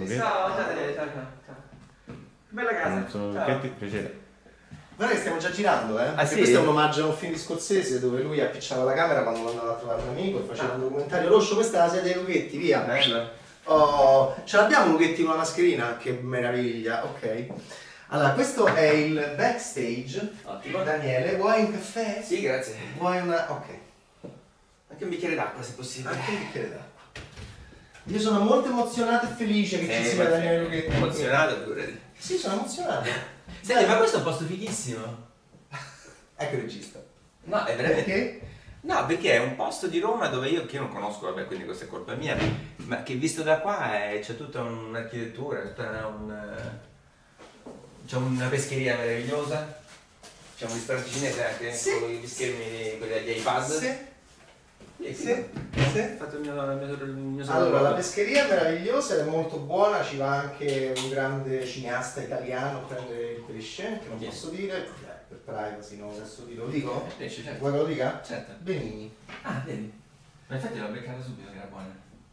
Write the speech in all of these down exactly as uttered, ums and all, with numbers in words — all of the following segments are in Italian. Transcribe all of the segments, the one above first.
Luchetti. Ciao, ciao, ciao, ciao. Bella casa. Sono Ciao. Luchetti, piacere. Guarda che stiamo già girando, eh? Ah, Perché sì? questo è un omaggio a un film di Scorsese dove lui appicciava la camera quando andava a trovare un amico e faceva un documentario. Roscio, questa è la sedia dei Luchetti, via! Bello. Oh, ce l'abbiamo Luchetti con la mascherina? Che meraviglia, ok. Allora, questo è il backstage. Ottimo. Daniele, vuoi un caffè? Sì, grazie. Vuoi una... ok. Anche un bicchiere d'acqua se possibile. Anche un bicchiere d'acqua. Io sono molto emozionato e felice che ci sia Daniele Luchetti. Emozionato, figurati. Sì, sono emozionato. Senti, ma questo è un posto fighissimo. Ecco il regista. No, è veramente... Perché? No, perché è un posto di Roma dove io, che io non conosco, vabbè, quindi questa è colpa mia, ma che visto da qua è- c'è tutta un'architettura, tutta un... c'è una pescheria meravigliosa, c'è un ristorante cinese anche, Sì. con gli schermi, quelli degli iPad. Sì. E Sì, quindi sì. Ho fatto il mio, il mio, il mio Allora, la sopralluogo. pescheria è meravigliosa ed è molto buona, ci va anche un grande cineasta italiano a prendere il pesce, che non Chi è? posso dire, eh, per privacy non lo posso dire, lo dico? Pesce, certo. Vuoi che lo dica? Certo. Benigni. Ah, vedi? Ma infatti l'ho beccata subito che era buona.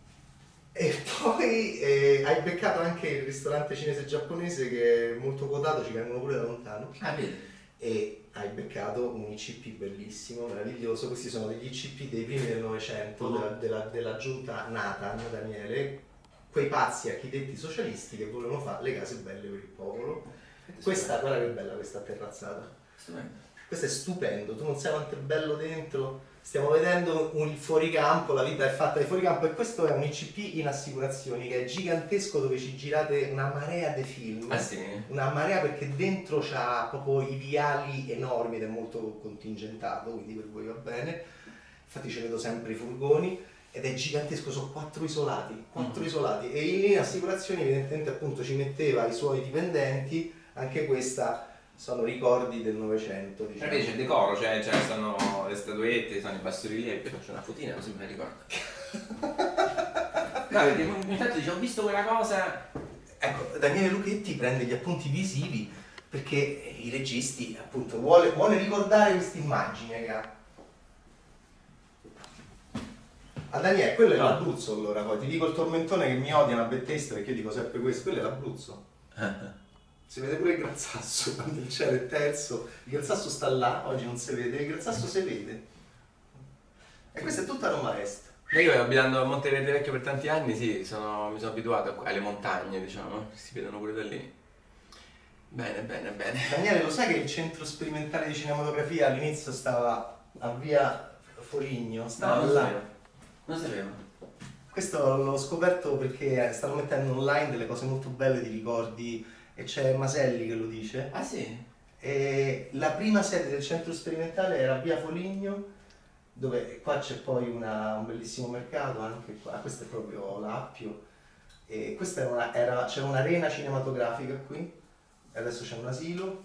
E poi eh, hai beccato anche il ristorante cinese giapponese che è molto quotato, ci vengono pure da lontano. Ah, vedi? E hai beccato un I C P bellissimo, meraviglioso. Questi sono degli I C P dei primi del Novecento, della, della, della giunta Nathan, Daniele, quei pazzi architetti socialisti che volevano fare le case belle per il popolo. Questa, guarda che bella questa terrazzata. Stupendo. Questo è stupendo, tu non sai quanto è bello dentro. Stiamo vedendo un fuoricampo, la vita è fatta di fuoricampo e questo è un I C P in assicurazioni che è gigantesco dove ci girate una marea di film. Ah sì? Una marea perché dentro c'ha proprio i viali enormi ed è molto contingentato, quindi per voi va bene. Infatti ci vedo sempre i furgoni ed è gigantesco, sono quattro isolati, quattro Mm. isolati e in linea assicurazioni evidentemente appunto ci metteva i suoi dipendenti, anche questa sono ricordi del Novecento, diciamo. Perché c'è il decoro, cioè, cioè sono le statuette, sono i bassorilievi, faccio una fotina così me la ricordo. No, perché infatti dice, ho visto quella cosa. Ecco, Daniele Luchetti prende gli appunti visivi perché i registi appunto vuole, vuole ricordare questa immagine che ha. A Daniele, quello è Ah. l'Abruzzo allora, poi ti dico il tormentone che mi odia una bettesta perché io dico sempre questo, quello è l'Abruzzo. Si vede pure il Grazzasso quando il cielo è terzo, il Grazzasso sta là, oggi non si vede, il Grazzasso si vede. E questa è tutta Roma Est. Io abitando a Montevideo Vecchio per tanti anni, sì, sono- mi sono abituato alle montagne, diciamo, che si vedono pure da lì. Bene, bene, bene. Daniele, lo sai che il centro sperimentale di cinematografia all'inizio stava a via Foligno, stava non là. sapevo. Non sapevo. Questo l'ho scoperto perché stanno mettendo online delle cose molto belle di ricordi e c'è Maselli che lo dice. Ah sì? E la prima sede del centro sperimentale era a via Foligno, dove qua c'è poi una- un bellissimo mercato anche qua, questo è proprio l'Appio. E questa era una- era- c'era un'arena cinematografica qui, e adesso c'è un asilo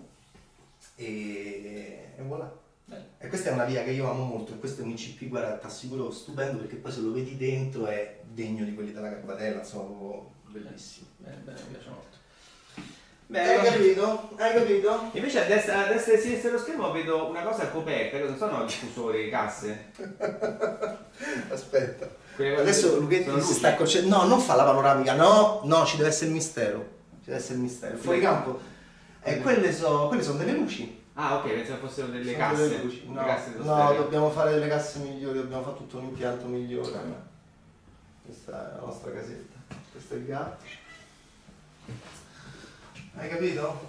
e, e voilà. Bello. E questa è una via che io amo molto, e questo è un I C P, guarda, ti assicuro, stupendo perché poi se lo vedi dentro è degno di quelli della Garbatella, insomma, proprio bellissimo. Bene, bene, mi piace molto. Hai capito? Hai capito? Invece a destra, a destra e a sinistra dello schermo vedo una cosa coperta, cosa sono diffusori, casse? Aspetta. Quelle cose Adesso che- Luchetti sono si luci. sta accorgendo. No, non fa la panoramica, no, no, ci deve essere il mistero. Ci deve essere il mistero. Fuori campo. E quelle, so- quelle sono delle luci. Ah ok, pensavo fossero delle Sono casse. delle luci. Le No, casse no, stereo. dobbiamo fare delle casse migliori, dobbiamo fare tutto un impianto migliore. Questa è la nostra casetta. Questo è il gatto. Hai capito?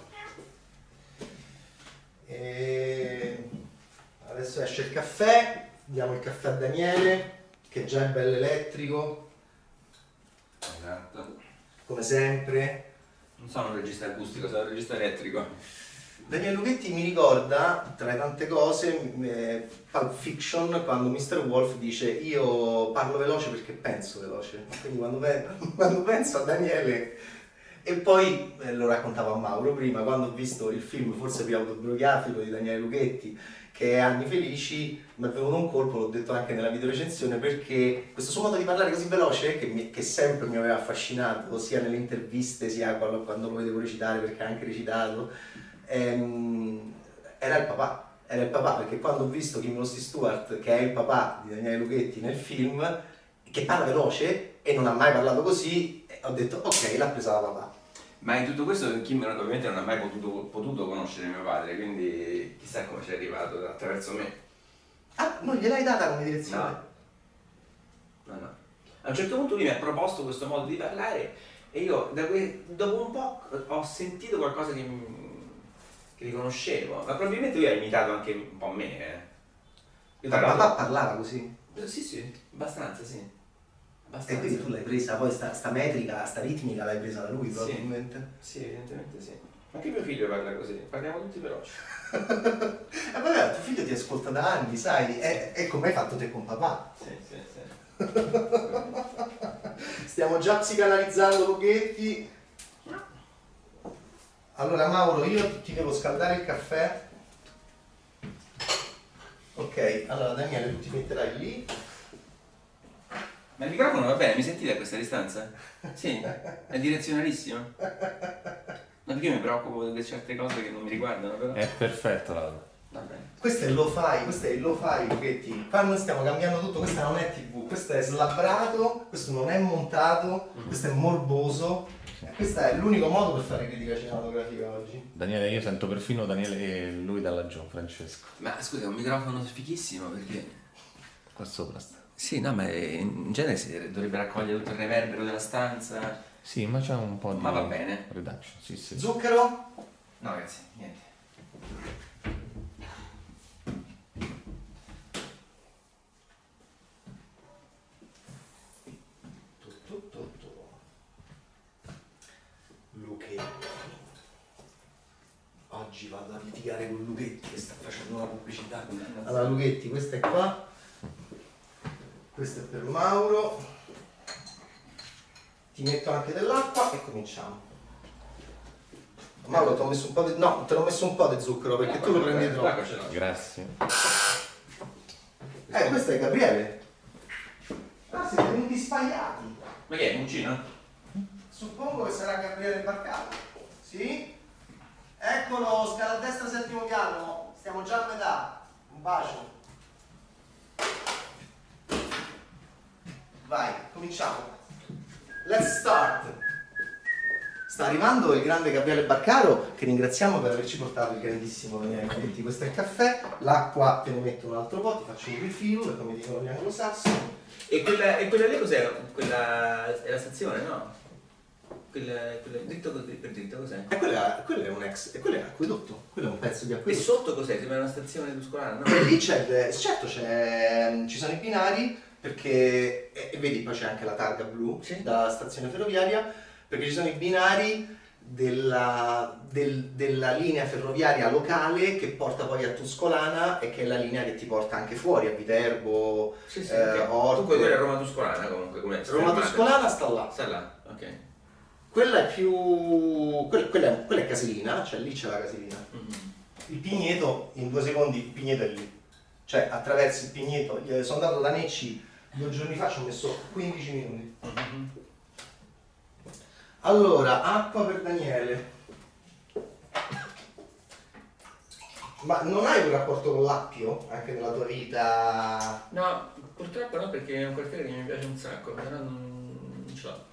E adesso esce il caffè, diamo il caffè a Daniele, che già è bello elettrico, Esatto. come sempre. Non sono un regista acustico, sono un regista elettrico. Daniele Luchetti mi ricorda, tra le tante cose, eh, Pulp Fiction, quando mister Wolf dice io parlo veloce perché penso veloce, quindi quando, pe- quando penso a Daniele. E poi, eh, lo raccontavo a Mauro prima, quando ho visto il film forse più autobiografico di Daniele Luchetti, che è Anni Felici, mi è venuto un colpo, l'ho detto anche nella videorecensione, perché questo suo modo di parlare così veloce, che, mi- che sempre mi aveva affascinato, sia nelle interviste, sia quando, quando lo vedevo recitare, perché ha anche recitato, ehm, era il papà. Era il papà, perché quando ho visto Kim Rossi Stewart, che è il papà di Daniele Luchetti nel film, che parla veloce e non ha mai parlato così, ho detto ok, l'ha presa la papà. Ma in tutto questo Kim ovviamente non ha mai potuto, potuto conoscere mio padre, quindi chissà come ci è arrivato attraverso me. Ah, non gliel'hai data come direzione? No. No, no. A un certo punto lui mi ha proposto questo modo di parlare e io da que- dopo un po' ho sentito qualcosa che, che riconoscevo, ma probabilmente lui ha imitato anche un po' me. Eh. Io Ma parlavo- papà parlava così? Sì, sì, abbastanza, sì. E Abbastanza. quindi tu l'hai presa, poi sta, sta metrica, sta ritmica l'hai presa da lui Sì. probabilmente? Sì, evidentemente sì. Anche mio figlio parla così, parliamo tutti veloci. E vabbè, tuo figlio ti ascolta da anni, sai? E, e come hai fatto te con papà? Sì, sì, sì. Stiamo già psicanalizzando Lughetti. Allora Mauro, io ti devo scaldare il caffè. Ok, allora Daniele, tu ti metterai lì. Ma il microfono va bene, mi sentite a questa distanza? Sì, è direzionalissimo. Ma perché io mi preoccupo di certe cose che non mi riguardano, però. È perfetto Laura. Va bene. Questo è il lo-fi, questo è il lo-fi, Lughetti. Qua noi stiamo cambiando tutto, questa non è tivù, questo è slabbrato, questo non è montato, questo è morboso. E questo è l'unico modo per fare critica cinematografica oggi. Daniele, io sento perfino Daniele e lui da laggiù, Francesco. Ma scusa, è un microfono fighissimo perché... Qua sopra sta. Sì, no, ma in genere si dovrebbe raccogliere tutto il reverbero della stanza. Sì, ma c'è un po' di... Ma va bene. reduction, sì, sì. Zucchero? No, ragazzi, niente. Tu, tu, tu, tu. Lughetti. Oggi vado a litigare con Lughetti che sta facendo una pubblicità. Allora Lughetti, questa è qua. Questo è per Mauro. Ti metto anche dell'acqua e cominciamo. Mauro, ti ho messo un po' di... No, te l'ho messo un po' di zucchero perché tu lo prendi troppo. L'acqua ce l'ho. Grazie. Eh, questo è Gabriele. Ah, siete venuti sbagliati. Ma che è, Muccino? Suppongo che sarà Gabriele Barcala. Sì? Eccolo, scala a destra, settimo piano. Stiamo già a metà. Un bacio. Vai, cominciamo. Let's start. Sta arrivando il grande Gabriele Barcaro, che ringraziamo per averci portato il grandissimo Daniele Lughetti. Questo è il caffè, l'acqua te ne metto un altro po', ti faccio un refill, come dicono gli anglosassoni. E quella, e quella lì cos'è? Quella è la stazione, no? Quella, quella dritto così, per dritto cos'è? E quella, quella è un ex, e quello è acquedotto, quello è un pezzo di E acquedotto. sotto cos'è? Sembra una stazione tuscolana, no? E lì c'è, certo c'è, ci sono i binari, perché, e, e vedi poi c'è anche la targa blu Sì. da stazione ferroviaria, perché ci sono i binari della, del- della linea ferroviaria locale che porta poi a Tuscolana e che è la linea che ti porta anche fuori, a Viterbo, Sì, sì, eh, ok. Orte. Comunque quella è Roma Tuscolana comunque, come Roma Tuscolana sta là. Sta là, ok. Quella è più... quella, quella è, quella è Casilina, cioè lì c'è la Casilina. Mhm. Il Pigneto, in due secondi, il Pigneto è lì. Cioè, attraverso il Pigneto. Io sono andato da Necci due giorni fa, ci ho messo quindici minuti. Mhm. Allora, acqua per Daniele. Ma non hai un rapporto con l'appio, anche nella tua vita? No, purtroppo no, perché è un quartiere che mi piace un sacco, però non, non ce l'ho.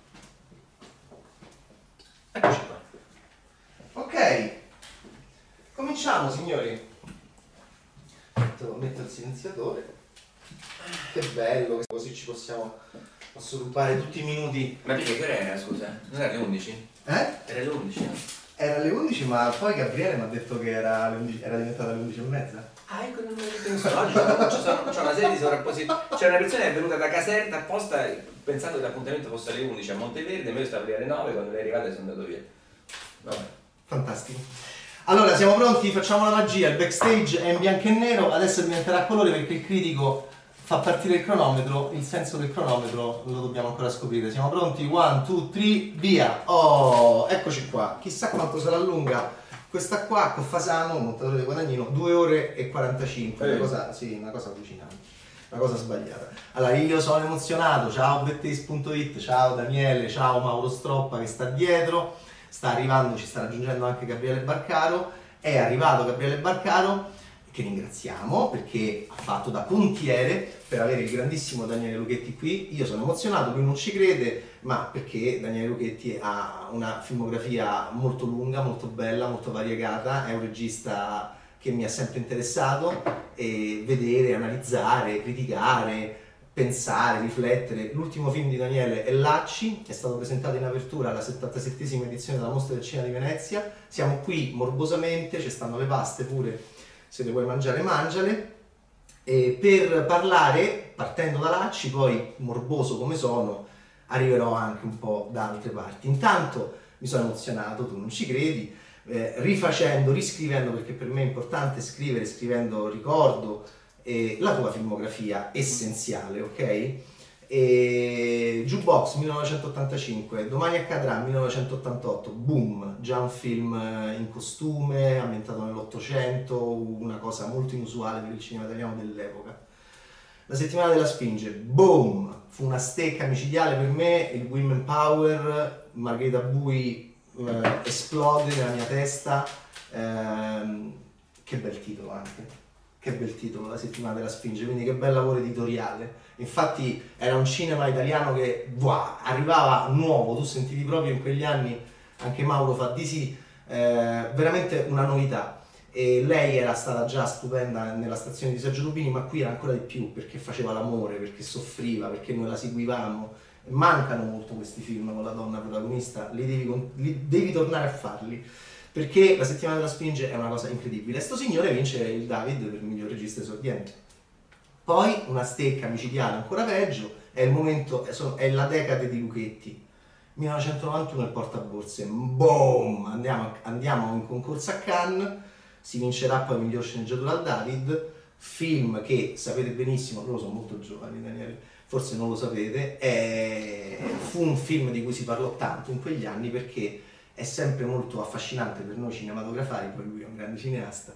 Eccoci qua. Ok. Cominciamo, signori. Metto, metto il silenziatore. Che bello, così ci possiamo... Posso rubare tutti i minuti. Ma perché che ora era, scusa? Non era le undici? Eh? Era le undici, no? Era alle undici, ma poi Gabriele mi ha detto che era, alle undici, era diventata alle undici e mezza. Ah, ecco, non me lo penso. Oggi c'è, sono- c'è una serie di sovrapposizioni. C'è una persona che è venuta da Caserta apposta pensando che l'appuntamento fosse alle undici a Monteverde, ma io stavo lì alle nove, quando lei è arrivata sono andato via. Vabbè. Fantastico. Allora, siamo pronti? Facciamo la magia. Il backstage è in bianco e nero, adesso diventerà a colore perché il critico fa partire il cronometro. Il senso del cronometro lo dobbiamo ancora scoprire. Siamo pronti? One, two, three, via! Oh, eccoci qua. Chissà quanto sarà lunga questa qua con Fasano, montatore di Guadagnino, due ore e quarantacinque. Una Eh. cosa, sì, una cosa allucinante. Una cosa sbagliata. Allora, io sono emozionato. Ciao bettace punto it, ciao Daniele, ciao Mauro Stroppa che sta dietro. Sta arrivando, ci sta raggiungendo anche Gabriele Barcaro. È arrivato Gabriele Barcaro. che ringraziamo perché ha fatto da pontiere per avere il grandissimo Daniele Lucchetti qui. Io sono emozionato, lui non ci crede, ma perché Daniele Lucchetti ha una filmografia molto lunga, molto bella, molto variegata, è un regista che mi ha sempre interessato, e vedere, analizzare, criticare, pensare, riflettere. L'ultimo film di Daniele è Lacci, è stato presentato in apertura alla settantasettesima edizione della Mostra del Cinema di Venezia. Siamo qui morbosamente, ci stanno le paste pure, se le vuoi mangiare mangiale, e per parlare, partendo da Lacci, poi morboso come sono, arriverò anche un po' da altre parti. Intanto mi sono emozionato, tu non ci credi, eh, rifacendo, riscrivendo, perché per me è importante scrivere, scrivendo ricordo eh, la tua filmografia essenziale, ok? E Jukebox millenovecentottantacinque, Domani accadrà millenovecentottantotto, boom, già un film in costume, ambientato nell'Ottocento, una cosa molto inusuale per il cinema italiano dell'epoca. La settimana della Sfinge, boom, fu una stecca micidiale per me, il Women Power, Margherita Bui eh, esplode nella mia testa, ehm, che bel titolo anche. Che bel titolo, La settimana della Sfinge, quindi che bel lavoro editoriale. Infatti era un cinema italiano che wow, arrivava nuovo, tu sentivi proprio in quegli anni, anche Mauro fa di sì, eh, veramente una novità. E lei era stata già stupenda nella stazione di Sergio Lupini, ma qui era ancora di più, perché faceva l'amore, perché soffriva, perché noi la seguivamo. Mancano molto questi film con la donna protagonista, li devi, li devi tornare a farli, perché La settimana della Sfinge è una cosa incredibile. E sto signore vince il David per miglior regista esordiente. Poi una stecca micidiale ancora peggio, è il momento, è la decade di Lucchetti. millenovecentonovantuno il portaborse, boom, andiamo, andiamo in concorso a Cannes, si vincerà poi miglior sceneggiatura al David, film che sapete benissimo, loro sono molto giovani Daniele, forse non lo sapete, è, fu un film di cui si parlò tanto in quegli anni perché è sempre molto affascinante per noi cinematografari, poi lui è un grande cineasta,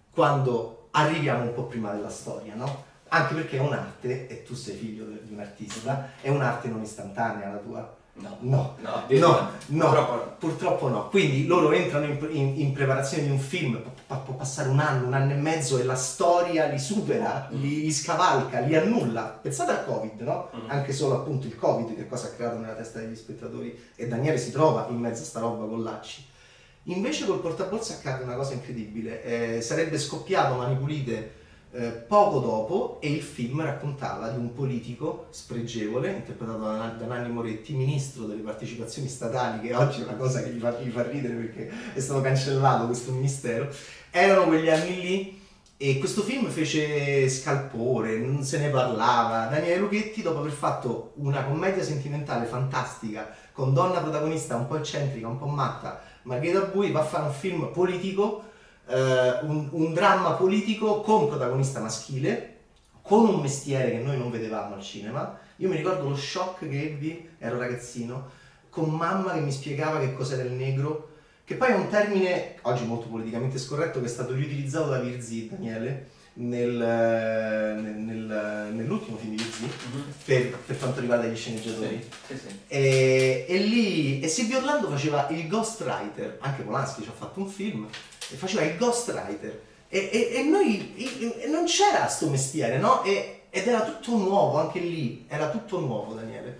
quando arriviamo un po' prima della storia, no? Anche perché è un'arte, e tu sei figlio di un artista, è un'arte non istantanea la tua. No, no, no, no, no, purtroppo no. Purtroppo no. Quindi loro entrano in, in, in preparazione di un film, può, può passare un anno, un anno e mezzo e la storia li supera, li, li scavalca, li annulla. Pensate al Covid, no? Mm. Anche solo appunto il Covid che cosa ha creato nella testa degli spettatori, e Daniele si trova in mezzo a sta roba con Lacci. Invece col portaborse accade una cosa incredibile, eh, sarebbe scoppiato Mani Pulite Eh, poco dopo, e il film raccontava di un politico spregevole interpretato da, da Nanni Moretti, ministro delle partecipazioni statali, che oggi è una cosa che gli fa, gli fa ridere perché è stato cancellato questo ministero. Erano quegli anni lì e questo film fece scalpore, non se ne parlava. Daniele Lucchetti, dopo aver fatto una commedia sentimentale fantastica con donna protagonista un po' eccentrica, un po' matta, Margherita Bui, va a fare un film politico, Uh, un, un dramma politico con protagonista maschile, con un mestiere che noi non vedevamo al cinema. Io mi ricordo lo shock che ebbi, ero ragazzino, con mamma che mi spiegava che cos'era il negro, che poi è un termine oggi molto politicamente scorretto che è stato riutilizzato da Virzì, Daniele, nel, nel, nel, nell'ultimo film di Virzì, mm-hmm. per, per quanto riguarda gli sceneggiatori. Sì, sì, sì. E, e lì e Silvio Orlando faceva il ghostwriter, anche Polanski ci ha fatto un film e faceva il ghostwriter, e, e, e noi e, e non c'era sto mestiere, no? E, ed era tutto nuovo, anche lì era tutto nuovo, Daniele.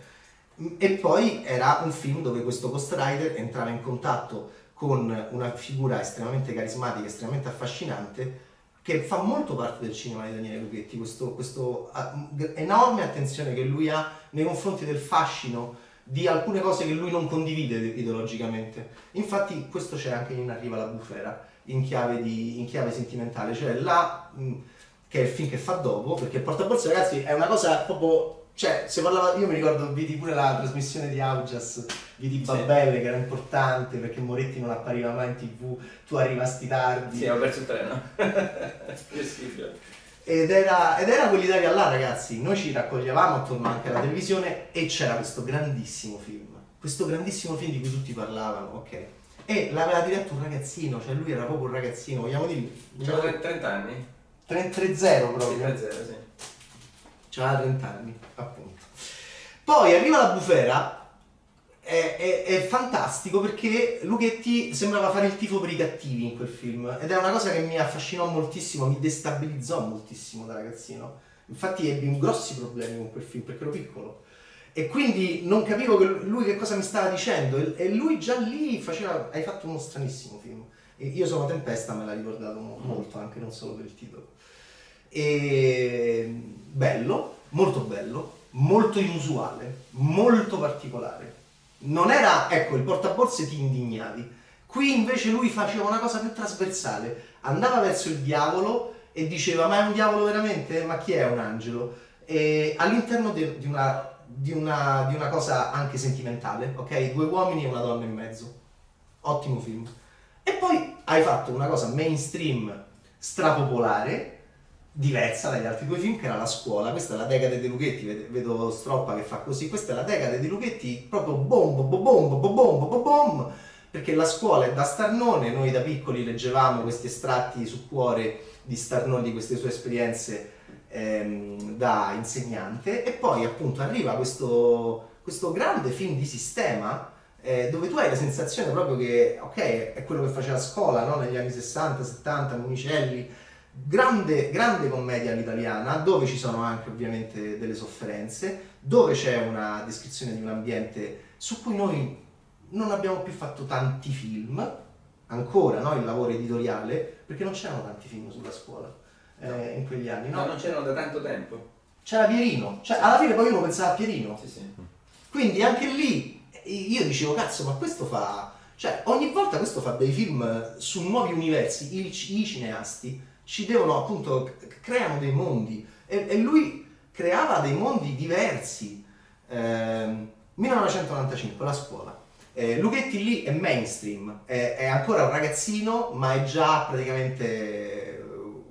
E poi era un film dove questo ghostwriter entrava in contatto con una figura estremamente carismatica, estremamente affascinante, che fa molto parte del cinema di Daniele Lucchetti, questo, questo uh, enorme attenzione che lui ha nei confronti del fascino di alcune cose che lui non condivide ideologicamente. Infatti questo c'è anche in Arriva la bufera, in chiave, di, in chiave sentimentale, cioè là, mh, che è il film che fa dopo, perché il portaborse, ragazzi, è una cosa proprio, cioè, se parlava, io mi ricordo, vidi pure la trasmissione di Augias, vidi Babele, sì, che era importante perché Moretti non appariva mai in tv, tu arrivasti tardi. Sì, ho perso il treno. ed, era, ed era quell'Italia là, ragazzi, noi ci raccoglievamo attorno anche alla televisione e c'era questo grandissimo film, questo grandissimo film di cui tutti parlavano, ok? E l'aveva diretto un ragazzino, cioè lui era proprio un ragazzino, vogliamo dire? C'aveva trenta anni? tre zero proprio. tre zero, sì. C'aveva trenta anni, appunto. Poi arriva la bufera, è, è, è fantastico perché Luchetti sembrava fare il tifo per i cattivi in quel film ed è una cosa che mi affascinò moltissimo, mi destabilizzò moltissimo da ragazzino. Infatti ebbi un grossi problemi con quel film perché ero piccolo e quindi non capivo che lui che cosa mi stava dicendo e, e lui già lì faceva, hai fatto uno stranissimo film. E Io sono Tempesta me l'ha ricordato molto, anche non solo per il titolo. E bello, molto bello, molto inusuale, molto particolare. Non era, ecco, il portaborse ti indignavi. Qui invece lui faceva una cosa più trasversale, andava verso il diavolo e diceva ma è un diavolo veramente? Ma chi è un angelo? E all'interno di, di, una, di, una, di una cosa anche sentimentale, ok? Due uomini e una donna in mezzo. Ottimo film. E poi hai fatto una cosa mainstream, strapopolare, diversa dagli altri due film, che era La scuola. Questa è la decade di Luchetti, vedo Stroppa che fa così, questa è la decade di Luchetti proprio bom bom bom bom bom bom bom bom, perché La scuola è da Starnone, noi da piccoli leggevamo questi estratti su Cuore di Starnone, di queste sue esperienze ehm, da insegnante, e poi appunto arriva questo, questo grande film di sistema eh, dove tu hai la sensazione proprio che ok, è quello che faceva a scuola, no? Negli anni sessanta settanta, Monicelli. Grande, grande commedia all'italiana, dove ci sono anche ovviamente delle sofferenze, dove c'è una descrizione di un ambiente su cui noi non abbiamo più fatto tanti film, ancora, no? Il lavoro editoriale, perché non c'erano tanti film sulla scuola eh, no. in quegli anni. No? no, non c'erano da tanto tempo. C'era Pierino, cioè alla fine poi uno pensava a Pierino. Sì, sì. Quindi anche lì io dicevo, cazzo, ma questo fa... Cioè ogni volta questo fa dei film su nuovi universi, i, i cineasti ci devono appunto, creano dei mondi e, e lui creava dei mondi diversi. eh, millenovecentonovantacinque, La scuola. eh, Luchetti lì è mainstream, è, è ancora un ragazzino ma è già praticamente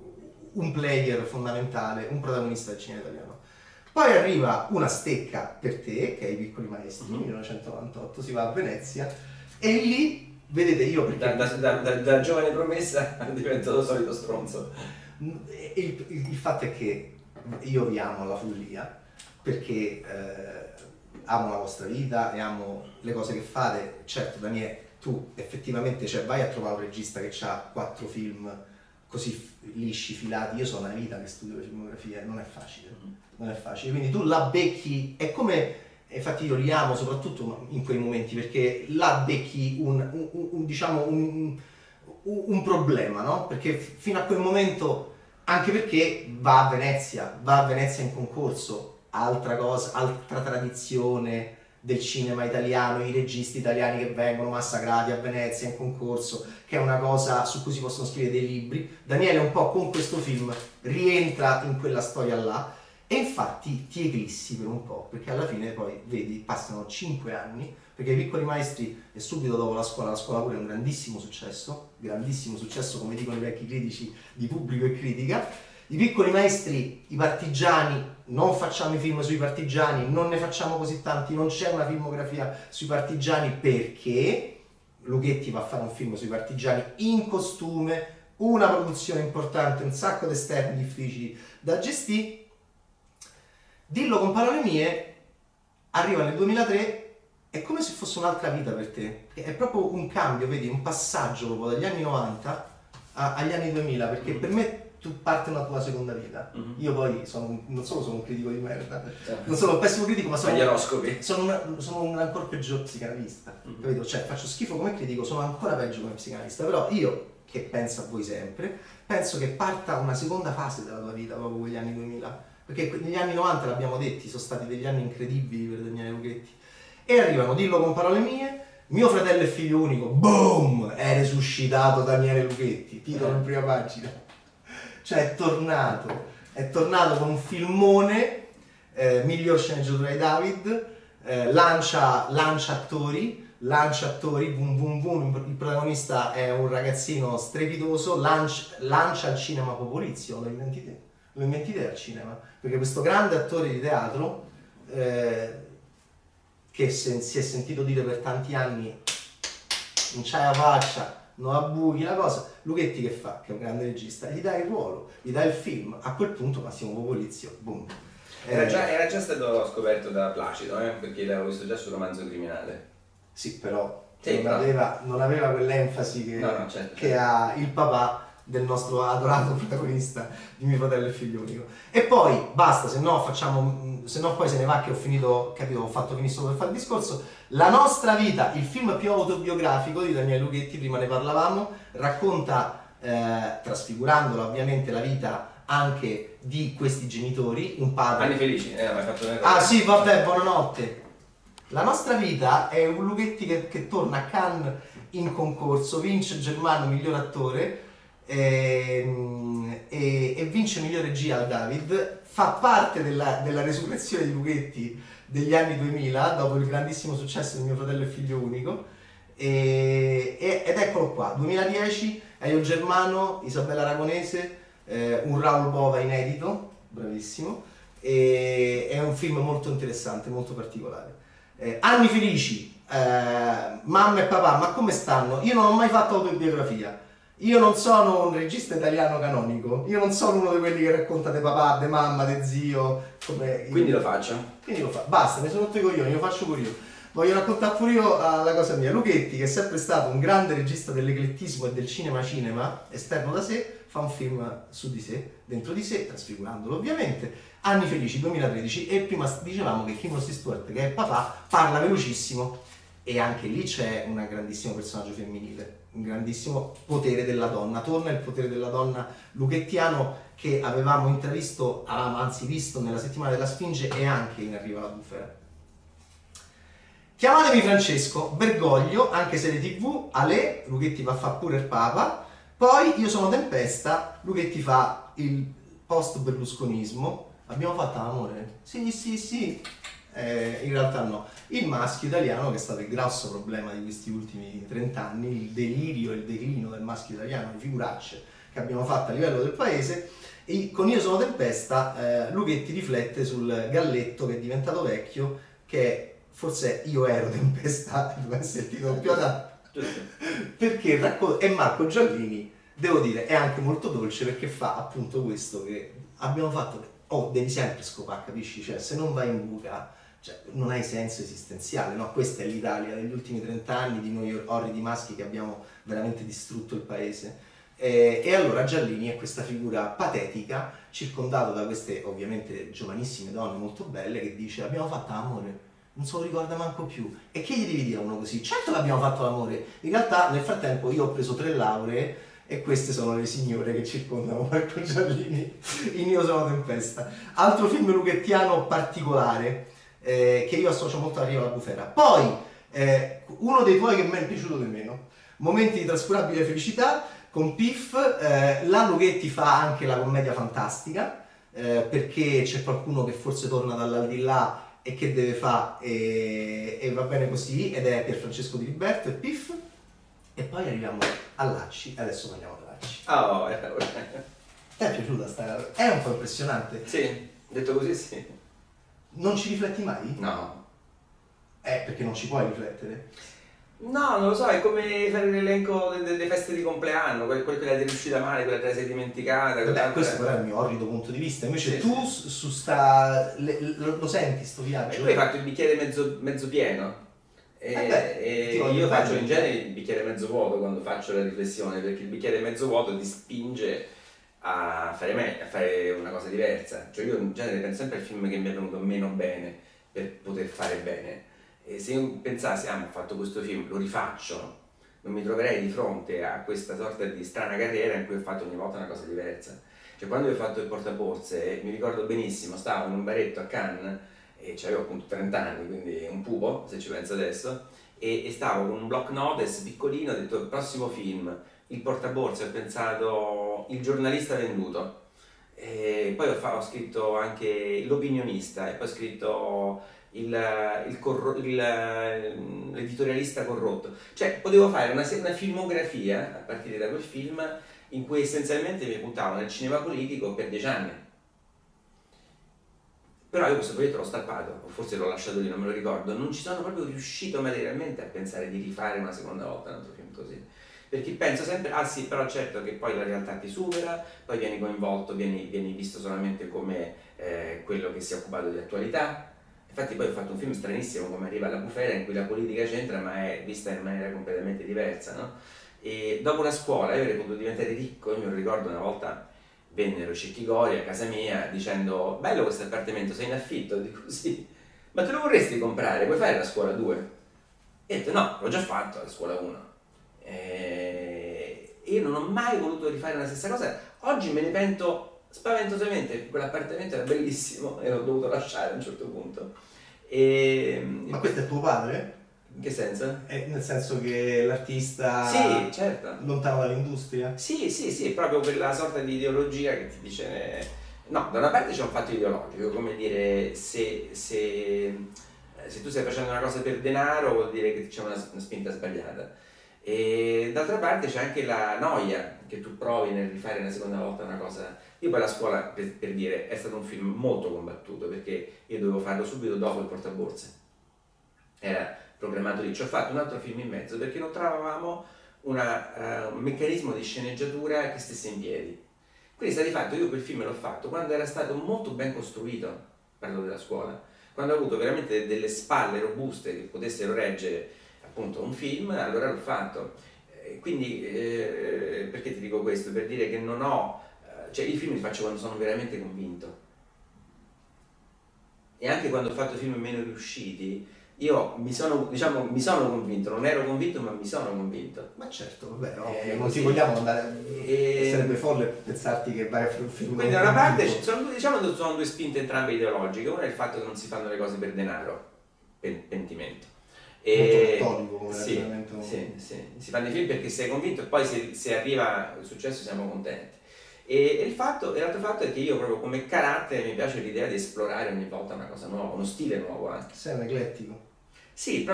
un player fondamentale, un protagonista del cinema italiano. Poi arriva Una stecca per te, che è I piccoli maestri, mm-hmm. millenovecentonovantotto, si va a Venezia e lì vedete io perché... Da, da, da, da, da giovane promessa è diventato il solito stronzo. Il, il, il fatto è che io vi amo alla follia perché eh, amo la vostra vita e amo le cose che fate. Certo, Daniele, tu effettivamente cioè, vai a trovare un regista che ha quattro film così lisci, filati. Io sono una vita che studio le filmografie, non è facile, non è facile. Quindi tu la becchi, è come... Infatti io li amo soprattutto in quei momenti perché là becchi un, un, un, diciamo un, un problema, no? Perché fino a quel momento, anche perché va a Venezia, va a Venezia in concorso, altra cosa, altra tradizione del cinema italiano, i registi italiani che vengono massacrati a Venezia in concorso, che è una cosa su cui si possono scrivere dei libri. Daniele un po' con questo film rientra in quella storia là. E infatti ti eclissi per un po', perché alla fine poi, vedi, passano cinque anni, perché I piccoli maestri è subito dopo La scuola, La scuola pure è un grandissimo successo, grandissimo successo come dicono i vecchi critici di pubblico e critica. I piccoli maestri, i partigiani, non facciamo i film sui partigiani, non ne facciamo così tanti, non c'è una filmografia sui partigiani perché Luchetti va a fare un film sui partigiani in costume, una produzione importante, un sacco di esterni difficili da gestire. Dillo con parole mie, arriva nel duemilatré, è come se fosse un'altra vita per te, è proprio un cambio, vedi, un passaggio proprio dagli anni novanta a, agli anni duemila, perché per me tu parte una tua seconda vita. Mm-hmm. Io poi sono, non solo sono un critico di merda, certo. non sono un pessimo critico, ma sono, sono, una, sono un ancora peggior psicanalista, mm-hmm. capito? Cioè faccio schifo come critico, sono ancora peggio come psicanalista, però io, che penso a voi sempre, penso che parta una seconda fase della tua vita proprio quegli anni duemila. Perché negli anni novanta, l'abbiamo detti, sono stati degli anni incredibili per Daniele Luchetti. E arrivano, dillo con parole mie, Mio fratello e figlio unico, boom! È resuscitato Daniele Luchetti, titolo in prima pagina. Cioè è tornato, è tornato con un filmone, eh, miglior sceneggiatura di David, eh, lancia, lancia attori, lancia attori, boom boom boom, il protagonista è un ragazzino strepitoso, lancia, lancia al cinema Popolizio, lo inventi te. Lo inventi te al cinema, perché questo grande attore di teatro eh, che se, si è sentito dire per tanti anni non c'hai la faccia, non abbuchi la cosa, Luchetti che fa? Che è un grande regista, gli dà il ruolo, gli dà il film, a quel punto Massimo Popolizio, boom. Era già, era già stato scoperto da Placido, eh? Perché l'avevo visto già sul Romanzo criminale. Sì, però Sì, non, però- aveva, non aveva quell'enfasi che, No, no, certo, che certo. ha il papà del nostro adorato protagonista di Mio fratello e figlio unico. E poi basta, se no facciamo, se no poi se ne va che ho finito, capito, ho fatto finire solo per fare il discorso. La nostra vita, il film più autobiografico di Daniele Lughetti, prima ne parlavamo, racconta, eh, trasfigurandolo ovviamente, la vita anche di questi genitori, un padre... Anni felici, eh, hai fatto una cosa. Ah sì, vabbè, buonanotte. La nostra vita è un Lughetti che, che torna a Cannes in concorso, vince Germano miglior attore ehm, e, e vince miglior regia al David, fa parte della, della resurrezione di Lughetti degli anni duemila dopo il grandissimo successo di Mio fratello e figlio unico e, e- ed eccolo qua, duemiladieci, Elio Germano, Isabella Aragonese, eh, un Raoul Bova inedito, bravissimo, e è un film molto interessante, molto particolare. Eh, anni felici, eh, mamma e papà, ma come stanno? Io non ho mai fatto autobiografia, io non sono un regista italiano canonico, io non sono uno di quelli che racconta di papà, di mamma, di zio, come... Quindi lo faccio. Quindi lo fa, basta, mi sono rotto i coglioni, lo faccio pure io. Voglio raccontare pure io uh, la cosa mia. Lughetti, che è sempre stato un grande regista dell'eclettismo e del cinema-cinema, esterno da sé, fa un film su di sé, dentro di sé, trasfigurandolo ovviamente. Anni felici, duemilatredici, e prima dicevamo che Kim Stewart, che è il papà, parla velocissimo e anche lì c'è un grandissimo personaggio femminile, un grandissimo potere della donna. Torna il potere della donna lughettiano che avevamo intravisto, avevamo anzi visto nella settimana della Sfinge e anche in Arriva la bufera. Chiamatemi Francesco, Bergoglio, anche serie tv, Ale, Lughetti va a fare pure il Papa, poi Io sono Tempesta, Lughetti fa il post-berlusconismo. Abbiamo fatto l'amore? Sì, sì, sì. Eh, in realtà no. Il maschio italiano, che è stato il grosso problema di questi ultimi trent'anni, il delirio e il declino del maschio italiano, le figuracce che abbiamo fatto a livello del paese. E con Io sono Tempesta, eh, Lughetti riflette sul galletto che è diventato vecchio, che è forse Io ero Tempesta, deve essere il titolo più adatto, perché racconta, e Marco Giallini, devo dire, è anche molto dolce perché fa appunto questo che abbiamo fatto, oh, devi sempre scopare, capisci? Cioè, se non vai in buca, cioè, non hai senso esistenziale, no? Questa è l'Italia degli ultimi trent'anni, di noi orridi maschi che abbiamo veramente distrutto il paese. E, e allora Giallini è questa figura patetica, circondato da queste ovviamente giovanissime donne molto belle, che dice abbiamo fatto amore, non se lo ricorda manco più. E che gli devi dire a uno così? Certo che abbiamo fatto l'amore. In realtà nel frattempo io ho preso tre lauree e queste sono le signore che circondano Marco Giallini in Io sono Tempesta. Altro film lughettiano particolare eh, che io associo molto a Arriva la bufera. Poi eh, uno dei tuoi che mi è piaciuto di meno, Momenti di trascurabile felicità con Piff. eh, la Lughetti fa anche la commedia fantastica eh, perché c'è qualcuno che forse torna dall'aldilà e che deve fare e, e va bene così, ed è Pierfrancesco Di Liberto e Piff. E poi arriviamo a Lacci, adesso parliamo di Lacci. Oh, eh, Ti è piaciuta sta? È un po' impressionante. sì, detto così sì. Non ci rifletti mai? No. Eh, perché non ci puoi riflettere. No, non lo so, è come fare l'elenco delle, delle feste di compleanno, quella, quella che è riuscita male, quella che te la sei dimenticata. Vabbè, quell'altra- questo però è il mio orrido punto di vista. Invece Sì, tu su, su sta... le- lo, lo senti sto E viaggio? tu hai fatto il bicchiere mezzo, mezzo pieno. E, Eh beh, e ti voglio io bene. faccio in genere il bicchiere mezzo vuoto quando faccio la riflessione, perché il bicchiere mezzo vuoto ti spinge a fare meglio, a fare una cosa diversa. Cioè io in genere penso sempre al film che mi è venuto meno bene per poter fare bene. E se io pensassi, ah, ho fatto questo film, lo rifaccio, non mi troverei di fronte a questa sorta di strana carriera in cui ho fatto ogni volta una cosa diversa. Cioè quando io ho fatto il portaborse, mi ricordo benissimo, stavo in un baretto a Cannes, e avevo appunto trenta anni, quindi un pupo, se ci penso adesso, e, e stavo con un block notes piccolino, ho detto il prossimo film, il portaborse, ho pensato il giornalista venduto. E poi ho, fa- ho scritto anche l'opinionista e poi ho scritto il, il corro- il, l'editorialista corrotto. Cioè potevo fare una, una filmografia a partire da quel film in cui essenzialmente mi buttavo nel cinema politico per dieci anni. Però io questo progetto l'ho stappato, o forse l'ho lasciato lì, non me lo ricordo. Non ci sono proprio riuscito materialmente a pensare di rifare una seconda volta un altro film così. Perché penso sempre, ah sì, però certo che poi la realtà ti supera, poi vieni coinvolto, vieni, vieni visto solamente come eh, quello che si è occupato di attualità, Infatti poi ho fatto un film stranissimo come Arriva alla bufera, in cui la politica c'entra ma è vista in maniera completamente diversa, no? E dopo la scuola io avrei potuto diventare ricco. Io mi ricordo una volta vennero Cecchi Gori a casa mia dicendo bello questo appartamento, sei in affitto? Dico sì, ma te lo vorresti comprare? Puoi fare la scuola due? E ho detto no, l'ho già fatto la scuola uno. E io non ho mai voluto rifare la stessa cosa. Oggi me ne pento spaventosamente, quell'appartamento era bellissimo e l'ho dovuto lasciare a un certo punto. E... Ma questo è tuo padre? In che senso? Eh, nel senso che l'artista Sì, certo. lontano dall'industria? Sì, sì, sì, è proprio quella sorta di ideologia che ti dice... No, da una parte c'è un fatto ideologico, come dire, se, se, se tu stai facendo una cosa per denaro vuol dire che c'è una, una spinta sbagliata. E d'altra parte c'è anche la noia che tu provi nel rifare una seconda volta una cosa. Io poi la scuola, per, per dire, è stato un film molto combattuto perché io dovevo farlo subito dopo il portaborse. Era programmato lì, ci ho fatto un altro film in mezzo perché non trovavamo una, uh, un meccanismo di sceneggiatura che stesse in piedi. Quindi sta di fatto, io quel film l'ho fatto quando era stato molto ben costruito, parlo della scuola, quando ho avuto veramente delle spalle robuste che potessero reggere appunto un film, allora l'ho fatto. Eh, quindi, eh, perché ti dico questo? Per dire che non ho, eh, cioè i film li faccio quando sono veramente convinto. E anche quando ho fatto film meno riusciti, io mi sono, diciamo, mi sono convinto, non ero convinto ma mi sono convinto. Ma certo, vabbè, ovvio, Eh, non così. ti vogliamo andare, E- sarebbe folle pensarti che vai a fare un film. Quindi da una parte ci sono, due- diciamo, sono due spinte entrambe ideologiche, una è il fatto che non si fanno le cose per denaro, pen- pentimento. Molto cattolico come sì, ragionamento. sì, sì, si fanno i film perché sei convinto e poi se, se arriva il successo siamo contenti. E, e il fatto, e l'altro fatto è che io proprio come carattere mi piace l'idea di esplorare ogni volta una cosa nuova, uno stile nuovo anche. Sei un eclettico. Sì, Sei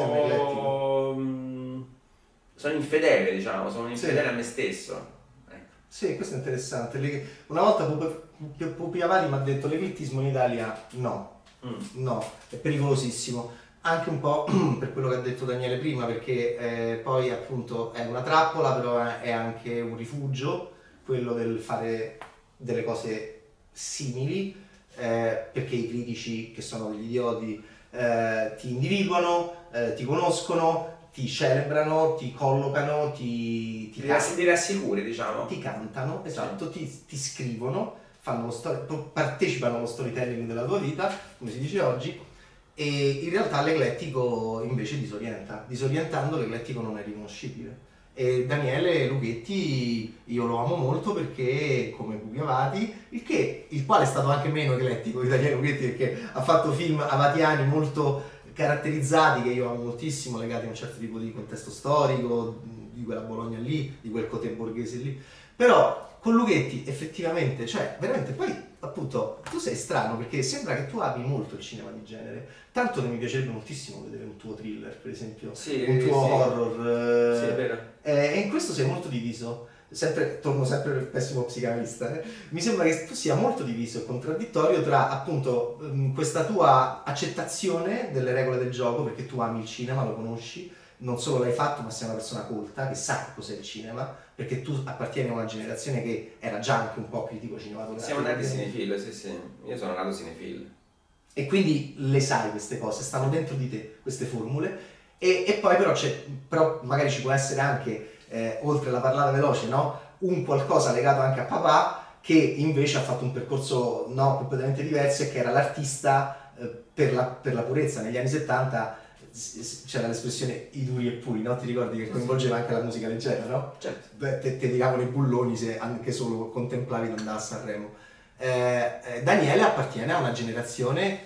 proprio mm, sono infedele, diciamo, sono infedele Sì. a me stesso. Ecco. Sì, questo è interessante. Le- Una volta Pupi Pupi Avati mi ha detto l'eclettismo in Italia no, Mm. no, è pericolosissimo. Anche un po' per quello che ha detto Daniele prima, perché eh, poi appunto è una trappola, però è è anche un rifugio, quello del fare delle cose simili, eh, perché i critici, che sono degli idioti, eh, ti individuano, eh, ti conoscono, ti celebrano, ti collocano, ti, ti, Ti rass- ti rassicuri, diciamo. ti cantano, esatto, ti, ti scrivono, fanno lo story- partecipano allo storytelling della tua vita, come si dice oggi, e in realtà l'eclettico invece disorienta. Disorientando l'eclettico non è riconoscibile. E Daniele Lughetti io lo amo molto perché come Pupi Avati, il, che, il quale è stato anche meno eclettico di Daniele Lughetti perché ha fatto film avatiani molto caratterizzati che io amo moltissimo, legati a un certo tipo di contesto storico, di quella Bologna lì, di quel Cotè borghese lì. Però con Lughetti effettivamente, cioè veramente poi appunto tu sei strano perché sembra che tu ami molto il cinema di genere, tanto che mi piacerebbe moltissimo vedere un tuo thriller per esempio, Sì, un tuo sì. horror, eh, Sì, è vero. eh, e in questo sei molto diviso. Sempre, torno sempre per il pessimo psicanalista, eh. Mi sembra che tu sia molto diviso e contraddittorio tra appunto ehm, questa tua accettazione delle regole del gioco, perché tu ami il cinema, lo conosci, non solo l'hai fatto ma sei una persona colta che sa cos'è il cinema, perché tu appartieni a una generazione che era già anche un po' critico cinematografico. Siamo nati cinefil, sì sì, io sono nato cinefil. E quindi le sai queste cose, stanno dentro di te queste formule e, e poi però c'è, però magari ci può essere anche eh, oltre alla parlata veloce, no? Un qualcosa legato anche a papà che invece ha fatto un percorso no, completamente diverso e che era l'artista eh, per, la, per la purezza. Negli anni settanta s- s- c'era l'espressione i duri e puri, no? Ti ricordi che coinvolgeva anche la musica leggera, no? Certo. Beh, te, te tiravano i bulloni se anche solo contemplavi di andare a Sanremo. Eh, eh, Daniele appartiene a una generazione,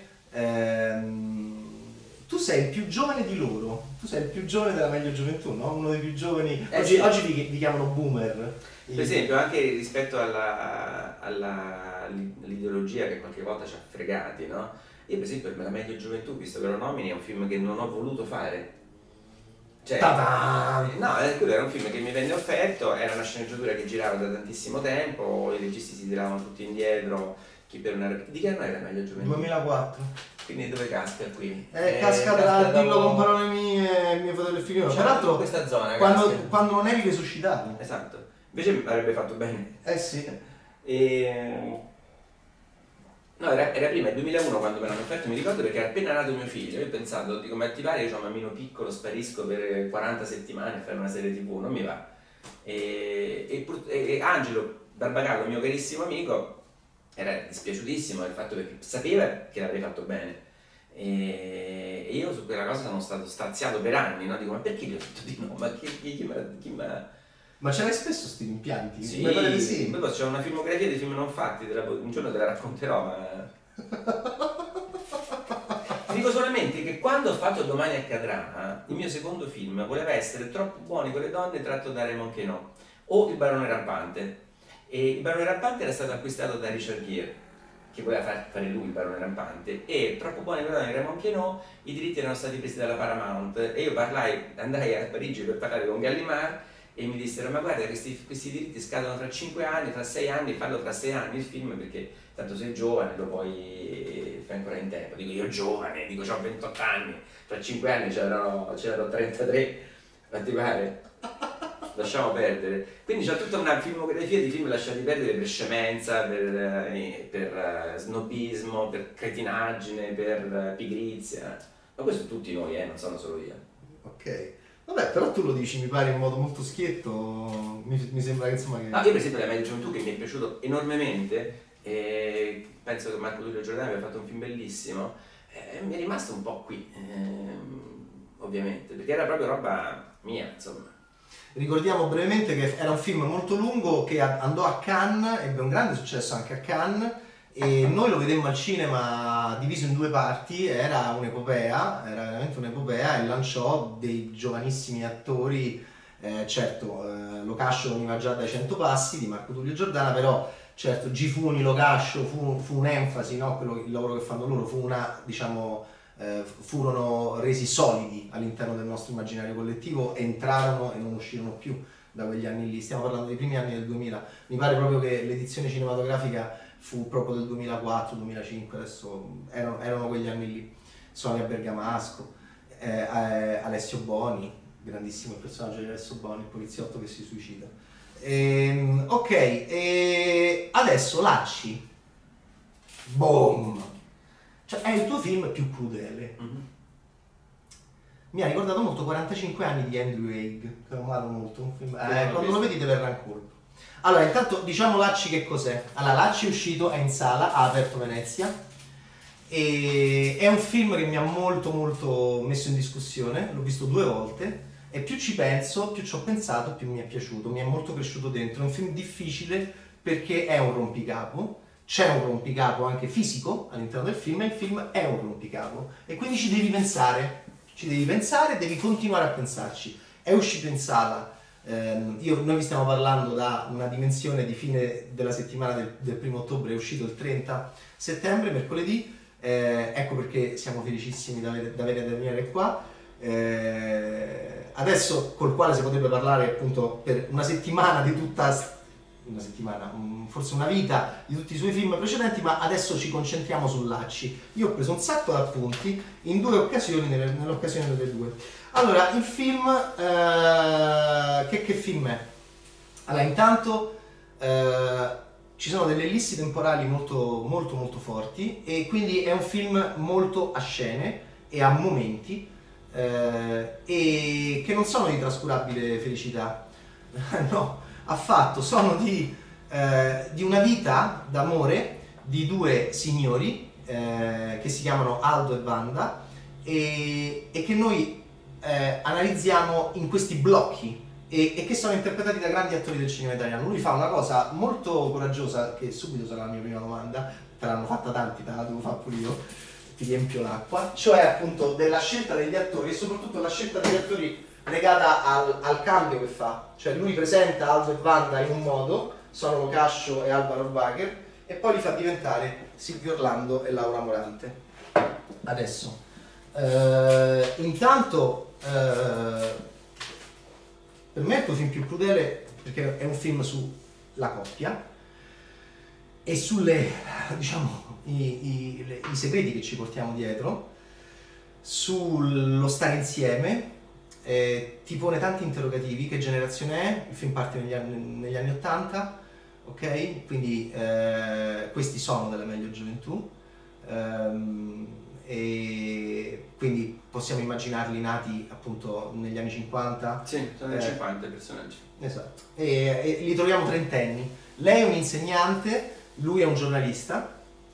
ehm, tu sei il più giovane di loro, tu sei il più giovane della meglio gioventù, no? Uno dei più giovani, Eh, oggi, sì. oggi vi, vi chiamano boomer. Per esempio, anche rispetto alla, alla- all'ideologia che qualche volta ci ha fregati, no? Io per esempio per la meglio gioventù, visto che lo nomini, è un film che non ho voluto fare. Cioè, Ta-da! eh, no, eh, quello era un film che mi venne offerto, era una sceneggiatura che girava da tantissimo tempo, i registi si tiravano tutti indietro, chi per una... Di che anno era meglio gioventù? duemilaquattro. Quindi dove casca qui? Eh, casca tra, dillo dopo- con parole mie, mio fratello e figlio. Cioè, Peraltro, questa zona, quando, casca. quando non eri resuscitato. Esatto, invece mi avrebbe fatto bene. Eh sì. E, No, era, era prima, il duemilauno quando me l'hanno offerto, mi ricordo perché era appena nato mio figlio, io ho pensato, dico, ma ti pare, io ho un bambino piccolo, sparisco per quaranta settimane a fare una serie tv, non mi va. E, e, e Angelo Barbagallo, mio carissimo amico, era dispiaciutissimo del fatto che sapeva che l'avrei fatto bene. E, e io su quella cosa sono stato straziato per anni, no? Dico, ma perché gli ho detto di no? Ma chi, chi, chi, chi m'ha... Ma ce l'hai spesso sti rimpianti? Sì, Mi pare di sì. poi c'è una filmografia di film non fatti, te la, un giorno te la racconterò, ma... Ti dico solamente che quando ho fatto Domani accadrà, il mio secondo film voleva essere Troppo buoni con le donne tratto da Raymond Queneau, o Il barone rampante. E Il barone rampante era stato acquistato da Richard Gere, che voleva far, fare lui il barone rampante, e Troppo buoni con le donne di Raymond Queneau, i diritti erano stati presi dalla Paramount, e io parlai, andai a Parigi per parlare con Gallimard, e mi dissero, ma guarda, questi, questi diritti scadono tra cinque anni, tra sei anni, fallo tra sei anni il film perché tanto sei giovane, lo puoi fare ancora in tempo. Dico, io giovane, dico, ho ventotto anni, tra cinque anni c'erano trentatré, ma ti pare? Lasciamo perdere. Quindi c'è tutta una filmografia di film lasciati perdere per scemenza, per, per snobismo, per cretinaggine, per pigrizia. Ma questo tutti noi, eh, non sono solo io. Ok. Vabbè, però tu lo dici, mi pare in modo molto schietto, mi, mi sembra che insomma che... No, io per esempio la Media Gioventù che mi è piaciuto enormemente, e penso che Marco Tullio Giordano abbia fatto un film bellissimo, eh, mi è rimasto un po' qui, eh, ovviamente, perché era proprio roba mia, insomma. Ricordiamo brevemente che era un film molto lungo che andò a Cannes, ebbe un grande successo anche a Cannes, e noi lo vedemmo al cinema diviso in due parti, era un'epopea, era veramente un'epopea, e lanciò dei giovanissimi attori, eh, certo eh, Locascio veniva già dai Cento Passi di Marco Tullio Giordana, però certo Gifuni, Locascio fu, fu un'enfasi, no? Quello, il lavoro che fanno loro fu una, diciamo, eh, furono resi solidi all'interno del nostro immaginario collettivo, entrarono e non uscirono più da quegli anni lì, stiamo parlando dei primi anni del duemila, mi pare proprio che l'edizione cinematografica fu proprio del duemilaquattro duemilacinque, adesso erano, erano quegli anni lì. Sonia Bergamasco, eh, eh, Alessio Boni, grandissimo il personaggio di Alessio Boni, il poliziotto che si suicida. Ehm, ok, e adesso Lacci, boom! Cioè, è il tuo film più crudele. Mm-hmm. Mi ha ricordato molto quarantacinque anni di Andrew Haigh, che ho amato molto, un film, eh, quando lo vedi ti verrà in colpo. Allora, intanto diciamo Lacci che cos'è. Allora, Lacci è uscito, è in sala, ha aperto Venezia, e è un film che mi ha molto molto messo in discussione, l'ho visto due volte, e più ci penso, più ci ho pensato, più mi è piaciuto, mi è molto cresciuto dentro. È un film difficile perché è un rompicapo, c'è un rompicapo anche fisico all'interno del film, e il film è un rompicapo, e quindi ci devi pensare, ci devi pensare, devi continuare a pensarci. È uscito in sala. Io, noi vi stiamo parlando da una dimensione di fine della settimana del, del primo ottobre, è uscito il trenta settembre, mercoledì, eh, ecco perché siamo felicissimi di avere, di avere Daniele qua, eh, adesso col quale si potrebbe parlare appunto per una settimana di tutta, una settimana, forse una vita di tutti i suoi film precedenti, ma adesso ci concentriamo su Lacci. Io ho preso un sacco di appunti in due occasioni, nelle, nell'occasione delle due. Allora, il film, eh, che, che film è? Allora, intanto eh, ci sono delle ellissi temporali molto molto molto forti, e quindi è un film molto a scene e a momenti, eh, e che non sono di trascurabile felicità, no, affatto, sono di, eh, di una vita d'amore di due signori eh, che si chiamano Aldo e Wanda, e, e che noi Eh, analizziamo in questi blocchi, e, e che sono interpretati da grandi attori del cinema italiano. Lui fa una cosa molto coraggiosa, che subito sarà la mia prima domanda, te l'hanno fatta tanti, te la devo fare pure io, ti riempio l'acqua, cioè appunto della scelta degli attori, e soprattutto la scelta degli attori legata al, al cambio che fa. Cioè lui presenta Aldo e Wanda in un modo, sono Locascio e Alvaro Bacher, e poi li fa diventare Silvio Orlando e Laura Morante. Adesso Uh, intanto uh, per me è il tuo film più crudele perché è un film sulla coppia e sulle, diciamo, i, i, le, i segreti che ci portiamo dietro, sullo stare insieme, eh, ti pone tanti interrogativi. Che generazione è? Il film parte negli anni, negli anni ottanta, ok? Quindi eh, questi sono della meglio gioventù, ehm, e quindi possiamo immaginarli nati appunto negli anni cinquanta. Sì, sono nel Eh, cinquanta i personaggi. Esatto, e, e li troviamo trentenni. Lei è un insegnante, lui è un giornalista,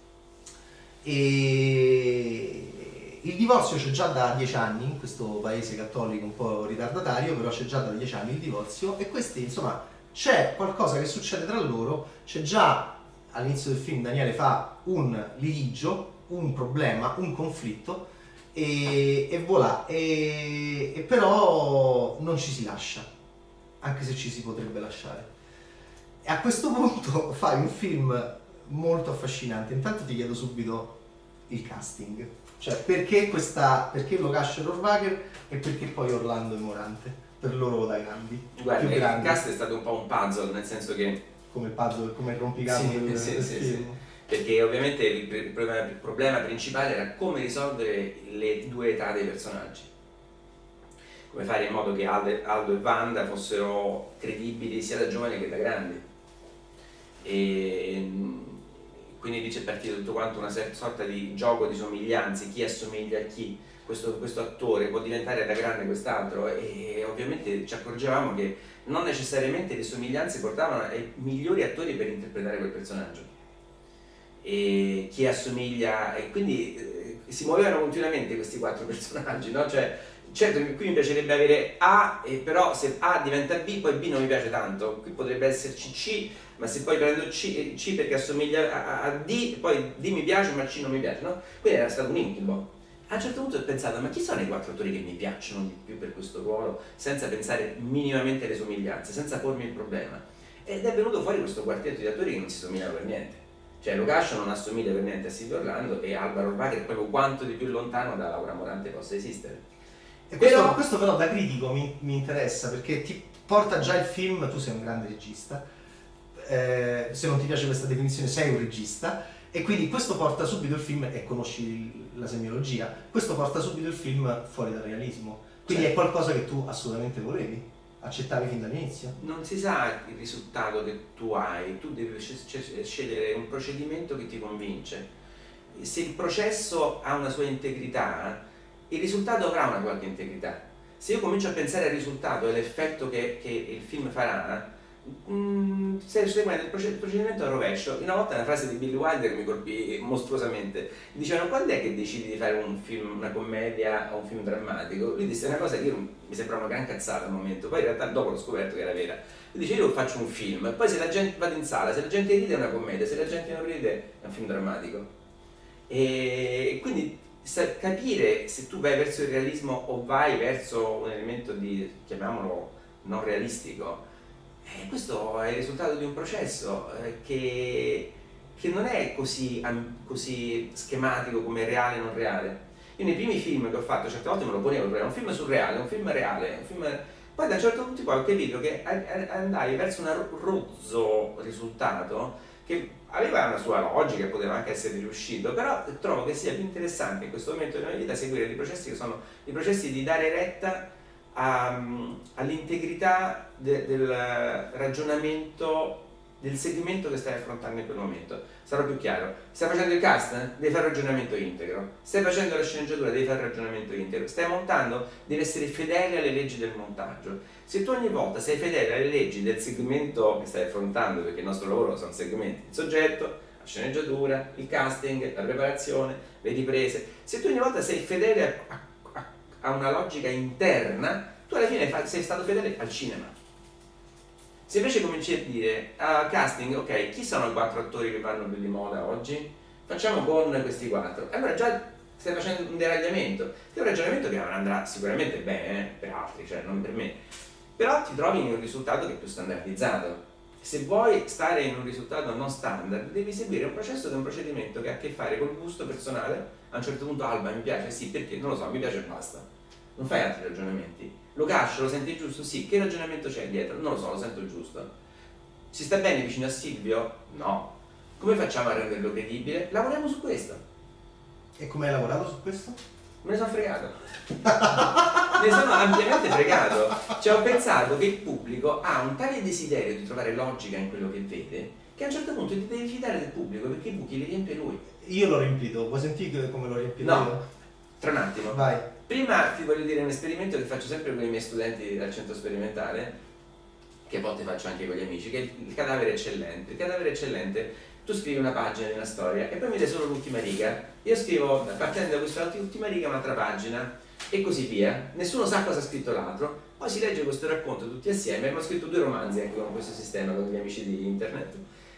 e il divorzio c'è già da dieci anni, in questo paese cattolico un po' ritardatario, però c'è già da dieci anni il divorzio, e questi, insomma, c'è qualcosa che succede tra loro, c'è già all'inizio del film Daniele fa un litigio, un problema, un conflitto, e, e voilà, e, e però non ci si lascia, anche se ci si potrebbe lasciare. E a questo punto fai un film molto affascinante. Intanto ti chiedo subito il casting, cioè perché questa, perché Locash e Rohrwacher e perché poi Orlando e Morante, per loro dai grandi. Guarda, più il grandi, cast è stato un po' un puzzle, nel senso che come il puzzle, come il rompicapo Sì, del, sì, del sì, film. sì. Perché ovviamente il, il problema, il problema principale era come risolvere le due età dei personaggi, come fare in modo che Aldo, Aldo e Wanda fossero credibili sia da giovani che da grandi, e quindi lì c'è partito tutto quanto una sorta di gioco di somiglianze, chi assomiglia a chi, questo, questo attore può diventare da grande quest'altro, e ovviamente ci accorgevamo che non necessariamente le somiglianze portavano ai migliori attori per interpretare quel personaggio, e chi assomiglia, e quindi eh, si muovevano continuamente questi quattro personaggi, no? Cioè, certo che qui mi piacerebbe avere A, e però se A diventa B, poi B non mi piace tanto, qui potrebbe esserci C, ma se poi prendo C, C perché assomiglia a, a D, poi D mi piace ma C non mi piace, no? Quindi era stato un incubo. A un certo punto ho pensato, ma chi sono i quattro attori che mi piacciono di più per questo ruolo, senza pensare minimamente alle somiglianze, senza pormi il problema? Ed è venuto fuori questo quartetto di attori che non si somigliano per niente. Cioè Locash non assomiglia per niente a Silvio Orlando, e Alvaro Rohrwacher è proprio quanto di più lontano da Laura Morante possa esistere. E questo Però- però, questo però da critico mi, mi interessa, perché ti porta già il film, tu sei un grande regista, eh, se non ti piace questa definizione sei un regista, e quindi questo porta subito il film, e conosci la semiologia, questo porta subito il film fuori dal realismo, quindi Certo. è qualcosa che tu assolutamente volevi, accettavi fin dall'inizio. Non si sa il risultato che tu hai, tu devi sce- scegliere un procedimento che ti convince. Se il processo ha una sua integrità, il risultato avrà una qualche integrità. Se io comincio a pensare al risultato e all'effetto che, che il film farà, mh, stai seguendo il proced- procedimento a rovescio. Una volta una frase di Billy Wilder mi colpì mostruosamente. Dicevano: quando è che decidi di fare un film, una commedia o un film drammatico? Lui disse una cosa che io, mi sembrava una gran cazzata al momento, poi in realtà dopo l'ho scoperto che era vera. Lui dice: io faccio un film, poi se la gente vado in sala, se la gente ride è una commedia, se la gente non ride è un film drammatico. E quindi sa- capire se tu vai verso il realismo o vai verso un elemento di, chiamiamolo, non realistico, eh, questo è il risultato di un processo eh, che, che non è così, am- così schematico come reale e non reale. Io nei primi film che ho fatto certe volte me lo ponevo il problema: un film surreale, un film reale, un film... Poi da un certo punto poi ho capito che a- a- andai verso un rozzo risultato che aveva una sua logica e poteva anche essere riuscito, però trovo che sia più interessante in questo momento della mia vita seguire dei processi che sono i processi di dare retta a- all'integrità de- del ragionamento, del segmento che stai affrontando in quel momento. Sarò più chiaro: stai facendo il cast? Eh? Devi fare un ragionamento integro. Stai facendo la sceneggiatura? Devi fare un ragionamento integro. Stai montando? Devi essere fedele alle leggi del montaggio. Se tu ogni volta sei fedele alle leggi del segmento che stai affrontando, perché il nostro lavoro sono segmenti: il soggetto, la sceneggiatura, il casting, la preparazione, le riprese. Se tu ogni volta sei fedele a, a, a una logica interna, tu alla fine fa- sei stato fedele al cinema. Se invece cominci a dire a casting, ok, chi sono i quattro attori che vanno più di moda oggi? Facciamo con questi quattro. Allora già stai facendo un deragliamento, che è un ragionamento che andrà sicuramente bene eh, per altri, cioè non per me. Però ti trovi in un risultato che è più standardizzato. Se vuoi stare in un risultato non standard, devi seguire un processo che è un procedimento che ha a che fare col gusto personale. A un certo punto Alba mi piace, sì, perché? Non lo so, mi piace e basta. Non fai altri ragionamenti. Locash, lo senti giusto? Sì. Che ragionamento c'è dietro? Non lo so, lo sento giusto. Si sta bene vicino a Silvio? No. Come facciamo a renderlo credibile? Lavoriamo su questo. E come hai lavorato su questo? Me ne sono fregato. Me ne sono ampiamente fregato. Cioè ho pensato che il pubblico ha un tale desiderio di trovare logica in quello che vede che a un certo punto ti devi fidare del pubblico perché i buchi li riempie lui. Io l'ho riempito, vuoi sentire come l'ho riempito No. io? Tra un attimo. Vai. Prima ti voglio dire un esperimento che faccio sempre con i miei studenti dal centro sperimentale, che a volte faccio anche con gli amici, che è il cadavere eccellente. Il cadavere eccellente, tu scrivi una pagina di una storia e poi mi dai solo l'ultima riga. Io scrivo, partendo da questa ultima riga, un'altra pagina e così via. Nessuno sa cosa ha scritto l'altro. Poi si legge questo racconto tutti assieme. Abbiamo scritto due romanzi anche con questo sistema, con gli amici di internet.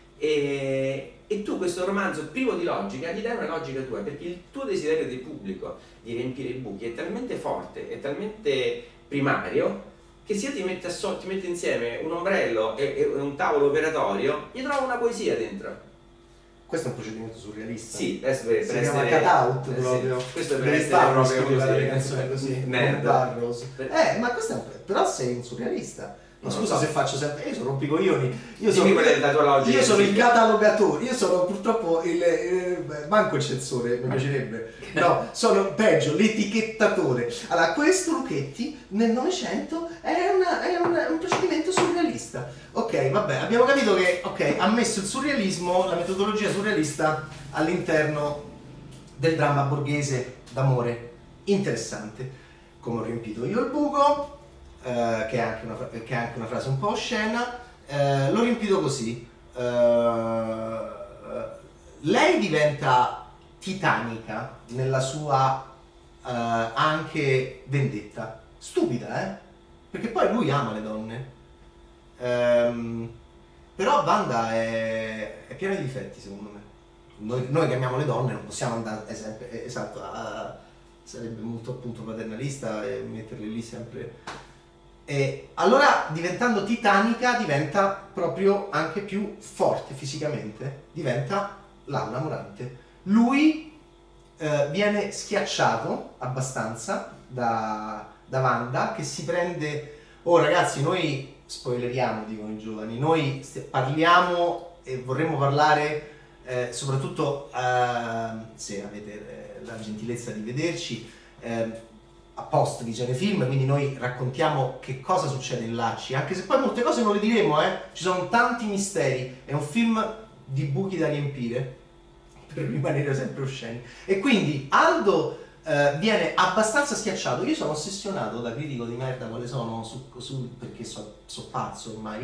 E, e tu questo romanzo privo di logica gli dai una logica tua, perché il tuo desiderio di pubblico di riempire i buchi è talmente forte, è talmente primario, che se io ti metto, so, ti metto insieme un ombrello e, e un tavolo operatorio, gli trovo una poesia dentro. Questo è un procedimento surrealista. Sì, adesso per, Si per chiama essere... cut-out eh, proprio. sì. Questo è per Dave essere Barrows proprio scriveva così. le canzoni così. Nerd. Barrows. Per- Eh, ma questo è un... però sei un surrealista. Ma Non scusa lo so. se faccio sempre, io sono rompicoglioni, io Dimmi sono, qual è la tua logica. io sono il Sì. catalogatore, io sono purtroppo il, eh, manco il censore, mi piacerebbe, no, sono peggio, l'etichettatore. Allora, questo Luchetti nel Novecento è, una- è un, è un procedimento surrealista. Ok, vabbè, abbiamo capito che, ok, ha messo il surrealismo, la metodologia surrealista all'interno del dramma borghese d'amore. Interessante. Come ho riempito io il buco, eh, che, è anche una, fra- che è anche una frase un po' oscena, eh, l'ho riempito così. Eh, lei diventa titanica nella sua eh, anche vendetta. Stupida, eh? Perché poi lui ama le donne. Ehm, però Wanda è, è piena di difetti, secondo me. Noi, noi che amiamo le donne non possiamo andare esempio, eh, esatto, a- sarebbe molto appunto paternalista e metterle lì sempre. E allora diventando titanica diventa proprio anche più forte fisicamente, diventa Laura Morante. Lui eh, viene schiacciato abbastanza da, da Wanda, che si prende... Oh ragazzi, noi spoileriamo, dicono i giovani, noi st- parliamo e vorremmo parlare, eh, soprattutto eh, se avete eh, la gentilezza di vederci, eh, a post visione film, quindi noi raccontiamo che cosa succede in Lacci, anche se poi molte cose non le diremo, eh? Ci sono tanti misteri, è un film di buchi da riempire, per rimanere sempre osceni. E quindi Aldo eh, viene abbastanza schiacciato, io sono ossessionato da critico di merda quale sono, su, su, perché so, so pazzo ormai,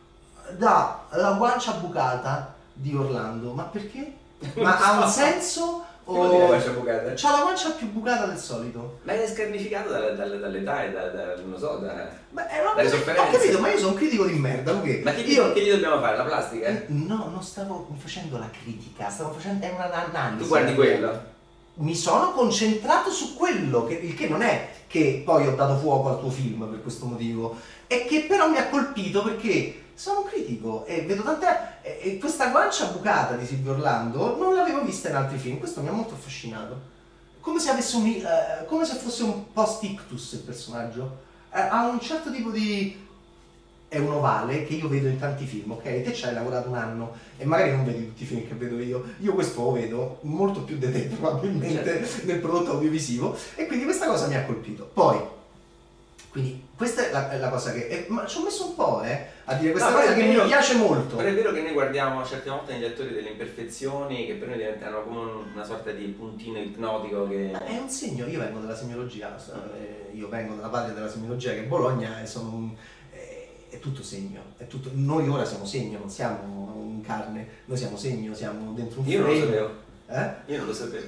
da la guancia bucata di Orlando, ma perché? Ma ha un senso? Che vuol dire O... guancia bucata? C'ha la guancia più bucata del solito. Ma è scarnificato dalle, dalle, dall'età e da, da, non so, da... Ma è una Dalle cosa- sofferenze. ho capito, ma io sono un critico di merda, Luché. Ma che, gli, io che gli dobbiamo fare? La plastica? no, non stavo facendo la critica, stavo facendo è un'analisi. Tu guardi quello? Mi sono concentrato su quello, che, il che non è che poi ho dato fuoco al tuo film per questo motivo, è che però mi ha colpito perché sono un critico e vedo tante... E, e questa guancia bucata di Silvio Orlando non l'avevo vista in altri film, questo mi ha molto affascinato. Come se avesse un... eh, come se fosse un post-ictus il personaggio. Eh, ha un certo tipo di... È un ovale che io vedo in tanti film, ok? Te ci hai lavorato un anno e magari non vedi tutti i film che vedo io. Io questo lo vedo molto più di te probabilmente Certo. nel prodotto audiovisivo e quindi questa cosa mi ha colpito. Poi, quindi questa è la, è la cosa che... eh, ma ci ho messo un po', eh, a dire questa No, cosa però che è mi vero- piace molto. Però è vero che noi guardiamo certe volte negli attori delle imperfezioni che per noi diventano come un- una sorta di puntino ipnotico che... Ma è un segno, io vengo dalla semiologia, eh, io vengo dalla patria della semiologia che è Bologna e sono un... è tutto segno, è tutto, noi ora siamo segno, non siamo in carne, noi siamo segno, siamo dentro un Io non lo frame. sapevo. Eh? Io non lo sapevo.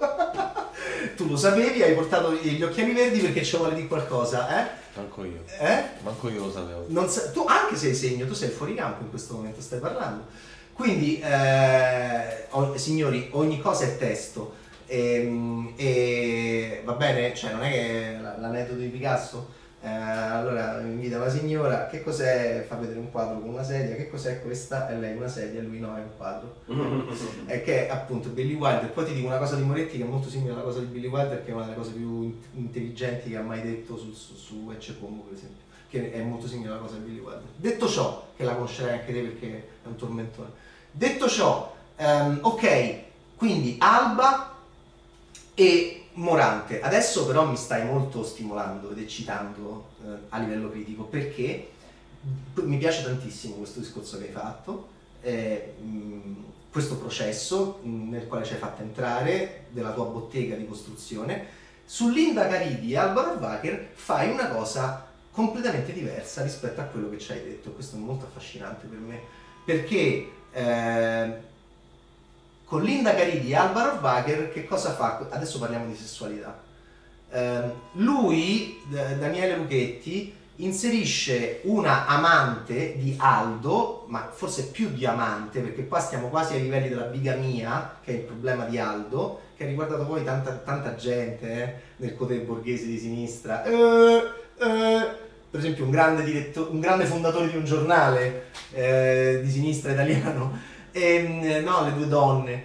Tu lo sapevi, hai portato gli occhiali verdi perché ci vuole di qualcosa, eh? Manco io. Eh? Manco io lo sapevo. Non sa- tu anche sei segno, tu sei fuori campo in questo momento, stai parlando. Quindi, eh, o- signori, ogni cosa è testo. E, e va bene, cioè non è che la- l'aneddoto di Picasso. Eh, allora mi invita la signora, che cos'è? Fa vedere un quadro con una sedia, che cos'è questa? E lei una sedia, e lui no, è un quadro. È che è appunto Billy Wilder. Poi ti dico una cosa di Moretti che è molto simile alla cosa di Billy Wilder, che è una delle cose più in- intelligenti che ha mai detto su, su, su Ecce Homo, per esempio, che è molto simile alla cosa di Billy Wilder. Detto ciò, che la conoscerai anche te perché è un tormentone. Detto ciò, ehm, ok, quindi Alba e Morante. Adesso però mi stai molto stimolando ed eccitando eh, a livello critico perché mi piace tantissimo questo discorso che hai fatto. eh, mh, questo processo mh, nel quale ci hai fatto entrare, della tua bottega di costruzione. Su Linda Caridi e Alvaro Wacker fai una cosa completamente diversa rispetto a quello che ci hai detto. Questo è molto affascinante per me, perché eh, con Linda Caridi e Alvaro Wacker che cosa fa? Adesso parliamo di sessualità. Eh, lui, D- Daniele Luchetti, inserisce una amante di Aldo, ma forse più di amante, perché qua stiamo quasi ai livelli della bigamia, che è il problema di Aldo, che ha riguardato poi tanta, tanta gente eh, nel coté borghese di sinistra. Eh, eh, per esempio un grande, diretto- un grande fondatore di un giornale eh, di sinistra italiano, e, no, le due donne,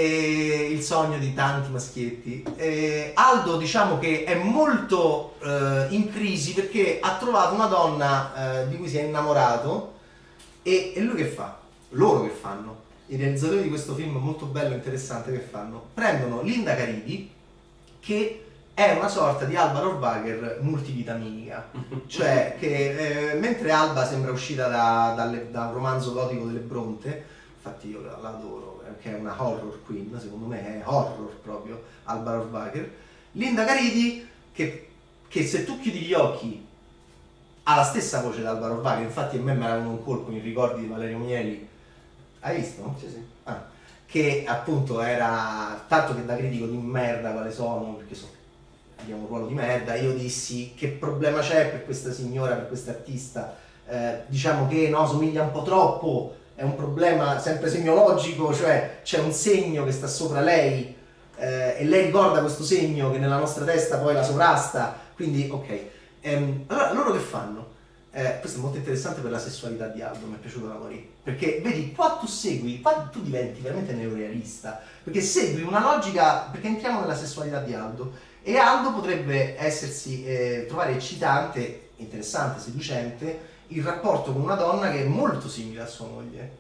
e il sogno di tanti maschietti. E Aldo, diciamo che è molto eh, in crisi perché ha trovato una donna eh, di cui si è innamorato, e, e lui che fa? Loro che fanno? I realizzatori di questo film molto bello e interessante che fanno? Prendono Linda Caridi, che è una sorta di Alba Rohrwacher multivitaminica, cioè che eh, mentre Alba sembra uscita da, dalle, da un romanzo gotico delle Bronte, infatti io l'adoro, che è una horror queen, secondo me è horror proprio Alba Rohrwacher, Linda Caridi che, che se tu chiudi gli occhi ha la stessa voce di Alba Rohrwacher, infatti a me mi avevano un colpo i ricordi di Valerio Mieli, hai visto? Sì, sì. Ah, che appunto era, tanto che da critico di merda quale sono, perché so, abbiamo un ruolo di merda, io dissi che problema c'è per questa signora, per questa artista, eh, diciamo che no, somiglia un po' troppo, è un problema sempre semiologico, cioè c'è un segno che sta sopra lei eh, e lei ricorda questo segno che nella nostra testa poi la sovrasta, quindi ok. Ehm, allora loro che fanno? Eh, questo è molto interessante per la sessualità di Aldo, mi è piaciuto da morire, perché vedi qua tu segui, qua tu diventi veramente neorealista, perché segui una logica, perché entriamo nella sessualità di Aldo e Aldo potrebbe essersi eh, trovare eccitante, interessante, seducente il rapporto con una donna che è molto simile a sua moglie,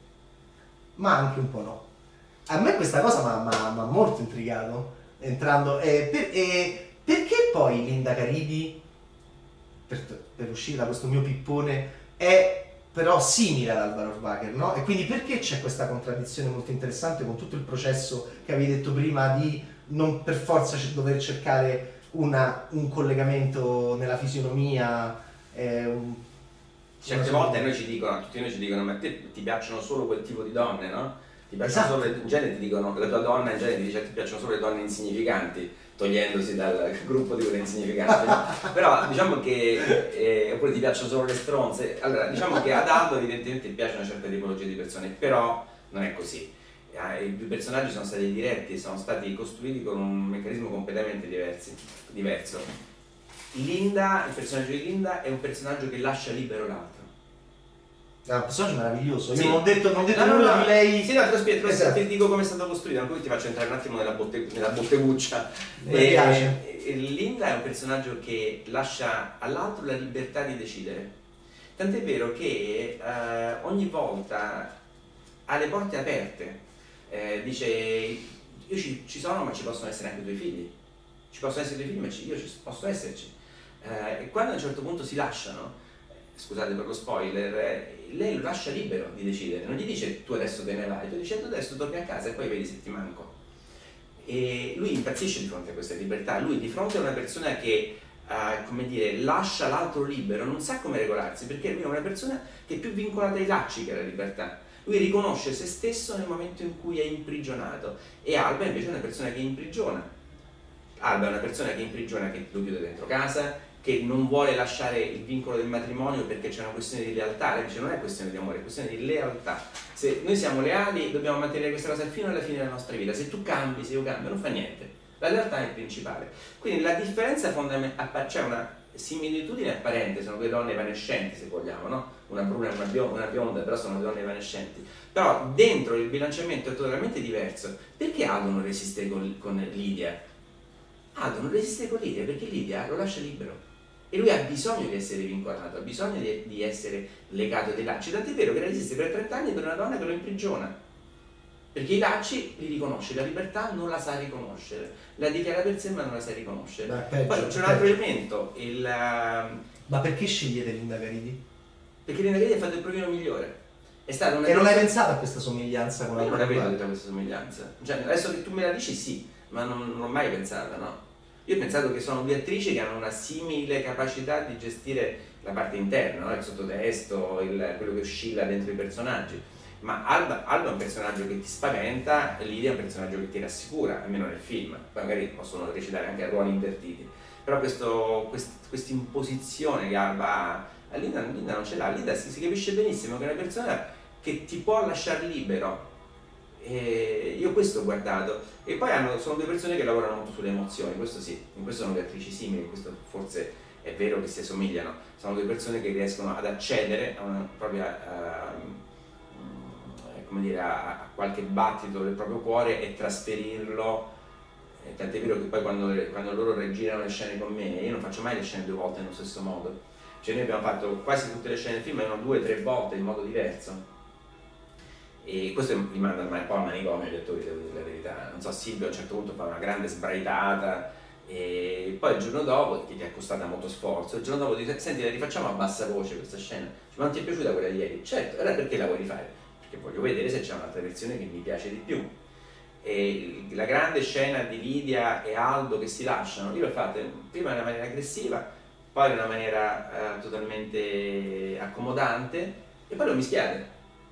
ma anche un po' no. A me questa cosa mi ha molto intrigato, entrando, eh, per, eh, perché poi Linda Caridi, per, per uscire da questo mio pippone, è però simile ad Alba Rohrwacher, no? E quindi perché c'è questa contraddizione molto interessante con tutto il processo che avevi detto prima di non per forza dover cercare una, un collegamento nella fisionomia, eh, un, Certe volte noi ci dicono, tutti noi ci dicono, ma te ti piacciono solo quel tipo di donne, no? Ti piacciono esatto. solo le, in genere ti dicono, la tua donna in genere ti dice ti piacciono solo le donne insignificanti, togliendosi dal gruppo di quelle insignificanti. No? Però diciamo che, eh, oppure ti piacciono solo le stronze. Allora, diciamo che ad Aldo evidentemente piace una certa tipologia di persone, però non è così. Eh, I due personaggi sono stati diretti, sono stati costruiti con un meccanismo completamente diversi, diverso. Linda, il personaggio di Linda è un personaggio che lascia libero l'altro. È un personaggio meraviglioso, io Sì. non ho detto, non ho detto No, no, nulla no. di lei. Sì, no, te lo spiego, te lo Esatto. ti dico come è stato costruito, poi ti faccio entrare un attimo nella, botte, nella botteguccia. Mi piace. E, e Linda è un personaggio che lascia all'altro la libertà di decidere. Tant'è vero che eh, ogni volta ha le porte aperte. Eh, dice, io ci, ci sono ma ci possono essere anche i tuoi figli. Ci possono essere i tuoi figli ma ci, io ci posso esserci. Eh, e quando a un certo punto si lasciano, scusate per lo spoiler, lei lo lascia libero di decidere, non gli dice tu adesso te ne vai, tu dici tu adesso torni a casa e poi vedi se ti manco. E lui impazzisce di fronte a questa libertà, lui di fronte a una persona che, uh, come dire, lascia l'altro libero, non sa come regolarsi, perché lui è una persona che è più vincolata ai lacci che alla libertà. Lui riconosce se stesso nel momento in cui è imprigionato, e Alba invece è una persona che imprigiona. Alba è una persona che imprigiona, che lo chiude dentro casa, che non vuole lasciare il vincolo del matrimonio perché c'è una questione di lealtà. Lei dice non è questione di amore, è questione di lealtà. Se noi siamo leali dobbiamo mantenere questa cosa fino alla fine della nostra vita. Se tu cambi, se io cambio, non fa niente. La lealtà è il principale. Quindi la differenza fondamentale, c'è una similitudine apparente, sono due donne evanescenti se vogliamo, no? Una bruna e una bionda, una bionda, però sono donne evanescenti. Però dentro il bilanciamento è totalmente diverso. Perché Aldo non resiste con, con Lidia? Aldo non resiste con Lidia perché Lidia lo lascia libero. E lui ha bisogno di essere vincolato, ha bisogno di, di essere legato dai lacci, tant'è vero che resiste per trenta anni per una donna che lo imprigiona, perché i lacci li riconosce, la libertà non la sa riconoscere, la dichiara per sé ma non la sa riconoscere. Beh, peggio, Poi c'è un peggio. altro elemento, il, Ma perché scegliete Linda Caridi? perché Linda Caridi ha fatto il provino migliore, È stata una E non hai cosa- pensato a questa somiglianza con la Io non la vedo tua tutta questa somiglianza. Cioè, adesso che tu me la dici sì, ma non, non l'ho mai pensata, no? Io ho pensato che sono due attrici che hanno una simile capacità di gestire la parte interna, no? Il sottotesto, il, quello che oscilla dentro i personaggi. Ma Alba, Alba è un personaggio che ti spaventa, Lidia è un personaggio che ti rassicura, almeno nel film. Poi magari possono recitare anche a ruoli invertiti. Però questa imposizione che Alba ha, a Linda, Linda non ce l'ha. Linda si, si capisce benissimo che è una persona che ti può lasciare libero. E io questo ho guardato. E poi hanno, sono due persone che lavorano molto sulle emozioni, questo sì, in questo sono due attrici simili, in questo forse è vero che si assomigliano. Sono due persone che riescono ad accedere a una propria uh, come dire, a, a qualche battito del proprio cuore e trasferirlo. E tant'è vero che poi quando, quando loro regirano le scene con me, io non faccio mai le scene due volte nello stesso modo. Cioè noi abbiamo fatto quasi tutte le scene del film, erano due o tre volte in modo diverso. E questo mi manda un po' al manicomio agli attori, devo dire la verità. Non so, Silvio a un certo punto fa una grande sbraitata e poi il giorno dopo, che gli è costata molto sforzo, il giorno dopo dice: senti, la rifacciamo a bassa voce questa scena. Dice: ma non ti è piaciuta quella di ieri? Certo, allora perché la vuoi rifare? Perché voglio vedere se c'è un'altra versione che mi piace di più. E la grande scena di Lidia e Aldo che si lasciano, io l'ho fatta prima in una maniera aggressiva, poi in una maniera eh, totalmente accomodante e poi l'ho mischiate.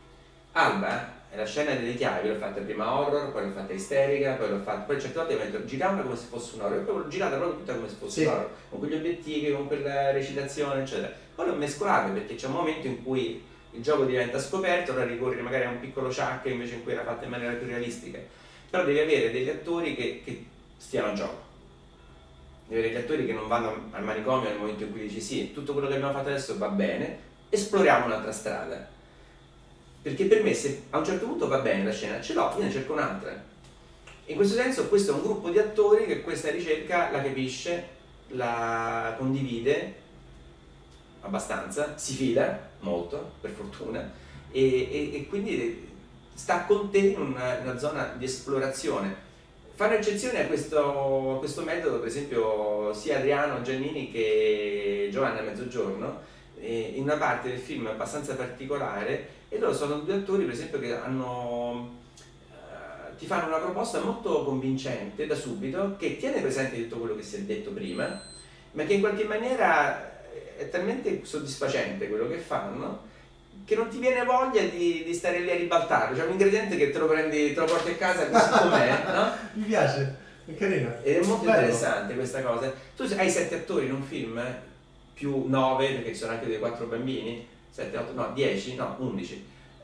Alba è la scena delle chiavi, l'ho fatta prima horror, poi l'ho fatta isterica, poi l'ho fatta, poi certe volte ho detto girarla come se fosse un horror, e poi l'ho girata proprio tutta come se fosse sì. un horror, con quegli obiettivi, con quella recitazione, eccetera. Poi l'ho mescolata perché c'è un momento in cui il gioco diventa scoperto, allora ricorri magari a un piccolo ciak invece in cui era fatta in maniera più realistica. Però devi avere degli attori che, che stiano a gioco. Devi avere degli attori che non vanno al manicomio nel momento in cui dici sì, tutto quello che abbiamo fatto adesso va bene, esploriamo un'altra strada. Perché per me se a un certo punto va bene la scena, ce l'ho, io ne cerco un'altra. In questo senso questo è un gruppo di attori che questa ricerca la capisce, la condivide abbastanza, si fida molto, per fortuna, e, e, e quindi sta con te in una, una zona di esplorazione. Fanno eccezione a questo, a questo metodo, per esempio, sia Adriano Giannini che Giovanna Mezzogiorno, eh, in una parte del film abbastanza particolare, e loro sono due attori, per esempio, che hanno, eh, ti fanno una proposta molto convincente da subito, che tiene presente tutto quello che si è detto prima, ma che in qualche maniera è talmente soddisfacente quello che fanno, che non ti viene voglia di, di stare lì a ribaltarlo. C'è un ingrediente che te lo prendi, te lo porti a casa così com'è, no? Mi piace, è carino. Ed è molto Bello. interessante questa cosa. Tu hai sette attori in un film, più nove, perché ci sono anche dei quattro bambini, sette, otto, no, dieci, no, undici.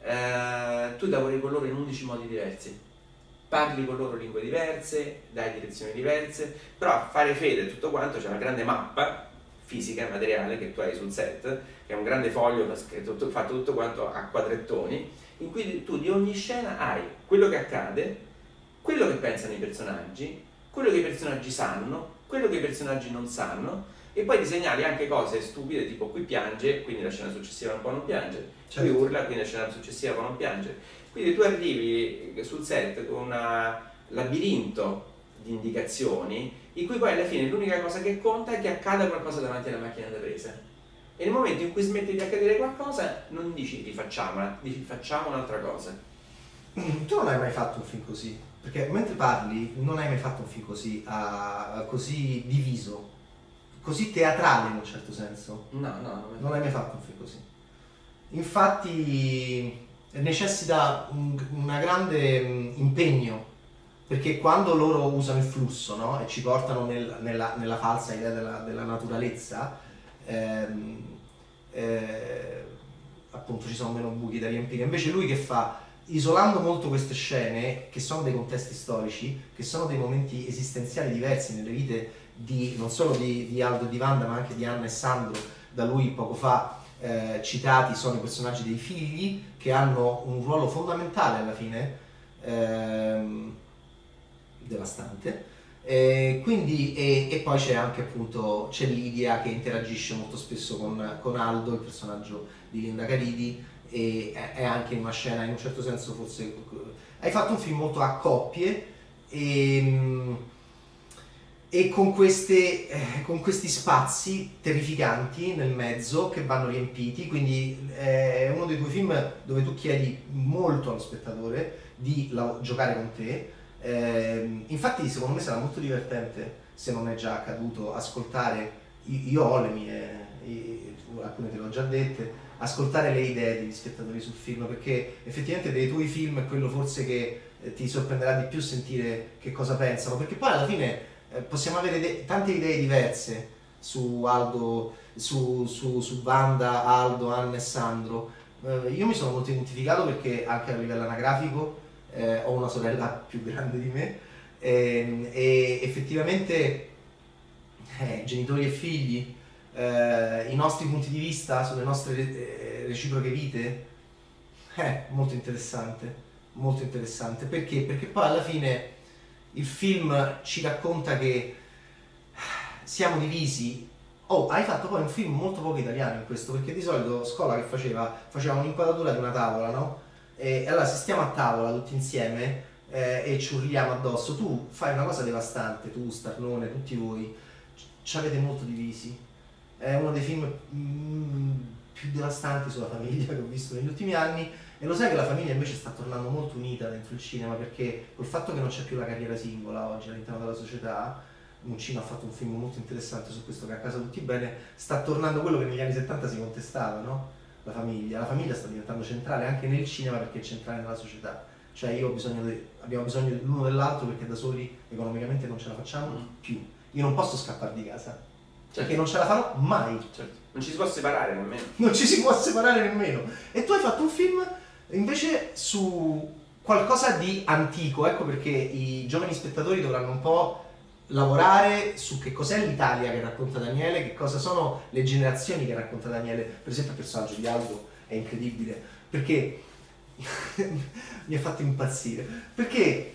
Eh, tu lavori con loro in undici modi diversi. Parli con loro lingue diverse, dai direzioni diverse, però a fare fede tutto quanto c'è una grande mappa fisica, materiale che tu hai sul set, che è un grande foglio tutto, fatto tutto quanto a quadrettoni, in cui tu di ogni scena hai quello che accade, quello che pensano i personaggi, quello che i personaggi sanno, quello che i personaggi non sanno, e poi ti segnali anche cose stupide tipo qui piange, quindi la scena successiva può non piangere, certo. Qui urla, quindi la scena successiva può non piangere. Quindi tu arrivi sul set con un labirinto di indicazioni in cui poi alla fine l'unica cosa che conta è che accada qualcosa davanti alla macchina da presa, e nel momento in cui smetti di accadere qualcosa non dici rifacciamola, dici facciamo un'altra cosa. Tu non hai mai fatto un film così? Perché mentre parli non hai mai fatto un film così, uh, così diviso, così teatrale in un certo senso? No, no, non, non hai mai fatto un film così. Infatti necessita un una grande um, impegno, perché quando loro usano il flusso, no? E ci portano nel, nella, nella falsa idea della, della naturalezza, ehm, eh, appunto ci sono meno buchi da riempire. Invece lui che fa? Isolando molto queste scene, che sono dei contesti storici, che sono dei momenti esistenziali diversi nelle vite di, non solo di, di Aldo e di Wanda, ma anche di Anna e Sandro, da lui poco fa eh, citati, sono i personaggi dei figli, che hanno un ruolo fondamentale alla fine, ehm, devastante. E quindi e, e poi c'è anche appunto c'è Lidia che interagisce molto spesso con, con Aldo, il personaggio di Linda Caridi, e è anche in una scena in un certo senso forse hai fatto un film molto a coppie, e, e con, queste, eh, con questi spazi terrificanti nel mezzo che vanno riempiti, quindi eh, è uno dei tuoi film dove tu chiedi molto allo spettatore di la- giocare con te. Eh, infatti secondo me sarà molto divertente, se non è già accaduto, ascoltare, io, io ho le mie, i- alcune te le ho già dette, ascoltare le idee degli spettatori sul film, perché effettivamente dei tuoi film è quello forse che eh, ti sorprenderà di più sentire che cosa pensano, perché poi alla fine eh, possiamo avere de- tante idee diverse su Aldo, su, su, su Wanda, Aldo, Anna e Sandro. Eh, io mi sono molto identificato perché anche a livello anagrafico eh, ho una sorella più grande di me ehm, e effettivamente eh, genitori e figli, eh, i nostri punti di vista sulle nostre eh, reciproche vite, è molto interessante, molto interessante. Perché? Perché poi alla fine il film ci racconta che siamo divisi. Oh, hai fatto poi un film molto poco italiano in questo, perché di solito Scola che faceva, faceva un'inquadratura di una tavola, no? E allora se stiamo a tavola tutti insieme eh, e ci urliamo addosso, tu fai una cosa devastante, tu, Starnone, tutti voi, ci avete molto divisi. È uno dei film mm, più devastanti sulla famiglia che ho visto negli ultimi anni, e lo sai che la famiglia invece sta tornando molto unita dentro il cinema, perché col fatto che non c'è più la carriera singola oggi all'interno della società, Muccino ha fatto un film molto interessante su questo, che a casa tutti bene, sta tornando quello che negli anni settanta si contestava, no? La famiglia. La famiglia sta diventando centrale anche nel cinema perché è centrale nella società. Cioè io ho bisogno di, abbiamo bisogno l'uno dell'altro perché da soli economicamente non ce la facciamo Mm. più. Io non posso scappare di casa, Certo. perché non ce la farò mai. Certo. Non ci si può separare nemmeno. Non ci si può separare nemmeno. E tu hai fatto un film invece su qualcosa di antico, ecco perché i giovani spettatori dovranno un po' lavorare su che cos'è l'Italia che racconta Daniele, che cosa sono le generazioni che racconta Daniele. Per esempio il personaggio di Aldo è incredibile, perché mi ha fatto impazzire, perché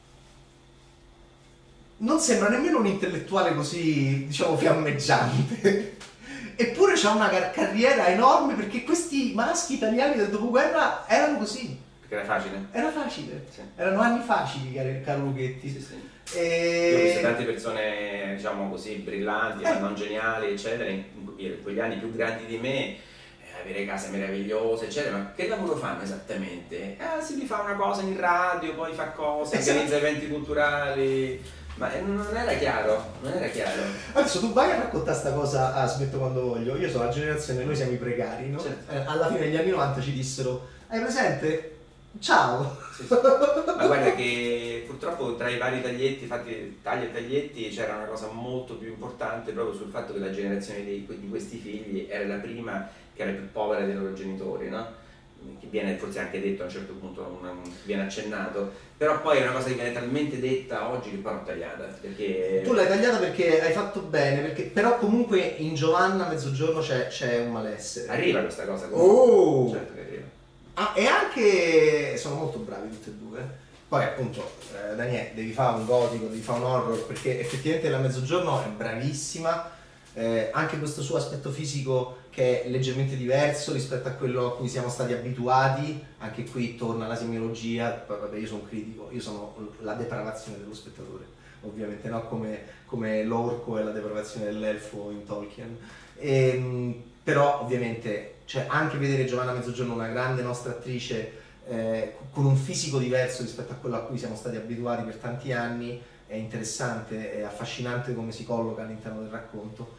non sembra nemmeno un intellettuale così, diciamo, fiammeggiante. Eppure c'ha una car- carriera enorme, perché questi maschi italiani del dopoguerra erano così. Perché era facile. Era facile. Sì. Erano anni facili, caro, caro Lughetti. Sì, sì. E... Io ho visto tante persone, diciamo così, brillanti, Eh. ma non geniali, eccetera, in in quegli anni più grandi di me, eh, avere case meravigliose, eccetera, ma che lavoro fanno esattamente? Ah, si fa una cosa in radio, poi fa cose, Esatto. organizza eventi culturali, ma eh, non era chiaro, non era chiaro. Adesso tu vai a raccontare sta cosa a Smetto quando voglio. Io sono la generazione, noi siamo i precari, no? Certo. Eh, alla fine degli anni novanta ci dissero: hai presente? Ciao! Sì, sì. Ma guarda che purtroppo tra i vari taglietti fatti, tagli e taglietti, c'era una cosa molto più importante proprio sul fatto che la generazione dei- di questi figli era la prima che era più povera dei loro genitori, no? Che viene forse anche detto a un certo punto, non- viene accennato, però poi è una cosa che viene talmente detta oggi che poi l'ho tagliata, perché... Tu l'hai tagliata perché hai fatto bene, perché però comunque in Giovanna a mezzogiorno c'è, c'è un malessere. Arriva questa cosa comunque. Oh! Certo che arriva. Ah, e anche sono molto bravi tutti e due. Poi appunto eh, Daniele, devi fare un gotico, devi fare un horror, perché effettivamente la mezzogiorno è bravissima. Eh, anche questo suo aspetto fisico che è leggermente diverso rispetto a quello a cui siamo stati abituati, anche qui torna la semiologia. Poi vabbè, io sono un critico, io sono la depravazione dello spettatore, ovviamente, no? come, come l'orco è la depravazione dell'elfo in Tolkien. Ehm, però ovviamente, cioè, anche vedere Giovanna Mezzogiorno, una grande nostra attrice eh, con un fisico diverso rispetto a quello a cui siamo stati abituati per tanti anni, è interessante, è affascinante come si colloca all'interno del racconto.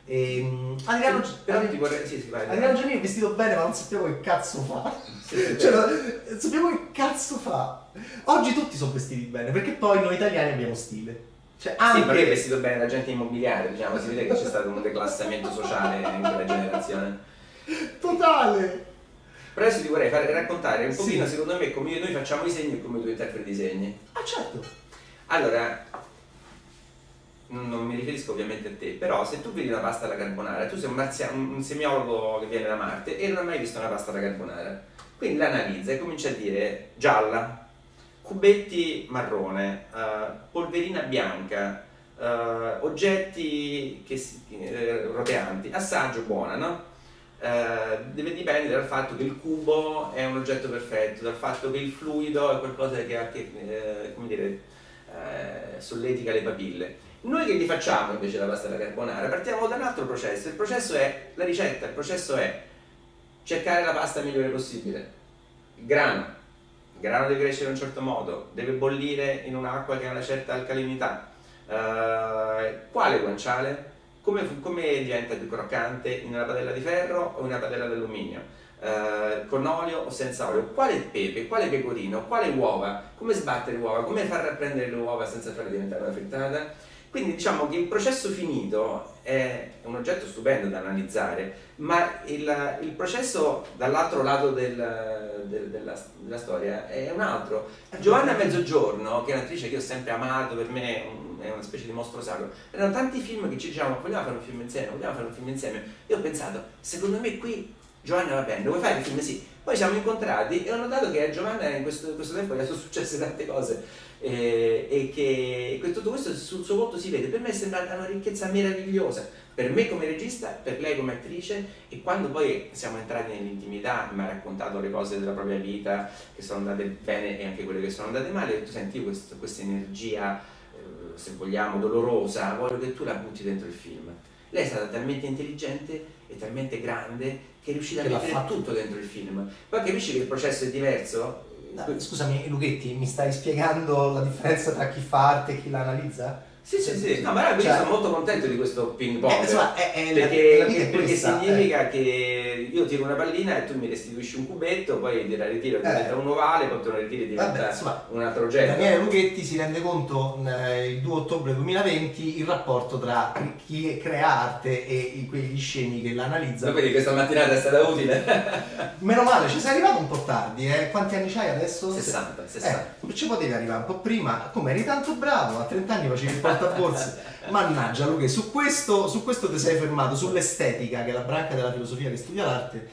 E, Adriano, Sì, però ti vorrei... Sì, sì, vai. Adriano Giannini è vestito bene, ma non sappiamo che cazzo fa. Sì, sì, Cioè, no, sappiamo che cazzo fa. Oggi tutti sono vestiti bene, perché poi noi italiani abbiamo stile. Cioè, anche... Sì, però è vestito bene l'agente immobiliare, diciamo, si vede che c'è stato un declassamento sociale in quella generazione. Totale. Però adesso ti vorrei fare raccontare un Sì. pochino, secondo me, come noi facciamo i segni e come tu interpreti i segni. Ah, certo. Allora, non non mi riferisco ovviamente a te, però se tu vedi una pasta alla carbonara, tu sei un, marzia- un semiologo che viene da Marte e non hai mai visto una pasta alla carbonara. Quindi la analizza e comincia a dire gialla, cubetti marrone, eh, polverina bianca, eh, oggetti che si- eh, roteanti, assaggio buona, no? Eh, deve dipendere dal fatto che il cubo è un oggetto perfetto, dal fatto che il fluido è qualcosa che, ha che eh, come dire, eh, solletica le papille. Noi che gli facciamo invece la pasta alla carbonara? Partiamo da un altro processo. Il processo è la ricetta, il processo è cercare la pasta migliore possibile. Il grano. Il grano deve crescere in un certo modo, deve bollire in un'acqua che ha una certa alcalinità. Uh, quale guanciale? Come, come diventa più croccante? In una padella di ferro o in una padella d'alluminio? Uh, con olio o senza olio? Quale pepe? Quale pecorino? Quale uova? Come sbattere le uova? Come far rapprendere le uova senza farle diventare una frittata? Quindi diciamo che il processo finito è un oggetto stupendo da analizzare, ma il, il processo dall'altro lato del, del, della, della storia è un altro. Giovanna Mezzogiorno, che è un'attrice che io ho sempre amato, per me è una specie di mostro sacro, erano tanti film che ci dicevano vogliamo fare un film insieme, vogliamo fare un film insieme. Io ho pensato, secondo me qui Giovanna va bene, vuoi fare il film? Sì. Poi ci siamo incontrati e ho notato che a Giovanna in questo, in questo tempo gli sono successe tante cose eh, e che, che tutto questo sul suo volto si vede. Per me è sembrata una ricchezza meravigliosa, per me come regista, per lei come attrice, e quando poi siamo entrati nell'intimità mi ha raccontato le cose della propria vita che sono andate bene e anche quelle che sono andate male, e tu senti questa energia, eh, se vogliamo, dolorosa, voglio che tu la butti dentro il film. Lei è stata talmente intelligente e talmente grande che è riuscita che a mettere fatto tutto dentro il film. Poi capisci che il processo è diverso? No, scusami Luchetti, mi stai spiegando la differenza tra chi fa arte e chi la analizza? Sì, sì, sì, no, ma io cioè, sono molto contento di questo ping pong, eh, insomma, è, è perché, la, la è perché questa, significa eh. che io tiro una pallina e tu mi restituisci un cubetto, poi te la ritiro e diventa eh. un ovale, poi te la ritiri e diventa Vabbè, insomma, un altro oggetto. Daniele Luchetti si rende conto eh, il due ottobre duemilaventi il rapporto tra chi crea arte e quegli scemi che l'analizzano. Quindi questa mattinata è stata utile. Meno male, ci sei arrivato un po' tardi, eh? Quanti anni c'hai adesso? sessanta, sessanta. Eh, ci potevi arrivare un po' prima, come eri tanto bravo, a trenta anni facevi il portaborse. Mannaggia Luca, su questo, su questo ti sei fermato, sull'estetica che è la branca della filosofia che studia l'arte.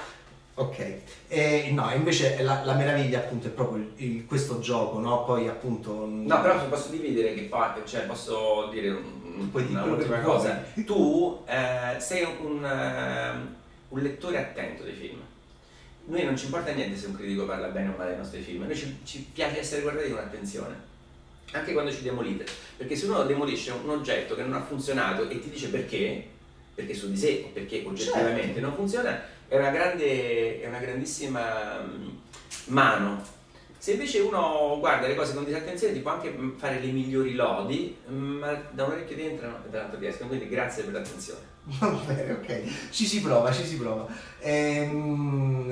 Ok, e, no, invece la, la meraviglia appunto è proprio il, il, questo gioco, no? Poi appunto... No, però posso dividere che poi, cioè posso dire un, una ultima cosa. Tu eh, sei un, uh, un lettore attento dei film. Noi non ci importa niente se un critico parla bene o male dei nostri film, noi ci, ci piace essere guardati con attenzione. Anche quando ci demolite, perché se uno demolisce un oggetto che non ha funzionato e ti dice perché, perché su di sé o perché oggettivamente certo. non funziona, è una grande, è una grandissima mano. Se invece uno guarda le cose con disattenzione ti può anche fare le migliori lodi, ma da un orecchio ti entrano e dall'altro ti escono, quindi grazie per l'attenzione. Va bene, ok, ci si prova, ci si prova. Ehm,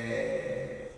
eh,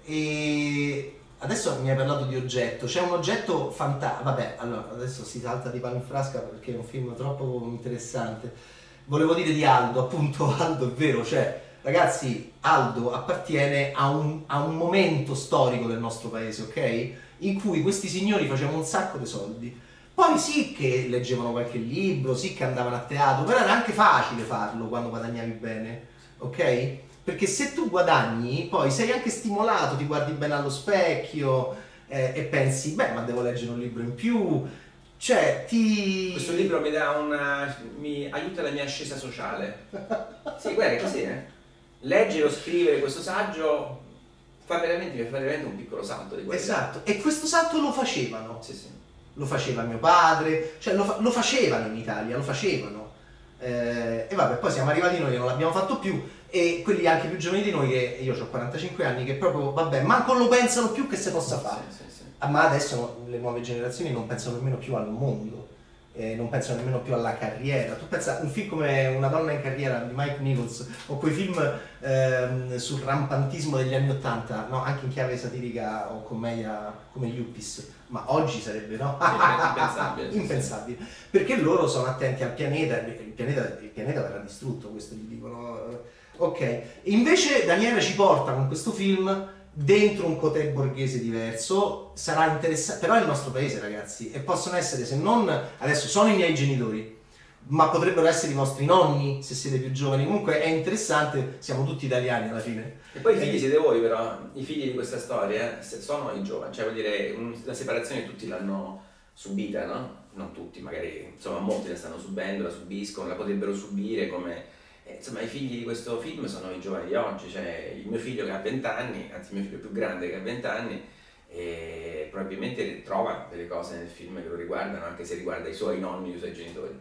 e... Adesso mi hai parlato di oggetto, c'è un oggetto fantastico, vabbè, allora adesso si salta di palo in frasca perché è un film troppo interessante. Volevo dire di Aldo, appunto Aldo è vero, cioè ragazzi Aldo appartiene a un, a un momento storico del nostro paese, ok? In cui questi signori facevano un sacco di soldi, poi sì che leggevano qualche libro, sì che andavano a teatro, però era anche facile farlo quando guadagnavi bene, ok? Perché se tu guadagni, poi sei anche stimolato, ti guardi bene allo specchio eh, e pensi, beh, ma devo leggere un libro in più. Cioè, ti... Questo libro mi dà una... mi aiuta la mia ascesa sociale. Sì, guarda, è così, eh. Leggere o scrivere questo saggio fa veramente, fa veramente un piccolo salto di qualità. Esatto, e questo salto lo facevano. Sì, sì. Lo faceva mio padre, cioè lo, fa- lo facevano in Italia, lo facevano. Eh, e vabbè, poi siamo arrivati noi che non l'abbiamo fatto più. E quelli anche più giovani di noi, che io ho quarantacinque anni, che proprio, vabbè, manco lo pensano più che si possa fare. Sì, sì, sì. Ah, ma adesso le nuove generazioni non pensano nemmeno più al mondo, eh, non pensano nemmeno più alla carriera. Tu pensa, un film come Una donna in carriera di Mike Nichols, o quei film ehm, sul rampantismo degli anni Ottanta, no? Anche in chiave satirica o commedia come Yuppies, ma oggi sarebbe, no? Impensabile. Impensabile. Perché loro sono attenti al pianeta, il pianeta, il pianeta verrà distrutto, questo gli dicono. Ok, invece Daniele ci porta con questo film dentro un cotè borghese diverso, sarà interessante, però è il nostro paese ragazzi, e possono essere, se non, adesso sono i miei genitori, ma potrebbero essere i vostri nonni se siete più giovani, comunque è interessante, siamo tutti italiani alla fine. E poi i figli siete voi però, i figli di questa storia sono i giovani, cioè vuol dire la separazione tutti l'hanno subita, no? Non tutti, magari, insomma molti la stanno subendo, la subiscono, la potrebbero subire come... Insomma, i figli di questo film sono i giovani di oggi, cioè il mio figlio che ha venti anni, anzi il mio figlio più grande che ha venti anni, e probabilmente trova delle cose nel film che lo riguardano, anche se riguarda i suoi nonni, i suoi genitori.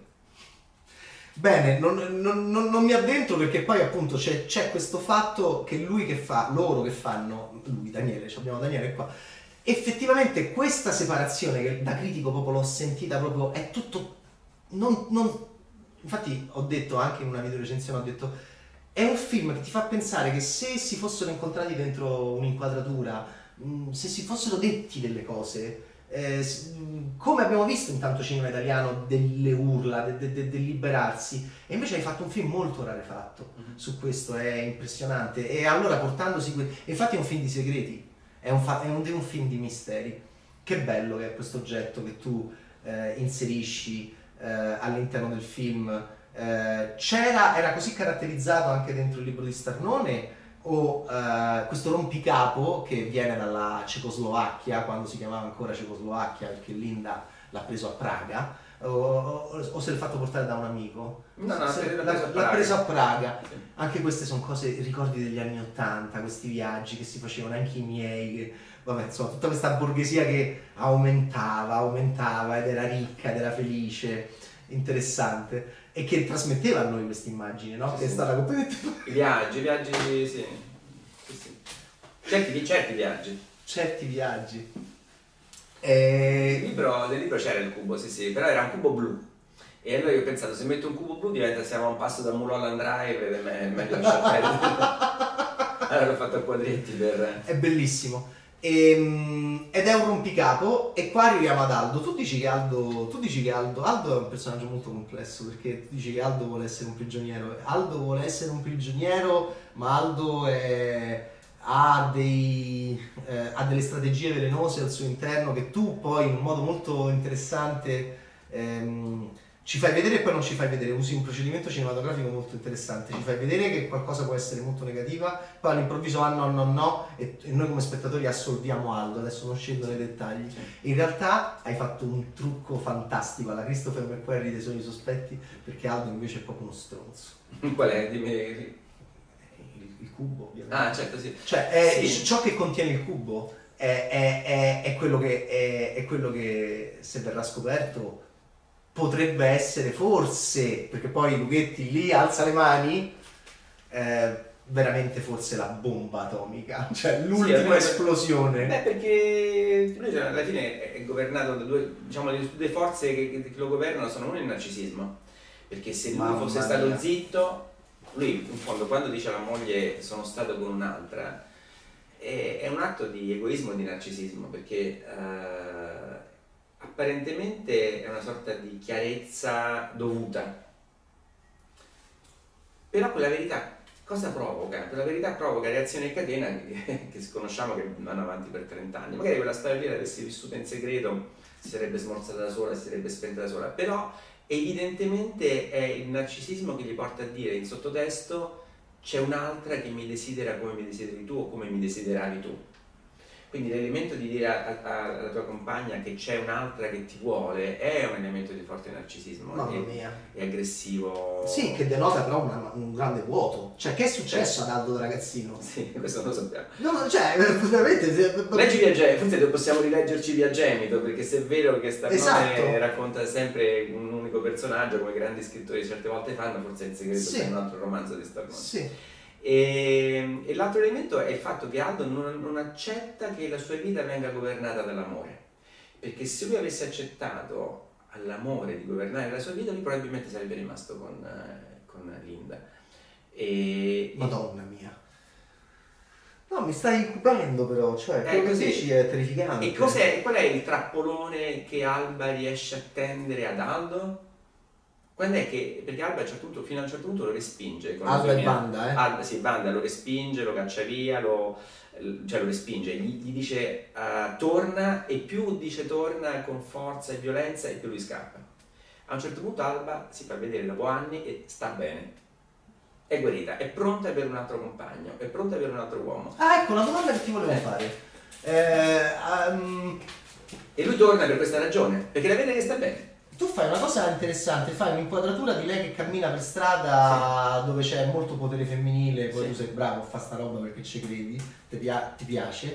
Bene, non, non, non, non mi addentro perché poi appunto c'è, c'è questo fatto che lui che fa, loro che fanno, lui Daniele, cioè abbiamo Daniele qua, effettivamente questa separazione che da critico proprio l'ho sentita proprio, è tutto, non, non, infatti ho detto anche in una video recensione, ho detto, è un film che ti fa pensare che se si fossero incontrati dentro un'inquadratura, mh, se si fossero detti delle cose, eh, come abbiamo visto in tanto cinema italiano, delle urla, del de, de, de liberarsi, e invece hai fatto un film molto rarefatto mm-hmm. su questo, è impressionante, e allora portandosi, que- infatti è un film di segreti, è un, fa- è un, è un film di misteri. Che bello che è questo oggetto che tu eh, inserisci eh, all'interno del film. Eh, c'era, era così caratterizzato anche dentro il libro di Starnone, o uh, questo rompicapo che viene dalla Cecoslovacchia, quando si chiamava ancora Cecoslovacchia perché Linda l'ha preso a Praga, o, o, o se l'è fatto portare da un amico? No, no, se, l'ha, l'ha, preso l'ha preso a Praga. Sì. Anche queste sono cose, ricordi degli anni ottanta, questi viaggi che si facevano, anche i miei, che, vabbè, insomma, tutta questa borghesia che aumentava, aumentava ed era ricca ed era felice, interessante, e che trasmetteva a noi questa immagine, no? Sì, che sì. è stata completamente... I viaggi, i viaggi, sì. sì, sì. Certi, certi viaggi. Certi viaggi. Nel E... libro, nel libro c'era il cubo, sì sì, però era un cubo blu. E allora io ho pensato, se metto un cubo blu diventa, siamo a un passo da Mulholland Drive ed è me- meglio lasciar perdere. Allora l'ho fatto a quadretti per... È bellissimo. E, ed è un rompicapo, e qua arriviamo ad Aldo. Tu dici che Aldo, tu dici che Aldo, Aldo è un personaggio molto complesso, perché tu dici che Aldo vuole essere un prigioniero. Aldo vuole essere un prigioniero, ma Aldo è, ha, dei, eh, ha delle strategie velenose al suo interno che tu poi in un modo molto interessante ehm, ci fai vedere e poi non ci fai vedere. Usi un procedimento cinematografico molto interessante, ci fai vedere che qualcosa può essere molto negativa, poi all'improvviso ah no no no e, e noi come spettatori assolviamo Aldo. Adesso non scendo nei dettagli. In realtà hai fatto un trucco fantastico alla Christopher McQuarrie dei Sogni Sospetti, perché Aldo invece è proprio uno stronzo. Qual è? Dimmi. Il, il cubo, ovviamente. Ah, certo, sì. Cioè è, Sì. ciò che contiene il cubo è, è, è, è, quello che, è, è quello che se verrà scoperto potrebbe essere forse, perché poi Lughetti lì alza le mani, eh, veramente forse la bomba atomica, cioè l'ultima almeno- esplosione. Beh, perché lui cioè, alla fine è governato da due, diciamo, le due forze che, che lo governano sono uno il narcisismo, perché se lui Mamma fosse stato mia. zitto, lui in fondo quando dice alla moglie sono stato con un'altra, è, è un atto di egoismo e di narcisismo, perché eh, apparentemente è una sorta di chiarezza dovuta, però quella verità cosa provoca? Quella verità provoca reazioni a catena che, che conosciamo, che vanno avanti per trenta anni. Magari quella storia lì l'avessi vissuta in segreto, si sarebbe smorzata da sola, si sarebbe spenta da sola, però evidentemente è il narcisismo che gli porta a dire in sottotesto c'è un'altra che mi desidera come mi desideri tu o come mi desideravi tu. Quindi l'elemento di dire a, a, alla tua compagna che c'è un'altra che ti vuole è un elemento di forte narcisismo. Mamma e, mia. e aggressivo. Sì, che denota però una- un grande vuoto. Cioè, che è successo ad Aldo da ragazzino? Sì, questo non lo sappiamo. No, no, cioè, veramente... Leggi Via Gemito, forse possiamo rileggerci Via Gemito, perché se è vero che Starnone Esatto. racconta sempre un unico personaggio, come i grandi scrittori certe volte fanno, forse in segreto Sì. c'è un altro romanzo di Starnone. Sì. E, e l'altro elemento è il fatto che Aldo non, non accetta che la sua vita venga governata dall'amore, perché se lui avesse accettato all'amore di governare la sua vita, lui probabilmente sarebbe rimasto con, eh, con Linda. E, Madonna mia. No, mi stai incupendo però, cioè, Eh, quello che così. dici è terrificante. E cos'è, qual è il trappolone che Alba riesce a tendere ad Aldo? Quando è che, perché Alba a un certo punto, fino a un certo punto lo respinge. con la Alba sua e mia- Wanda, eh? Alba, sì, Wanda lo respinge, lo caccia via, lo, cioè lo respinge, gli, gli dice uh, torna, e più dice torna con forza e violenza e più lui scappa. A un certo punto Alba si fa vedere dopo anni e sta bene, è guarita, è pronta per un altro compagno, è pronta per un altro uomo. Ah, ecco, una domanda che ti volevo Eh. fare. Eh, ehm, E lui torna per questa ragione, perché la vede che sta bene. tu fai una cosa interessante, fai un'inquadratura di lei che cammina per strada dove c'è molto potere femminile, poi Sì. tu sei bravo a fare sta roba perché ci credi, ti, pia- ti piace.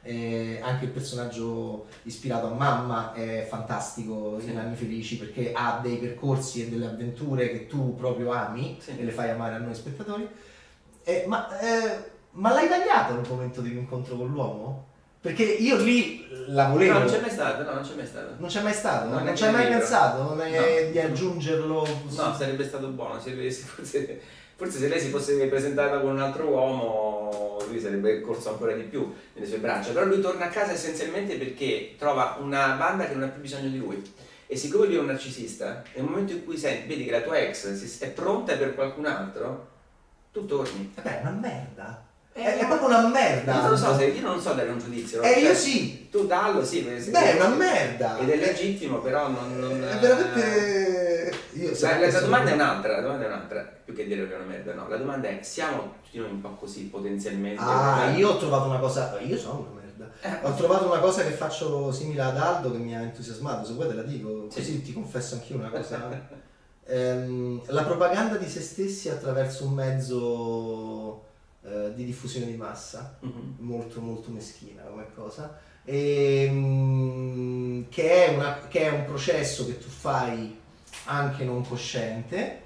Eh, anche il personaggio ispirato a Mamma è fantastico Sì. in Anni Felici, perché ha dei percorsi e delle avventure che tu proprio ami Sì. e le fai amare a noi spettatori. Eh, ma, eh, ma l'hai tagliato il momento dell'incontro con l'uomo? Perché io lì la volevo. No, non c'è mai stato, no, non c'è mai stato. Non c'è mai stato? Non Non, è ci hai mai libero. pensato non è No. di aggiungerlo? No, sarebbe stato buono, se lei si fosse, forse se lei si fosse presentata con un altro uomo, lui sarebbe corso ancora di più nelle sue braccia, però lui torna a casa essenzialmente perché trova una banda che non ha più bisogno di lui. E siccome lui è un narcisista, nel momento in cui senti, vedi che la tua ex si- è pronta per qualcun altro, tu torni. Eh beh, è una merda. Eh, È, è proprio una merda. Io non lo so, se, io non so dare un giudizio. no? Eh, io Cioè, sì. Tu dallo, sì. perché- Beh, è una merda. Ed è legittimo, però non... non È veramente... Io La, la, la domanda è un'altra, la domanda è un'altra, più che dire che è una merda, no. La domanda è, siamo tutti noi un po' così potenzialmente... Ah, io ho trovato una cosa... Io sono una merda. Eh, Ho trovato una cosa che faccio simile ad Aldo che mi ha entusiasmato, se vuoi te la dico, Sì. così ti confesso anch'io una cosa. Ehm, la propaganda di se stessi attraverso un mezzo eh, di diffusione di massa, Mhm. molto molto meschina come cosa, e, mm, che, è una- che è un processo che tu fai anche non cosciente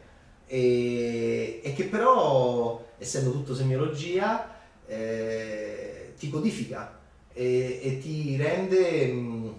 e, e che però, essendo tutto semiologia, eh, ti codifica e, e ti rende mm,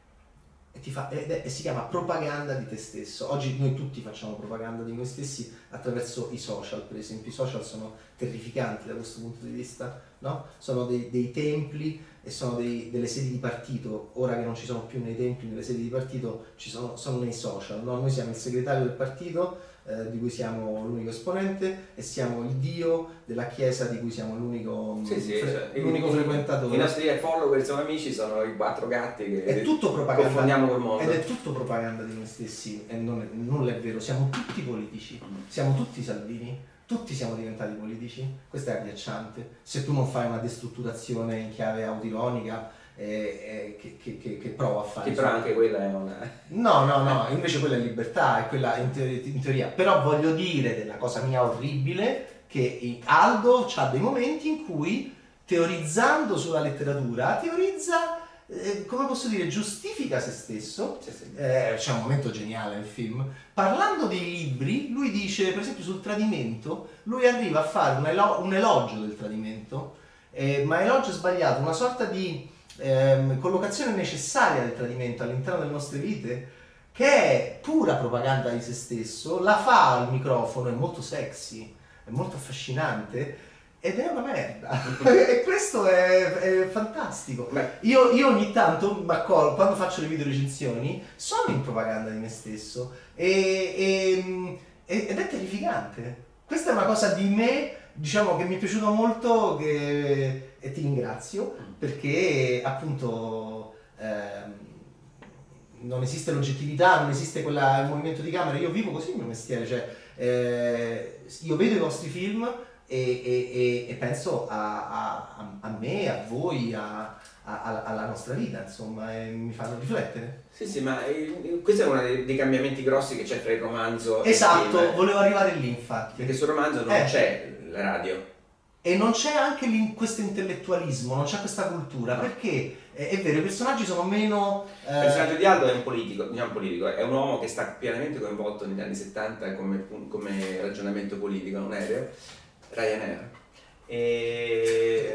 e, ti fa, ed è- e si chiama propaganda di te stesso. Oggi noi tutti facciamo propaganda di noi stessi attraverso i social, per esempio. I social sono terrificanti da questo punto di vista, no? Sono dei, dei templi e sono dei- delle sedi di partito. Ora che non ci sono più nei templi, nelle sedi di partito, ci sono, sono nei social, no? Noi siamo il segretario del partito, eh, di cui siamo l'unico esponente, e siamo il dio della chiesa di cui siamo l'unico, Sì, sì, fre- cioè, l'unico i- frequentatore. I nostri follower sono amici, sono i quattro gatti che È tutto propaganda. confondiamo col mondo. Ed è tutto propaganda di noi stessi, e non è, nulla è vero, siamo tutti politici, siamo tutti Salvini, tutti siamo diventati politici, questo è agghiacciante. Se tu non fai una destrutturazione in chiave autironica eh, eh, che, che, che, che prova a fare. Che però anche quella è una... No, no, no, invece quella è libertà, è quella in, te- in teoria. Però voglio dire della cosa mia orribile che Aldo ha dei momenti in cui, teorizzando sulla letteratura, teorizza, eh, come posso dire, giustifica se stesso. Sì, sì. Eh, c'è un momento geniale nel film. Parlando dei libri, lui dice, per esempio sul tradimento, lui arriva a fare un, elo- un elogio del tradimento, eh, ma elogio sbagliato, una sorta di ehm, collocazione necessaria del tradimento all'interno delle nostre vite, che è pura propaganda di se stesso, la fa al microfono, è molto sexy, è molto affascinante, ed è una merda. E questo è, è fantastico. Beh, Io, io ogni tanto mi accorgo, quando faccio le video recensioni, sono in propaganda di me stesso e, e- e- ed è terrificante. Questa è una cosa di me, diciamo, che mi è piaciuto molto che, e ti ringrazio, perché appunto ehm, non esiste l'oggettività, non esiste quella, il movimento di camera. Io vivo così il mio mestiere, cioè eh, io vedo i vostri film e, e- e- e penso a, a- a me, a voi, a- a- alla nostra vita, insomma, e mi fanno riflettere. sì, sì, ma eh, questo è uno dei, dei cambiamenti grossi che c'è tra il romanzo e il Esatto, film. volevo arrivare lì infatti. Perché sul romanzo non Eh. c'è la radio. E non c'è anche l'in- questo intellettualismo, non c'è questa cultura, No. perché è, è vero, i personaggi sono meno... Il eh, personaggio di Aldo è un politico, diciamo politico, è un uomo che sta pienamente coinvolto negli anni settanta come, come ragionamento politico, è un aereo, Ryanair. E...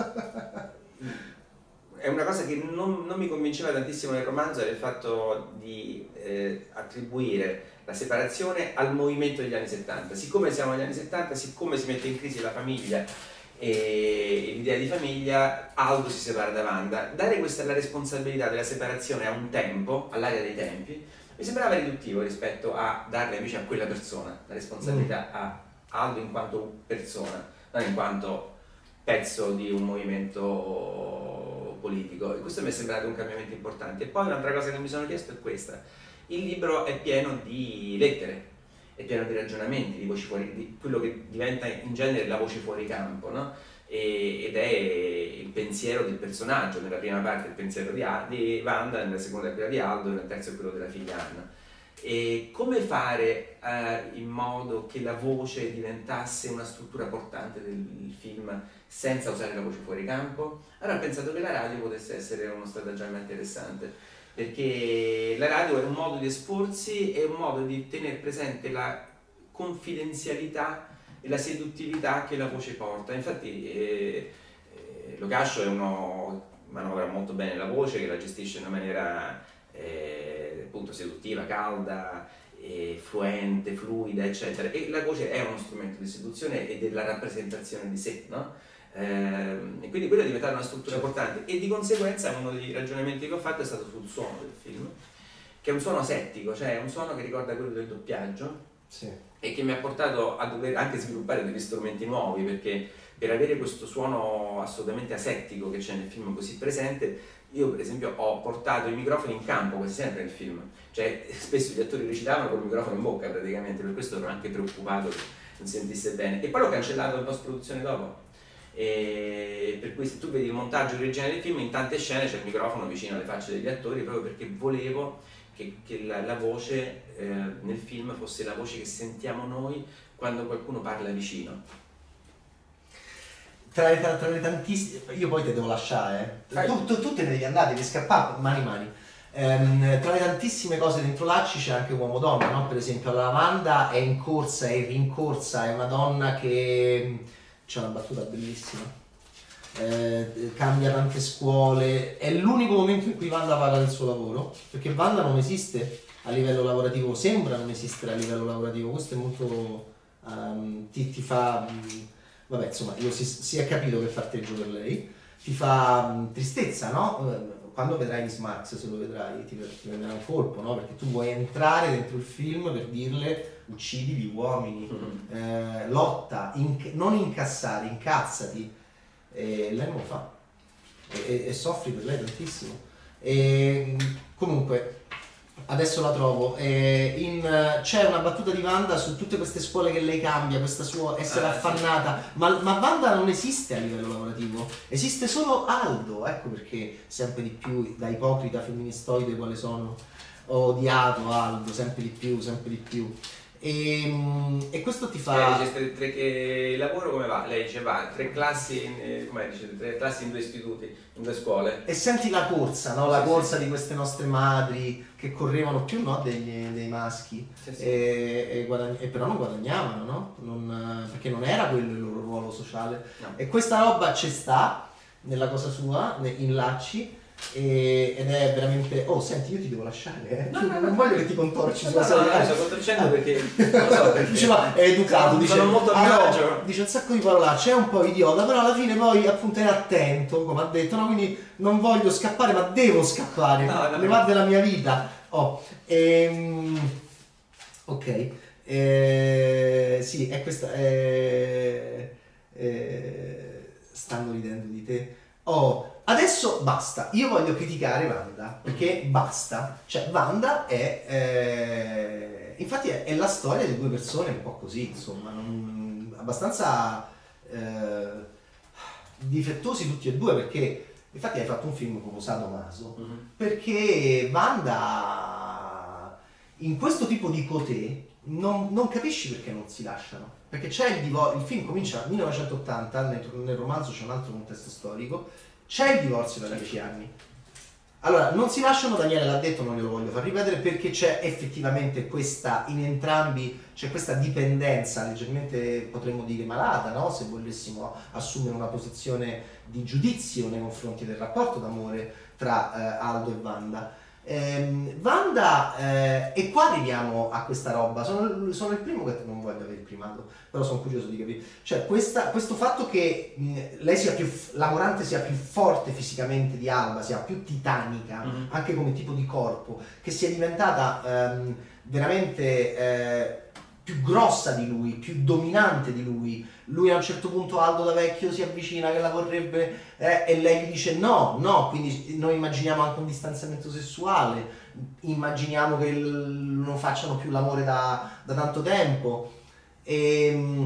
è una cosa che non, non mi convinceva tantissimo nel romanzo, era il fatto di eh, attribuire la separazione al movimento degli anni settanta. Siccome siamo negli anni settanta, siccome si mette in crisi la famiglia e l'idea di famiglia, Aldo si separa da Wanda. Dare questa la responsabilità della separazione a un tempo, all'area dei tempi, mi sembrava riduttivo rispetto a darla invece a quella persona, la responsabilità a Aldo in quanto persona, non in quanto pezzo di un movimento politico. E questo mi è sembrato un cambiamento importante. E poi un'altra cosa che mi sono chiesto è questa: il libro è pieno di lettere, è pieno di ragionamenti, di voci fuori, di quello che diventa in genere la voce fuori campo, no? E, ed è il pensiero del personaggio. Nella prima parte il pensiero di, A- di Wanda, nella seconda è quello di Aldo, nel terzo è quello della figlia Anna. E come fare uh, in modo che la voce diventasse una struttura portante del film senza usare la voce fuori campo? Allora ho pensato che la radio potesse essere uno stratagemma interessante, perché la radio è un modo di esporsi, è un modo di tenere presente la confidenzialità e la seduttività che la voce porta. Infatti eh, eh, Lo Cascio è uno manovra molto bene la voce, che la gestisce in una maniera eh, appunto seduttiva, calda, eh, fluente, fluida, eccetera, e la voce è uno strumento di seduzione e della rappresentazione di sé, no? Eh, e quindi quella è diventata una struttura importante, e di conseguenza uno dei ragionamenti che ho fatto è stato sul suono del film, che è un suono settico, cioè è un suono che ricorda quello del doppiaggio. Sì. E che mi ha portato a dover anche sviluppare degli strumenti nuovi, perché per avere questo suono assolutamente asettico che c'è nel film così presente, io per esempio ho portato i microfoni in campo quasi sempre nel film, cioè spesso gli attori recitavano con il microfono in bocca praticamente, per questo ero anche preoccupato che non si sentisse bene, e poi l'ho cancellato in post produzione dopo, e per cui se tu vedi il montaggio originale del film, in tante scene c'è il microfono vicino alle facce degli attori, proprio perché volevo che, che la, la voce eh, nel film fosse la voce che sentiamo noi quando qualcuno parla vicino. Tra le, tra, tra le tantissime, io poi te devo lasciare, eh. tu, tu, tu te ne devi andare, devi scappare, mani mani. Ehm, tra le tantissime cose dentro Lacci c'è anche uomo-donna, no? Per esempio la Wanda è in corsa, è rincorsa, è una donna che c'è una battuta bellissima, eh, cambia tante scuole, è l'unico momento in cui Wanda parla del suo lavoro, perché Wanda non esiste a livello lavorativo, sembra non esistere a livello lavorativo, questo è molto, um, ti, ti fa, um, vabbè insomma, io si, si è capito che farteggio per lei, ti fa um, tristezza, no? Quando vedrai Miss Marx, se lo vedrai, ti, ti prenderà un colpo, no? Perché tu vuoi entrare dentro il film per dirle uccidi gli uomini, mm-hmm. eh, lotta, inc- non incassare, incazzati, e lei non lo fa, e, e, e soffri per lei tantissimo. E, comunque, adesso la trovo, e in, c'è una battuta di Wanda su tutte queste scuole che lei cambia, questa sua essere ah, affannata, sì. ma, ma Wanda non esiste a livello lavorativo, esiste solo Aldo, ecco perché sempre di più, da ipocrita femministoide quale sono, ho odiato Aldo sempre di più, sempre di più. E, e questo ti fa... Lei dice tre, tre, che lavoro come va? Lei dice va, tre classi, in, eh, come dice, tre classi in due istituti, in due scuole. E senti la corsa, no? La sì, corsa sì. di queste nostre madri che correvano più, no? Degli, dei maschi, sì, sì. E, e, guadagn- e però non guadagnavano, no? Non, perché non era quello il loro ruolo sociale. No. E questa roba ci sta nella cosa sua, in Lacci. E, ed è veramente, oh senti, io ti devo lasciare, eh. no, no, non no, voglio che ti contorci no, no, no, no, sto contorcendo perché non lo so perché diceva è educato, dice, sono molto allora, dice un sacco di parolacce, è un po' idiota, però alla fine poi appunto è attento, come ha detto, no? Quindi non voglio scappare ma devo scappare, no, no, ne va della mia vita. Oh, ehm, ok, eh, sì, è questa, eh, eh, stanno ridendo di te. Oh, adesso basta, io voglio criticare Wanda, perché basta, cioè Wanda è, eh, infatti è, è la storia di due persone un po' così, insomma, non, abbastanza eh, difettosi tutti e due, perché infatti hai fatto un film come Sadomaso, mm-hmm. perché Wanda in questo tipo di cotè non, non capisci perché non si lasciano, perché c'è il divorzio, il film comincia nel millenovecentottanta, nel, nel romanzo c'è un altro contesto storico, c'è il divorzio da dieci anni. Allora, non si lasciano, Daniele l'ha detto, non glielo voglio far ripetere, perché c'è effettivamente questa, in entrambi, c'è questa dipendenza, leggermente potremmo dire malata, no? Se volessimo assumere una posizione di giudizio nei confronti del rapporto d'amore tra eh, Aldo e Wanda. Eh, Wanda, eh, e qua arriviamo a questa roba, sono, sono il primo che non voglio avere il primato, però sono curioso di capire, cioè questa, questo fatto che mh, lei sia più, la Morante sia più forte fisicamente di Alba, sia più titanica, mm-hmm. anche come tipo di corpo, che sia diventata ehm, veramente eh, più grossa di lui, più dominante di lui. Lui a un certo punto, Aldo da vecchio, si avvicina che la vorrebbe eh, e lei gli dice no, no, quindi noi immaginiamo anche un distanziamento sessuale, immaginiamo che l- non facciano più l'amore da, da tanto tempo. E,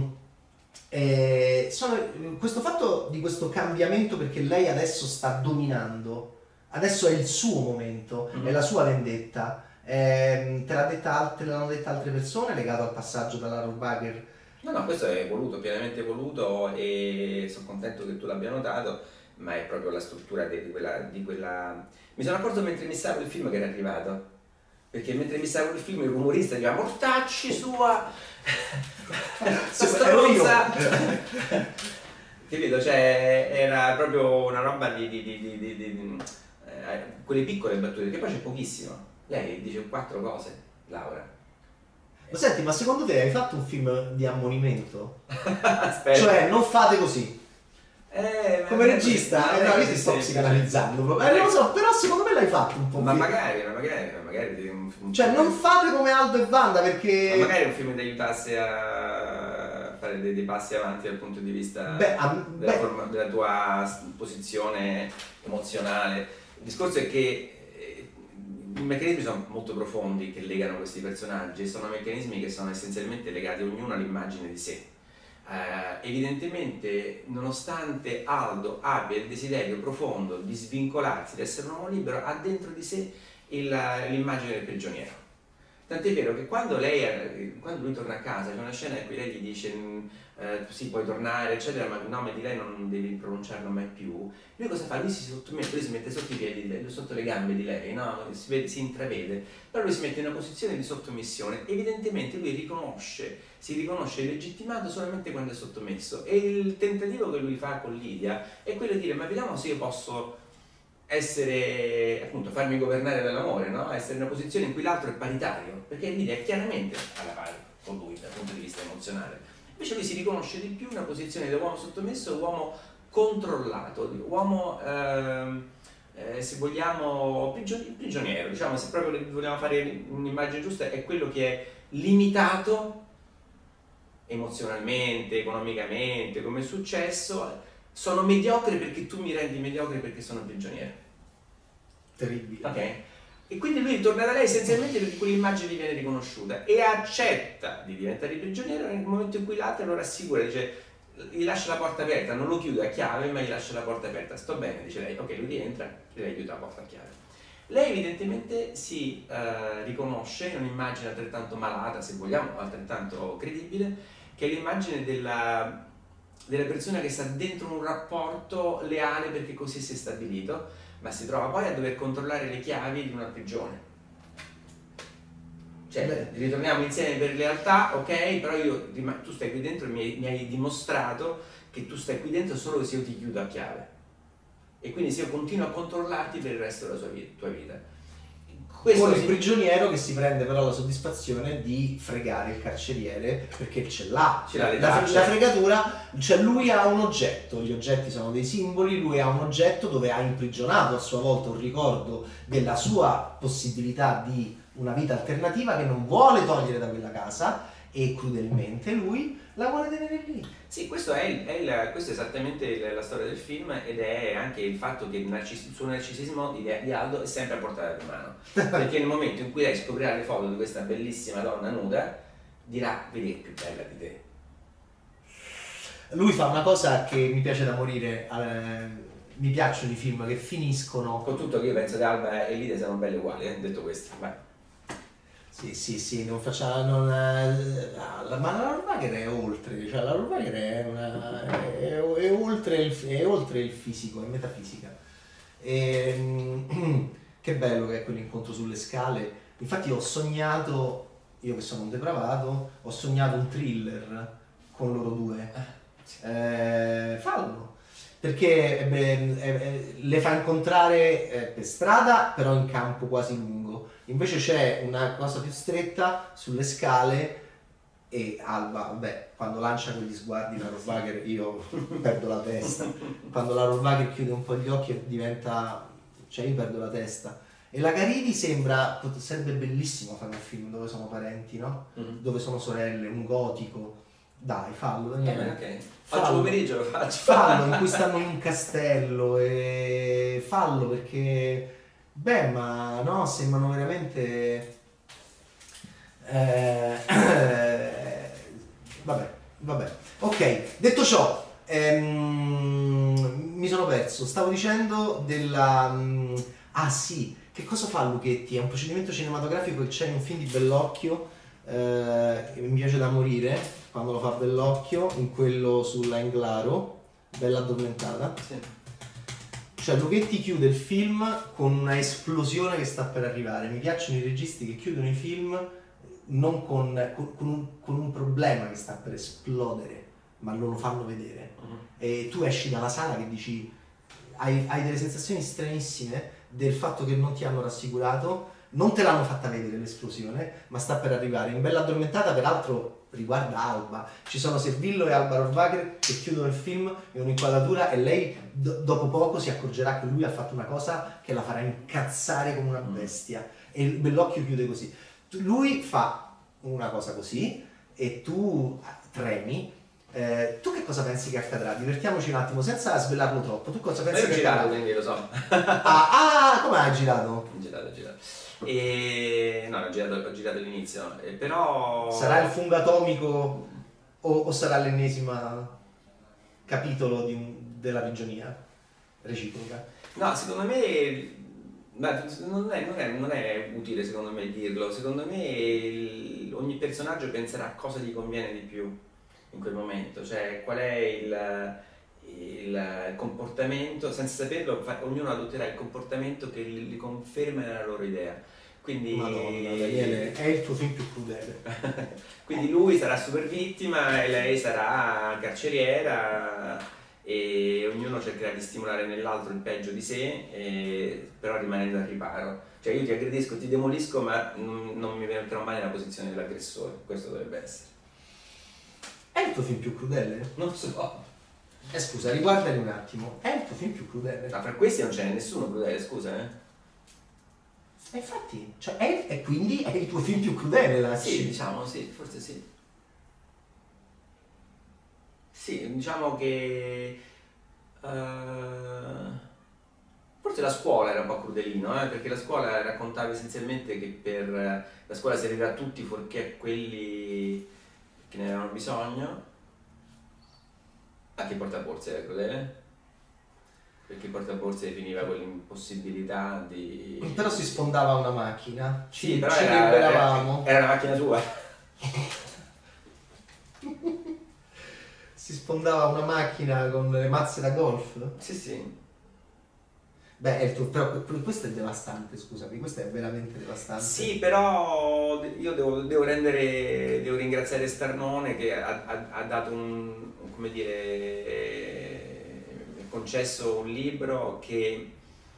e sono, questo fatto di questo cambiamento, perché lei adesso sta dominando, adesso è il suo momento, mm-hmm. è la sua vendetta, Eh, te, l'ha detta, te l'hanno detta altre persone legato al passaggio dalla Rohrwacher? No, no, questo è voluto, pienamente voluto, e sono contento che tu l'abbia notato, ma è proprio la struttura di quella, di quella... Mi sono accorto mentre mi stavo il film che era arrivato, perché mentre mi stavo il film il rumorista diceva mortacci sua, stronza, capito? Cioè era proprio una roba di, di, di, di, di, di eh, quelle piccole battute, che poi c'è pochissimo, lei dice quattro cose, Laura. Ma senti, ma secondo te hai fatto un film di ammonimento? Aspetta. Cioè, non fate così. Eh, Come regista, eh, no, io ti sto psicanalizzando proprio. Eh, non lo so, però secondo me l'hai fatto un po'. Ma film. magari, ma magari, ma magari un, un Cioè, non fate come Aldo e Wanda perché... Ma magari un film che ti aiutasse a fare dei, dei passi avanti dal punto di vista beh, a, della, beh. forma, della tua posizione emozionale. Il discorso è che eh, i meccanismi sono molto profondi che legano questi personaggi e sono meccanismi che sono essenzialmente legati ognuno all'immagine di sé. Uh, evidentemente, nonostante Aldo abbia il desiderio profondo di svincolarsi, di essere un uomo libero, ha dentro di sé il, l'immagine del prigioniero. Tant'è vero che quando, lei, quando lui torna a casa c'è una scena in cui lei gli dice uh, sì, puoi tornare eccetera, ma il nome di lei non devi pronunciarlo mai più. Lui cosa fa? Lui si sottomette, lui si mette sotto i piedi di lei, sotto le gambe di lei, no? si, vede, si intravede, però lui si mette in una posizione di sottomissione. Evidentemente lui riconosce, si riconosce legittimato solamente quando è sottomesso, e il tentativo che lui fa con Lidia è quello di dire ma vediamo se io posso essere, appunto, farmi governare dall'amore, no? Essere in una posizione in cui l'altro è paritario, perché Lidia è chiaramente alla pari con lui dal punto di vista emozionale. Invece lui si riconosce di più in una posizione di uomo sottomesso, uomo controllato, uomo ehm, eh, se vogliamo prigioniero, diciamo, se proprio vogliamo fare un'immagine giusta, è quello che è limitato emozionalmente, economicamente, come è successo. Sono mediocre perché tu mi rendi mediocre perché sono prigioniero. Terribile. Ok? E quindi lui torna da lei essenzialmente perché quell'immagine gli viene riconosciuta e accetta di diventare prigioniero nel momento in cui l'altro lo rassicura, dice gli lascia la porta aperta, non lo chiude a chiave ma gli lascia la porta aperta. Sto bene, dice lei. Ok, lui rientra e lei chiude la porta a chiave. Lei evidentemente si eh, riconosce in un'immagine altrettanto malata, se vogliamo, altrettanto credibile, che è l'immagine della, della persona che sta dentro un rapporto leale perché così si è stabilito, ma si trova poi a dover controllare le chiavi di una prigione. Cioè, beh, ritorniamo insieme per lealtà, ok, però io, tu stai qui dentro e mi hai, mi hai dimostrato che tu stai qui dentro solo se io ti chiudo a chiave. E quindi se io continuo a controllarti per il resto della sua vita, tua vita. Questo con il prigioniero che si prende però la soddisfazione di fregare il carceriere perché ce l'ha, ce l'ha la, la fregatura, cioè lui ha un oggetto, gli oggetti sono dei simboli, lui ha un oggetto dove ha imprigionato a sua volta un ricordo della sua possibilità di una vita alternativa che non vuole togliere da quella casa e crudelmente lui la vuole tenere lì. Sì, questo è, il, è il, questo è esattamente la storia del film ed è anche il fatto che il, narcis, il suo narcisismo di, di Aldo è sempre a portata di mano. Perché nel momento in cui lei scoprirà le foto di questa bellissima donna nuda, dirà, vedi che è più bella di te. Lui fa una cosa che mi piace da morire, eh, mi piacciono i film che finiscono... Con tutto che io penso che Alba e Lidia siano belle uguali, eh, detto questo, vai. Sì, sì, sì, non facciamo... Non, eh, ma la Rohrwacher è oltre, cioè la Rohrwacher è, una, è, è, oltre il, è oltre il fisico, è metafisica. E, che bello che è quell'incontro sulle scale. Infatti ho sognato, io che sono un depravato, ho sognato un thriller con loro due. Eh, fallo! Perché eh, beh, eh, le fa incontrare eh, per strada, però in campo quasi lungo. Invece c'è una cosa più stretta sulle scale e Alba, vabbè, quando lancia quegli sguardi la Rohrwacher io perdo la testa. Quando la Rohrwacher chiude un po' gli occhi e diventa... cioè io perdo la testa. E la Caridi sembra... sarebbe bellissimo fare un film dove sono parenti, no? Mm-hmm. Dove sono sorelle, un gotico. Dai, fallo, Daniele. Eh, ok. Faccio pomeriggio, lo faccio. Fallo, in cui stanno in un castello e fallo perché... Beh, ma no, sembrano veramente... Eh, eh, vabbè, vabbè. Ok, detto ciò, ehm, mi sono perso. Stavo dicendo della... Ah sì, che cosa fa Luchetti? È un procedimento cinematografico che c'è in un film di Bellocchio, eh, che mi piace da morire, quando lo fa Bellocchio, in quello sulla Englaro, Bella addormentata. Sì. Cioè Luchetti chiude il film con una esplosione che sta per arrivare. Mi piacciono i registi che chiudono i film non con, con, con, un, con un problema che sta per esplodere, ma non lo fanno vedere. Uh-huh. E tu esci dalla sala che dici, hai, hai delle sensazioni stranissime del fatto che non ti hanno rassicurato, non te l'hanno fatta vedere l'esplosione, ma sta per arrivare. In Bella addormentata, peraltro, riguarda Alba, ci sono Servillo e Alba Rohrwacher che chiudono il film in un'inquadratura e lei do- dopo poco si accorgerà che lui ha fatto una cosa che la farà incazzare come una bestia, e il Bellocchio chiude così. Lui fa una cosa così e tu tremi. Eh, tu che cosa pensi che accadrà? Divertiamoci un attimo senza svelarlo troppo. Tu cosa pensi Io ho che girato, accadrà? quindi lo so. Ah, ah, come hai girato? Ho girato, ho girato. E... no, ho girato, ho girato l'inizio, e però... Sarà il fungo atomico o, o sarà l'ennesima capitolo di un- della prigionia reciproca? No, secondo me... ma non è, non, è, non è utile secondo me dirlo. Secondo me il- ogni personaggio penserà a cosa gli conviene di più in quel momento, cioè qual è il, il comportamento, senza saperlo fa- ognuno adotterà il comportamento che li, li conferma nella loro idea. Quindi, Madonna, Daniele, è il tuo film più crudele. quindi lui sarà super vittima e lei sarà carceriera, e ognuno cercherà di stimolare nell'altro il peggio di sé, e, però rimanendo al riparo. Cioè io ti aggredisco, ti demolisco, ma non, non mi metterò mai nella posizione dell'aggressore. Questo dovrebbe essere. È il tuo film più crudele? Non so. Eh scusa, riguardali un attimo. È il tuo film più crudele? Ma fra questi non ce n'è nessuno crudele, scusa, eh? E infatti, cioè, è, e quindi è il tuo film più crudele, la Sì, diciamo, sì, forse sì. Sì, diciamo che... eh, forse la scuola era un po' crudelino, eh? Perché la scuola raccontava essenzialmente che per la scuola serviva a tutti fuorché a quelli che ne avevano bisogno. Anche il portaborse era crudele, perché il portaborse finiva con l'impossibilità di... Però si sfondava una macchina. Sì, ci, però ci era, liberavamo. era una macchina sua. Si sfondava una macchina con le mazze da golf. Sì, sì. Beh, è il tuo, però questo è devastante, scusami, questo è veramente devastante. Sì, però io devo, devo rendere, devo ringraziare Starnone che ha, ha, ha dato un, come dire, concesso un libro che,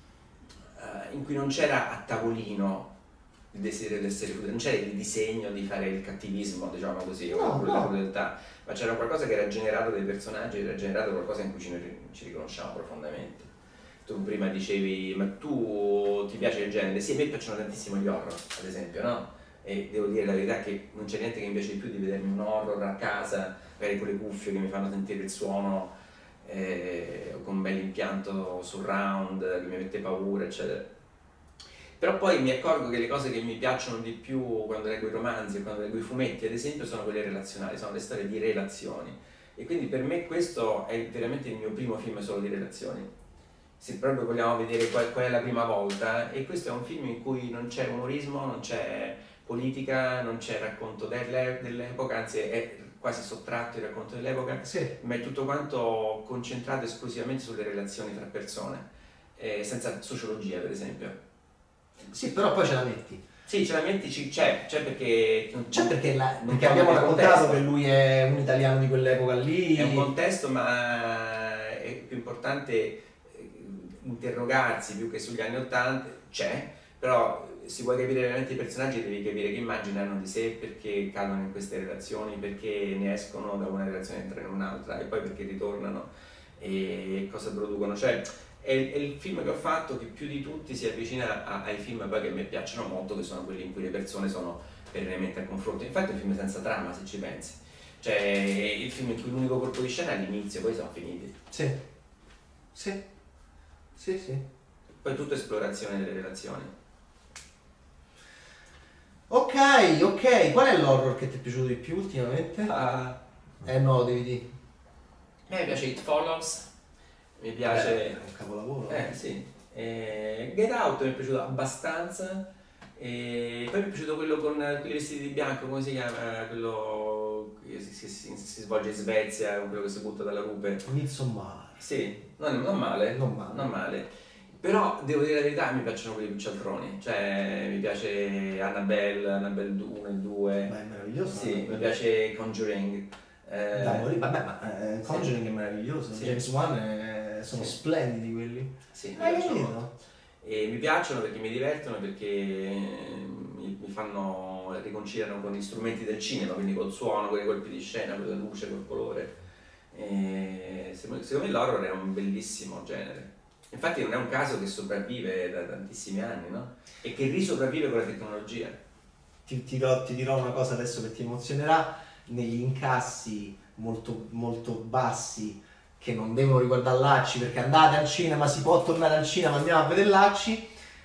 uh, in cui non c'era a tavolino il desiderio di essere crudele, non c'era il disegno di fare il cattivismo, diciamo così, o No, la no. crudeltà, ma c'era qualcosa che era generato dai personaggi, era generato qualcosa in cui ci, ci riconosciamo profondamente. Tu prima dicevi, ma tu ti piace il genere? Sì, a me piacciono tantissimo gli horror, ad esempio, no? E devo dire la verità che non c'è niente che mi piace di più di vedermi un horror a casa, magari con le cuffie che mi fanno sentire il suono, eh, o con un bel impianto surround che mi mette paura, eccetera. Però poi mi accorgo che le cose che mi piacciono di più quando leggo i romanzi e quando leggo i fumetti, ad esempio, sono quelle relazionali, sono le storie di relazioni. E quindi per me questo è veramente il mio primo film solo di relazioni. Se proprio vogliamo vedere qual, qual è la prima volta, e questo è un film in cui non c'è umorismo, non c'è politica, non c'è racconto dell'e- dell'epoca, anzi è quasi sottratto il racconto dell'epoca, Sì. ma è tutto quanto concentrato esclusivamente sulle relazioni tra persone, eh, senza sociologia per esempio. Sì, però poi ce la metti. Sì, ce la metti, ci- c'è, c'è perché... C'è perché, la- non perché fa abbiamo nel raccontato contesto. che lui è un italiano di quell'epoca lì. È un contesto, ma è più importante eh, interrogarsi più che sugli anni Ottanta, c'è, però se vuoi capire veramente i personaggi devi capire che immagini hanno di sé, perché cadono in queste relazioni, perché ne escono da una relazione e entrano in un'altra, e poi perché ritornano e cosa producono. Cioè è, è il film che ho fatto che più di tutti si avvicina a- ai film poi che a me piacciono molto, che sono quelli in cui le persone sono perennemente a confronto. Infatti è un film senza trama, se ci pensi. Cioè è il film in cui l'unico colpo di scena è all'inizio, poi sono finiti. Sì. Sì. Sì, sì. Poi tutto esplorazione delle relazioni. Ok, ok. Qual è l'horror che ti è piaciuto di più ultimamente? Ah, Eh no, devi dire. a me piace It Follows, mi piace... È un capolavoro. Eh sì, Eh, Get Out mi è piaciuto abbastanza, e poi mi è piaciuto quello con quelli vestiti di bianco, come si chiama? Quello che si, si, si, si svolge in Svezia, quello che si butta dalla rupe. Midsommar. Sì, non, non male, Non male. non male. Però devo dire la verità, mi piacciono quelli più cialtroni, cioè mi piace Annabelle, Annabelle uno e due. Ma è meraviglioso. Sì, Annabelle. mi piace Conjuring. Eh, Da morire. Vabbè, ma eh, Conjuring sì. è meraviglioso. Sì. James Wan è- sono Sì. splendidi quelli. Sì, mi Hai piacciono capito? molto. E mi piacciono perché mi divertono, perché mi, mi fanno riconciliano con gli strumenti del cinema, quindi col suono, con i colpi di scena, con la luce, col colore. E secondo me l'horror è un bellissimo genere. Infatti non è un caso che sopravvive da tantissimi anni, no? E che risopravvive con la tecnologia. Ti, ti dirò, ti dirò una cosa adesso che ti emozionerà. Negli incassi molto, molto bassi, che non devono riguardare Lacci, perché andate al cinema, si può tornare al cinema, andiamo a vedere Lacci,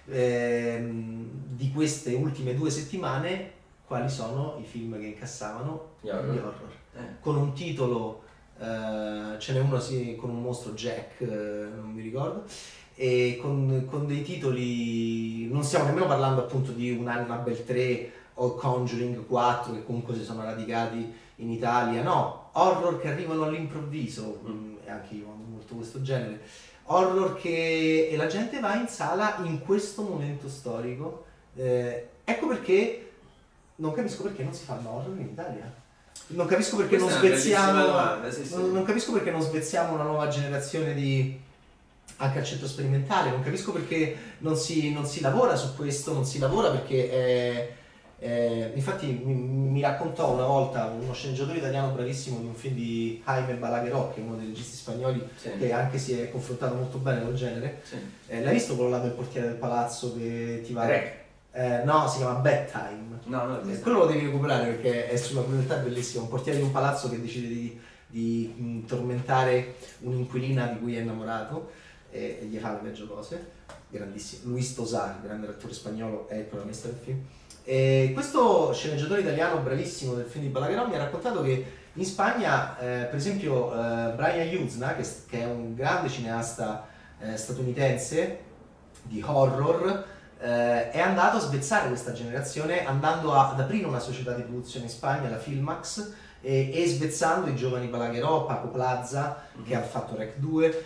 ehm, di queste ultime due settimane, quali sono i film che incassavano? Gli horror. Gli horror. Eh. Con un titolo, eh, ce n'è uno sì, con un mostro Jack, eh, non mi ricordo, e con, con dei titoli, non stiamo nemmeno parlando appunto di un Annabelle tre o Conjuring quattro che comunque si sono radicati in Italia, no, horror che arrivano all'improvviso, mm, e anche io amo molto questo genere, horror che e la gente va in sala in questo momento storico, eh, ecco perché non capisco perché non si fanno horror in Italia. Non capisco perché non Questa è una svezziamo bellissima domanda, sì, sì. non, non capisco perché non svezziamo una nuova generazione di anche al centro sperimentale, non capisco perché non si, non si lavora su questo, non si lavora perché eh, eh, infatti mi, mi raccontò una volta uno sceneggiatore italiano bravissimo di un film di Jaime Balagueró, che è uno dei registi spagnoli Sì. che anche si è confrontato molto bene col genere. Sì. Eh, l'hai visto quello là del portiere del palazzo che ti va? Rec. Eh, no, si chiama Bedtime. No, no, Eh, quello lo devi recuperare perché è sulla crudeltà bellissima. Un portiere di un palazzo che decide di, di mh, tormentare un'inquilina di cui è innamorato e, e gli fa le peggio cose. Grandissimo. Luis Tosar, grande attore spagnolo, è il protagonista del film. E questo sceneggiatore italiano bravissimo del film di Balagueró mi ha raccontato che in Spagna, eh, per esempio, eh, Brian Yuzna, che, che è un grande cineasta eh, statunitense di horror, Eh, è andato a svezzare questa generazione andando a, ad aprire una società di produzione in Spagna, la Filmax, e, e svezzando i giovani Balagueró, Paco Plaza, mm-hmm. che ha fatto Rec due,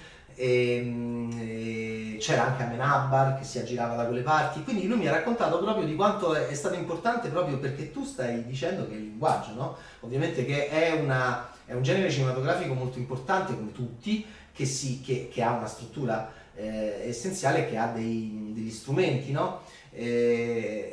e, e c'era anche Amenábar che si aggirava da quelle parti, quindi lui mi ha raccontato proprio di quanto è, è stato importante, proprio perché tu stai dicendo che è il linguaggio, no? Ovviamente che è, una, è un genere cinematografico molto importante come tutti, che, si, che, che ha una struttura Eh, essenziale, che ha dei, degli strumenti, no? E,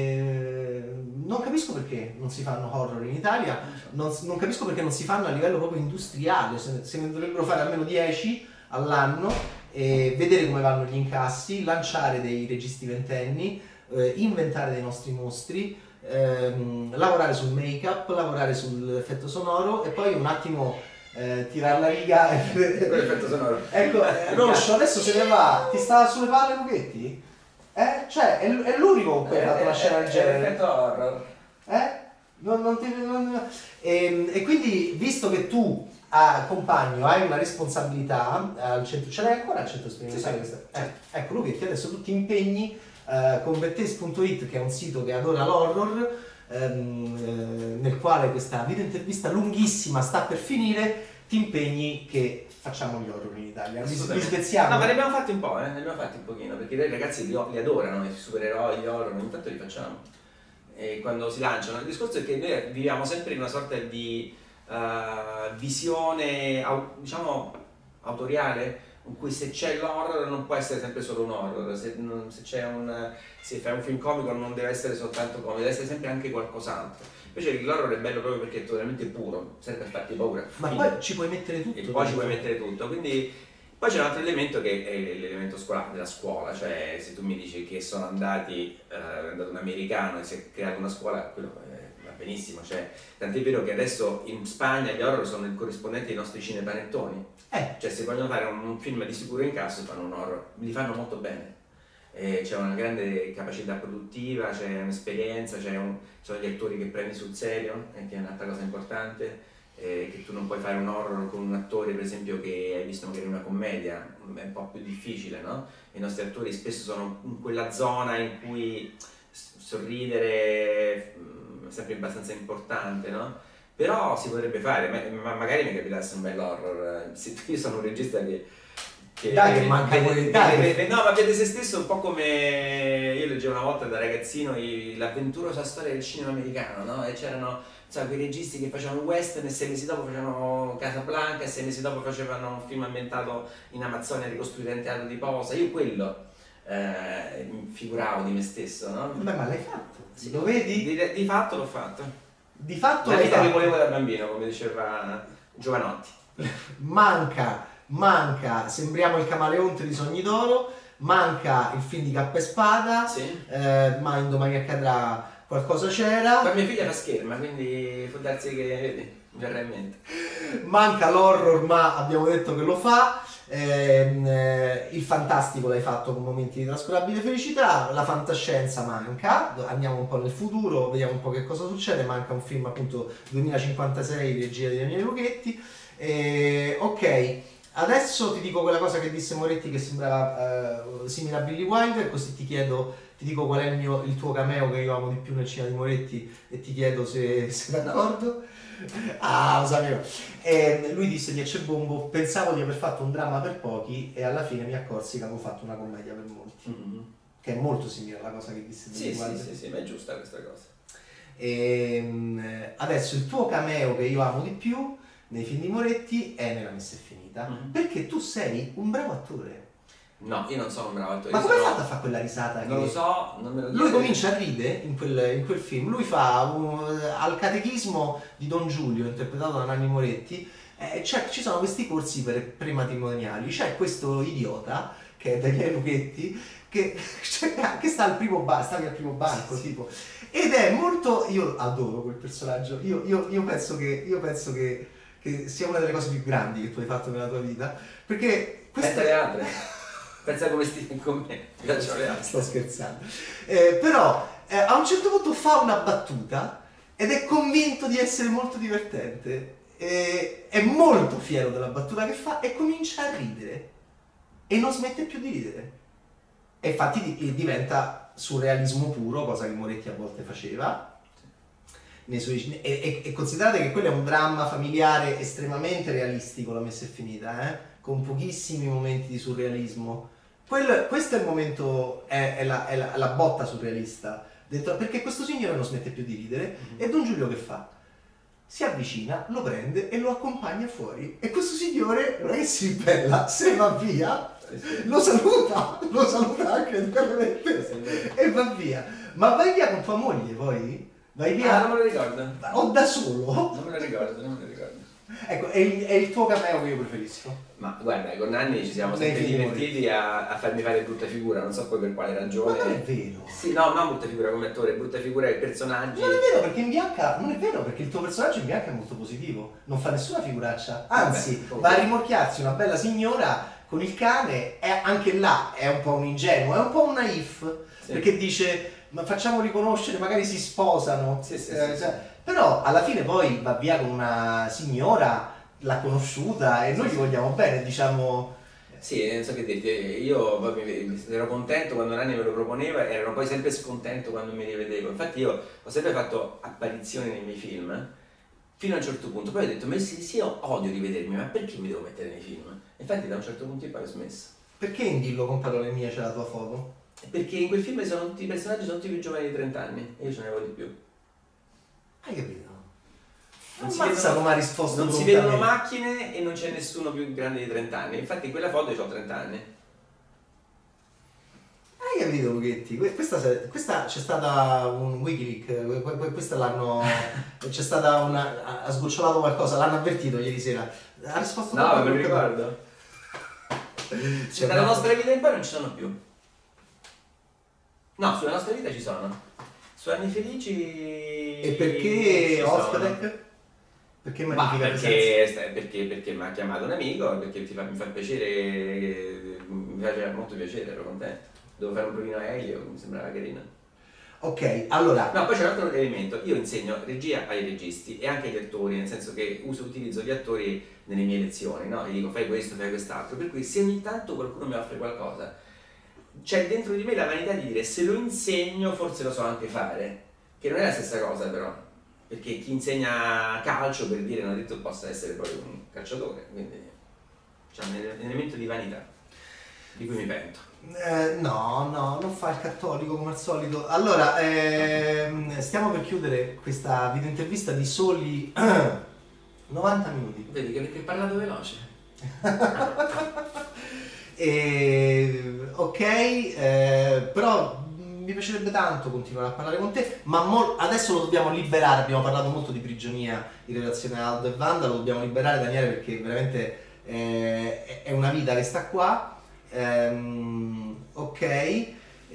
e non capisco perché non si fanno horror in Italia, non, non capisco perché non si fanno a livello proprio industriale, se, se ne dovrebbero fare almeno dieci all'anno, e vedere come vanno gli incassi, lanciare dei registi ventenni, eh, inventare dei nostri mostri, ehm, lavorare sul make-up, lavorare sull'effetto sonoro e poi un attimo Eh, tirare la riga e l'effetto sonoro. Ecco, eh, Roscio adesso se ne va, ti sta sulle palle Luchetti? Eh? Cioè, è, è l'unico che ha fatto una scena del genere. L'effetto horror. Eh? Non, non ti, non... E, e quindi, visto che tu, ah, compagno, hai una responsabilità al centro, ce l'hai ancora al centro sperimentale? Sì, sì. questa? Eh, ecco, Luchetti, adesso tu ti impegni eh, con Bettes punto it, che è un sito che adora l'horror, Ehm, eh, nel quale questa video intervista lunghissima sta per finire, ti impegni che facciamo gli horror in Italia, li, li spezziamo. No, ma ne abbiamo fatti un po', eh? ne abbiamo fatti un pochino, perché i ragazzi li, li adorano, i supereroi, gli horror, ogni tanto li facciamo. E quando si lanciano, il discorso è che noi viviamo sempre in una sorta di uh, visione, au, diciamo, autoriale, in cui se c'è l'horror non può essere sempre solo un horror, se, non, se, c'è un, se fai un film comico non deve essere soltanto comico, deve essere sempre anche qualcos'altro. Invece l'horror è bello proprio perché è totalmente puro, serve per farti paura. Ma poi ci puoi mettere tutto. E poi ci puoi mettere tutto, quindi poi c'è un altro elemento che è l'elemento scuola, della scuola, cioè se tu mi dici che sono andati, eh, è andato un americano e si è creato una scuola, quello eh, va benissimo, cioè, tant'è vero che adesso in Spagna gli horror sono il corrispondente dei nostri cinepanettoni. Eh. Cioè se vogliono fare un, un film di sicuro incasso fanno un horror, li fanno molto bene, e c'è una grande capacità produttiva, c'è un'esperienza, c'è un, ci sono gli attori che prendi sul serio, eh, che è un'altra cosa importante, eh, che tu non puoi fare un horror con un attore per esempio che hai visto magari una commedia, è un po' più difficile, no? I nostri attori spesso sono in quella zona in cui sorridere è sempre abbastanza importante, no? Però si potrebbe fare, ma magari mi capitasse un bel horror. Io sono un regista che... che dai vede, che manca vede, dai, vede, vede, no, ma vede se stesso un po' come... Io leggevo una volta da ragazzino l'avventurosa storia del cinema americano, no? E c'erano so, quei registi che facevano western e sei mesi dopo facevano Casablanca e sei mesi dopo facevano un film ambientato in Amazzonia ricostruito in teatro di posa. Io quello eh, mi figuravo di me stesso, no? Beh, ma l'hai fatto, Sì, lo vedi? Di, di fatto l'ho fatto. Di fatto La l'hai vita fatto. che volevo da bambino, come diceva Giovanotti. Manca, manca, sembriamo il camaleonte di Sogni d'Oro, manca il film di Cappa e Spada, Sì. eh, ma in Domani accadrà qualcosa c'era, Ma mia figlia fa scherma, quindi può darsi che vedi, mi verrà in mente. manca l'horror ma abbiamo detto che lo fa, ehm, eh, il fantastico l'hai fatto con momenti di trascurabile felicità, la fantascienza manca, andiamo un po' nel futuro, vediamo un po' che cosa succede, manca un film appunto duemilacinquantasei di regia di Daniele Lucchetti. Eh, ok, adesso ti dico quella cosa che disse Moretti che sembrava eh, simile a Billy Wilder, così ti chiedo, ti dico qual è il, mio, il tuo cameo che io amo di più nel cinema di Moretti e ti chiedo se sei d'accordo. Ah, lo sapevo. Eh, lui disse di Ecce Bombo, pensavo di aver fatto un dramma per pochi e alla fine mi accorsi che avevo fatto una commedia per molti, Mm-hmm. che è molto simile alla cosa che disse Billy Sì, Wilder. sì, sì, sì, ma è giusta questa cosa. E, adesso il tuo cameo che io amo di più nei film di Moretti è Nella messa è finita, Mhm. perché tu sei un bravo attore. No, io non sono un bravo attore. Ma io come hai sono- fatto a fare quella risata? Non che- lo so, non me lo Lui chiedere. comincia a ridere in quel, in quel film, lui fa un- al catechismo di Don Giulio, interpretato da Nanni Moretti, eh, c'è- ci sono questi corsi per, per i matrimoniali, c'è questo idiota, che è Daniele Lucchetti, che, cioè, che sta al primo banco, stavi al primo banco, tipo, ed è molto, io adoro quel personaggio, io, io- io penso, che, io penso che, che sia una delle cose più grandi che tu hai fatto nella tua vita, perché Pensa questa alle altre. Pensa come stai con me. Mi piacciono le altre. sto scherzando. Eh, però eh, a un certo punto fa una battuta ed è convinto di essere molto divertente. E è molto fiero della battuta che fa e comincia a ridere. E non smette più di ridere. E infatti di- diventa surrealismo puro, cosa che Moretti a volte faceva. Nei suoi, e, e- e considerate che quello è un dramma familiare estremamente realistico, La messa è finita, eh? Con pochissimi momenti di surrealismo. Quello- questo è il momento, è, è la, è la- la botta surrealista, dentro- perché questo signore non smette più di ridere e Don Giulio che fa? Si avvicina, lo prende e lo accompagna fuori e questo signore non è che si ribella, se ne va via, Sì, sì. lo saluta, lo saluta anche veramente e va via. Ma vai via con tua moglie poi? Vai Ah, via non me lo ricordo. o da solo? Non me lo ricordo, non me lo ricordo. Ecco, è il, è il tuo cameo che io preferisco. Ma guarda, con Nanni ci siamo Nei sempre film divertiti a, a farmi fare brutta figura, non so poi per quale Ma ragione. non è vero. Sì, no, non brutta figura come attore, brutta figura ai personaggi. Non è vero perché in bianca, non è vero perché il tuo personaggio in bianca è molto positivo, non fa nessuna figuraccia, anzi Vabbè, va a rimorchiarsi una bella signora con il cane e anche là è un po' un ingenuo, è un po' un naif, Sì. perché dice ma facciamo riconoscere, magari si sposano, Sì, sì, Eh, sì, cioè, però alla fine poi va via con una signora, l'ha conosciuta e noi gli vogliamo bene, diciamo... Sì, non so che dirti, io poi mi- mi- ero contento quando Nanni me lo proponeva e ero poi sempre scontento quando mi rivedevo. Infatti io ho sempre fatto apparizioni nei miei film, fino a un certo punto. Poi ho detto, ma sì, sì, io odio rivedermi, ma perché mi devo mettere nei film? Infatti da un certo punto in poi ho smesso. Perché in Dillo con parole mie c'è la tua foto? Perché in quel film sono tutti, i personaggi sono tutti più giovani di trenta anni e io ce ne avevo di più. Hai capito? Non si Ammazza vedono- come ha risposto Non si prontamente. vedono macchine e non c'è nessuno più grande di trenta anni. Infatti in quella foto io ho trenta anni. Hai capito Lucchetti? Que- Questa, se- questa c'è stata un Wikileaks, que- que- questa l'hanno. C'è stata una. ha- Ha sgocciolato qualcosa, l'hanno avvertito ieri sera. Ha risposto No, proprio me lo quello che- ricordo. C'è Dalla una- nostra vita in poi non ci sono più. No, sulla nostra vita ci sono. Su Anni Felici. E perché ci sono. Ospedec? Perché Ma magnifica presenza? perché, perché, perché mi ha chiamato un amico, perché ti fa- mi fa piacere, mi faceva molto piacere, ero contento. Devo fare un provino a Elio, mi sembrava carino. Ok, allora... No, poi c'è un altro elemento, io insegno regia ai registi e anche agli attori, nel senso che uso, utilizzo gli attori nelle mie lezioni, no? Gli dico fai questo, fai quest'altro, per cui se ogni tanto qualcuno mi offre qualcosa, c'è dentro di me la vanità di dire se lo insegno forse lo so anche fare, che non è la stessa cosa però, perché chi insegna calcio per dire non è detto che possa essere poi un calciatore, quindi c'è un elemento di vanità di cui mi pento. Eh, no, no, non fa il cattolico come al solito. Allora, ehm, stiamo per chiudere questa video intervista di soli novanta minuti. Vedi che perché hai parlato veloce. e, ok, eh, però mi piacerebbe tanto continuare a parlare con te, ma mo- adesso lo dobbiamo liberare. Abbiamo parlato molto di prigionia in relazione a Aldo e Wanda, lo dobbiamo liberare, Daniele, perché veramente eh, è una vita che sta qua. Um, ok,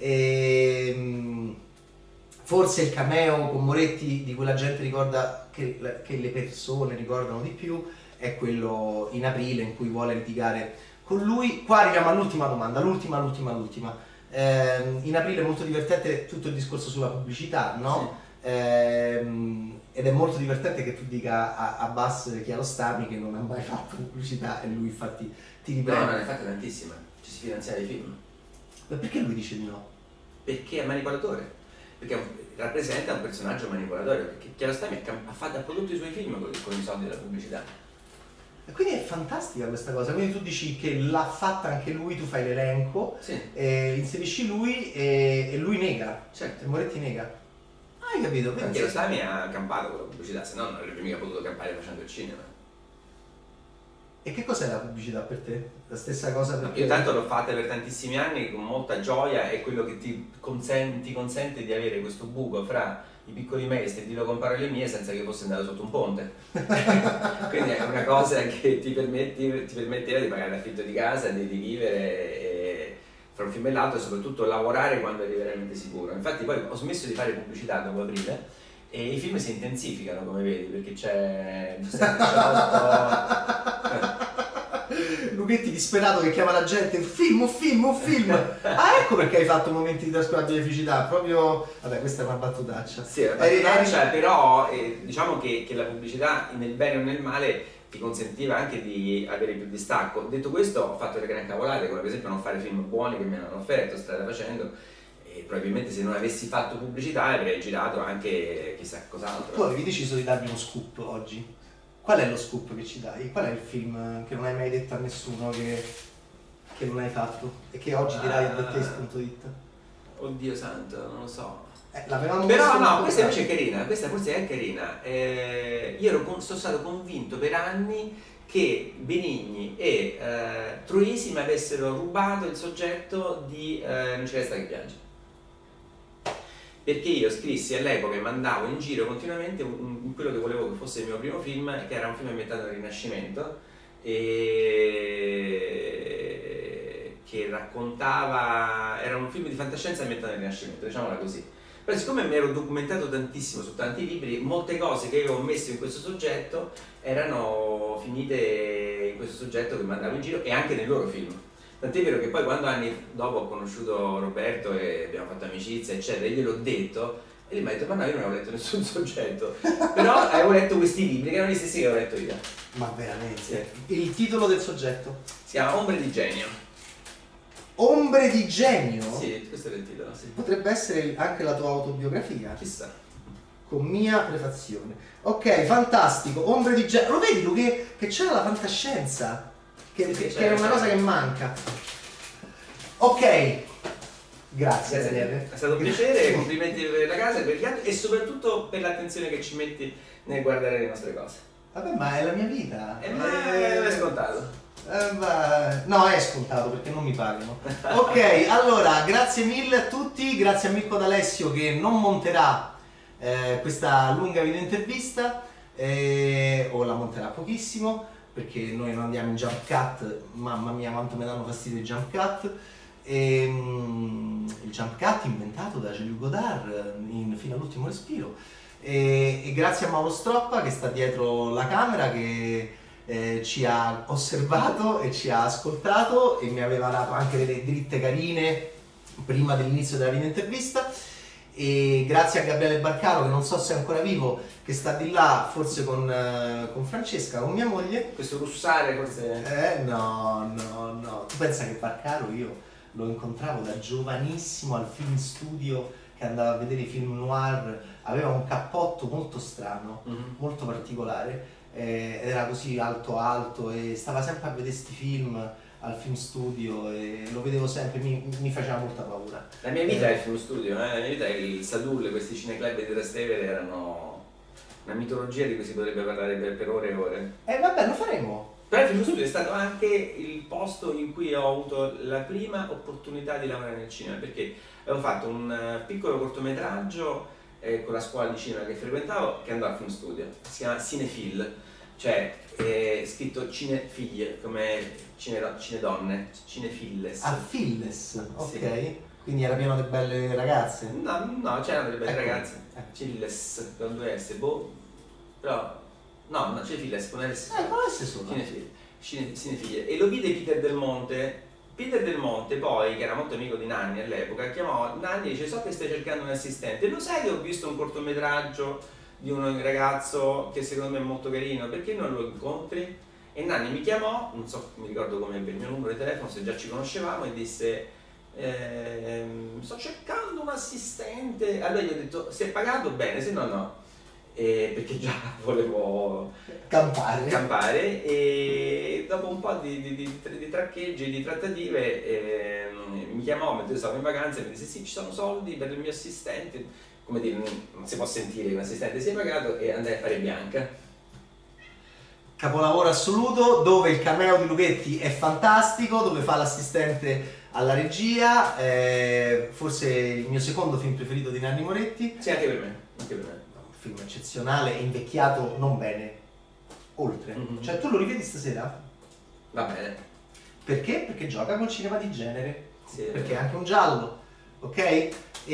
e, forse il cameo con Moretti di cui la gente ricorda, che, che le persone ricordano di più, è quello in aprile in cui vuole litigare con lui. Qua arriviamo all'ultima domanda, l'ultima, l'ultima, l'ultima. Um, in aprile è molto divertente tutto il discorso sulla pubblicità, no? Sì. Um, ed è molto divertente che tu dica a, a Bass Chiarostami che non ha mai fatto pubblicità e lui infatti ti riprende. No, non ne ha fatte tantissime. Ci si finanzia dei film. Ma perché lui dice di no? Perché è manipolatore. Perché rappresenta un personaggio manipolatore. Perché Chiarostami ha, fatto, ha prodotto i suoi film con, con i soldi della pubblicità. E quindi è fantastica questa cosa. Quindi tu dici che l'ha fatta anche lui, tu fai l'elenco, sì. E inserisci lui e, e lui nega. Certo. E Moretti nega. Hai capito? Perché Chiarostami ha campato con la pubblicità, se no non avrebbe mica potuto campare facendo il cinema. E che cos'è la pubblicità per te? La stessa cosa per te? Io tanto l'ho fatta per tantissimi anni con molta gioia, è quello che ti consente, ti consente di avere questo buco fra i piccoli maestri di lo comprare le mie senza che fosse andato sotto un ponte. Quindi è una cosa che ti, permetti, ti permetteva di pagare l'affitto di casa, di, di vivere e, fra un film e l'altro, e soprattutto lavorare quando eri veramente sicuro. Infatti poi ho smesso di fare pubblicità dopo aprile e i film si intensificano, come vedi, perché c'è Lughetti disperato che chiama la gente un film, un film, un film. Ah, ecco perché hai fatto momenti di trascurabile felicità, proprio... Vabbè, questa è una battutaccia. Sì, è una battutaccia, però eh, diciamo che, che la pubblicità nel bene o nel male ti consentiva anche di avere più distacco. Detto questo, ho fatto le gran cavolate, come per esempio non fare film buoni che mi hanno offerto, strada facendo, e probabilmente se non avessi fatto pubblicità avrei girato anche chissà cos'altro. Tu avevi deciso di darmi uno scoop oggi. Qual è lo scoop che ci dai? Qual è il film che non hai mai detto a nessuno che, che non hai fatto e che oggi dirai a bettese punto it? Oddio santo, non lo so. Eh, l'avevamo Però no, questa invece è carina, questa forse è carina. Eh, io ero, sono stato convinto per anni che Benigni e eh, Troisi mi avessero rubato il soggetto di eh, Non c'è resta che piange. Perché io scrissi all'epoca e mandavo in giro continuamente un, un, quello che volevo che fosse il mio primo film, che era un film ambientato nel Rinascimento e che raccontava, era un film di fantascienza ambientato nel Rinascimento, diciamola così. Però siccome mi ero documentato tantissimo su tanti libri, molte cose che avevo messo in questo soggetto erano finite in questo soggetto che mandavo in giro e anche nei loro film. Tant'è vero che poi quando anni dopo ho conosciuto Roberto e abbiamo fatto amicizia, eccetera, io gliel'ho detto e lui mi ha detto: ma no, io non avevo letto nessun soggetto, però avevo letto questi libri che erano gli stessi che avevo letto io. Ma veramente? Sì. Il titolo del soggetto? Si chiama Ombre di genio. Ombre di genio? Sì, questo era il titolo, sì. Potrebbe essere anche la tua autobiografia? Chissà. Con mia prefazione. Ok, fantastico. Ombre di genio. Lo vedi tu che, che c'era la fantascienza? Che, Sì, sì, che è una cosa che manca. Ok, grazie Daniele. È stato un piacere, complimenti per la casa, per gli altri e soprattutto per l'attenzione che ci metti nel guardare le nostre cose. Vabbè, ma è la mia vita. E ma è scontato. Eh, ma... No, è scontato perché non mi pagano. Ok, allora, grazie mille a tutti, grazie a Mirko D'Alessio che non monterà eh, questa lunga video intervista, eh, o la monterà pochissimo, perché noi non andiamo in jump cut, mamma mia quanto mi danno fastidio i jump cut. E, um, il jump cut inventato da Jean-Luc Godard in Fino all'ultimo respiro. E, e grazie a Mauro Stroppa che sta dietro la camera, che eh, ci ha osservato e ci ha ascoltato e mi aveva dato anche delle dritte carine prima dell'inizio della video intervista. e grazie a Gabriele Barcaro, che non so se è ancora vivo, che sta di là forse con, eh, con Francesca, con mia moglie. Questo russare forse... Eh no, no, no. Tu pensa che Barcaro io lo incontravo da giovanissimo al film studio, che andava a vedere i film noir, aveva un cappotto molto strano, Mm-hmm. molto particolare, eh, ed era così alto alto e stava sempre a vedere sti film al film studio e lo vedevo sempre, mi, mi faceva molta paura. La mia vita è il film studio, eh? La mia vita è il Sadul, questi cineclub di Trastevere erano una mitologia di cui si potrebbe parlare per, per ore e ore. E eh, vabbè, lo faremo. Però il film studio è stato anche il posto in cui ho avuto la prima opportunità di lavorare nel cinema, perché avevo fatto un uh, piccolo cortometraggio eh, con la scuola di cinema che frequentavo, che andò al film studio, si chiama Cinefil, cioè è scritto cinefiglie, come cine, cinedonne, cinefilles. A Filles, ok. Sì. Quindi era pieno di belle ragazze. No, no, c'erano delle belle Ecco. ragazze, Ecco. Cinefilles, con due S, boh, però, no, no, Cinefilles, con S. Eh, con l'esse solo. Cinefiglie, cine, cinefiglie. E lo vide Peter Del Monte. Peter Del Monte poi, che era molto amico di Nanni all'epoca, chiamò Nanni e dice: so che stai cercando un assistente, lo sai che ho visto un cortometraggio di un ragazzo che secondo me è molto carino, perché non lo incontri? E Nanni mi chiamò, non so, mi ricordo come ebbe il mio numero di telefono, se già ci conoscevamo, e disse: ehm, sto cercando un assistente. Allora gli ho detto: se è pagato bene, se no no. Eh, perché già volevo Campare. campare, e dopo un po' di, di, di, di traccheggi, di trattative, eh, mi chiamò mentre stavo in vacanza e mi disse: sì, ci sono soldi per il mio assistente, come dire, non si può sentire che un assistente sia pagato, e andai a fare Bianca. Capolavoro assoluto, dove il cameo di Lughetti è fantastico, dove fa l'assistente alla regia, eh, forse il mio secondo film preferito di Nanni Moretti. Sì, anche per me, anche per me. Un film eccezionale, è invecchiato non bene, oltre. Mhm. Cioè tu lo rivedi stasera? Va bene. Perché? Perché gioca col cinema di genere, Sì, perché è anche un giallo, ok?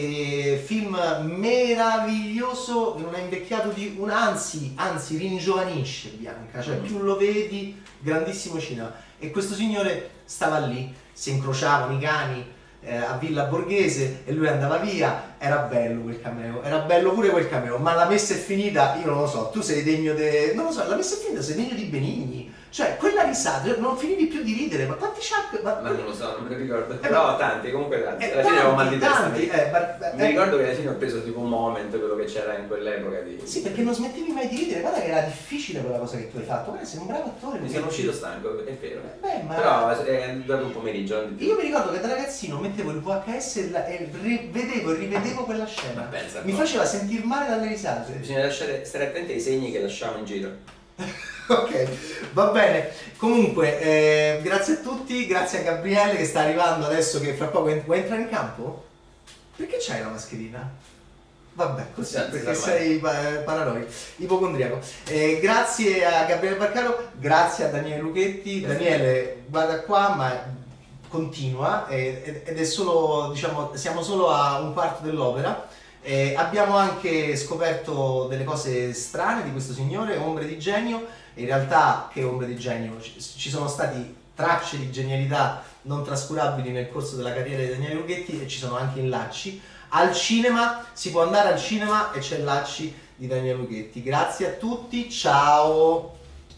E film meraviglioso, non è invecchiato di un, anzi, anzi ringiovanisce Bianca, cioè Mm. più lo vedi, grandissimo cinema. E questo signore stava lì, si incrociavano i cani eh, a Villa Borghese e lui andava via, era bello quel cameo, era bello pure quel cameo, ma la messa è finita, io non lo so, tu sei degno de... non lo so, la messa è finita, sei degno di Benigni, cioè quella risata, non finivi più di ridere, ma quanti sciacque... Ma... Ma non lo so, non me lo ricordo. Eh, Però ma- tanti, comunque tanti. Eh, Alla fine avevo mal di testa. tanti, Mi, eh, bar- mi eh, ricordo che alla fine ho preso tipo un moment, quello che c'era in quell'epoca di... Sì, perché non smettevi mai di ridere, guarda che era difficile quella cosa che tu hai fatto, guarda sei un bravo attore. Mi sono uscito stanco, è vero. Beh, ma... Però è durato un pomeriggio. non di più. Io mi ricordo che da ragazzino mettevo il V H S e, la- e ri- vedevo e rivedevo quella Ma scena. pensa, Mi no. faceva sentir male dalle risate. Bisogna lasciare, stare attenti ai segni che lasciamo in giro. Ok, va bene. Comunque, eh, grazie a tutti, grazie a Gabriele che sta arrivando adesso, che fra poco en- vuoi entrare in campo? Perché c'hai la mascherina? Vabbè, così, Sì, perché sì, sei pa- paranoico, ipocondriaco. Eh, grazie a Gabriele Barcaro, grazie a Daniele Lucchetti. Grazie. Daniele, guarda qua, ma continua, eh, ed è solo, diciamo, siamo solo a un quarto dell'opera. Eh, abbiamo anche scoperto delle cose strane di questo signore, ombre di genio. In realtà, che ombre di genio, ci, ci sono stati tracce di genialità non trascurabili nel corso della carriera di Daniele Lucchetti, e ci sono anche in Lacci. Al cinema, si può andare al cinema e c'è Lacci di Daniele Lucchetti. Grazie a tutti, ciao!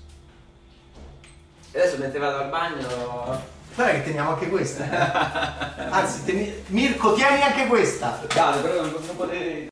E adesso mentre vado al bagno... Guarda che teniamo anche questa. Anzi, teni- Mirko, tieni anche questa. Dai, però non, non potevi...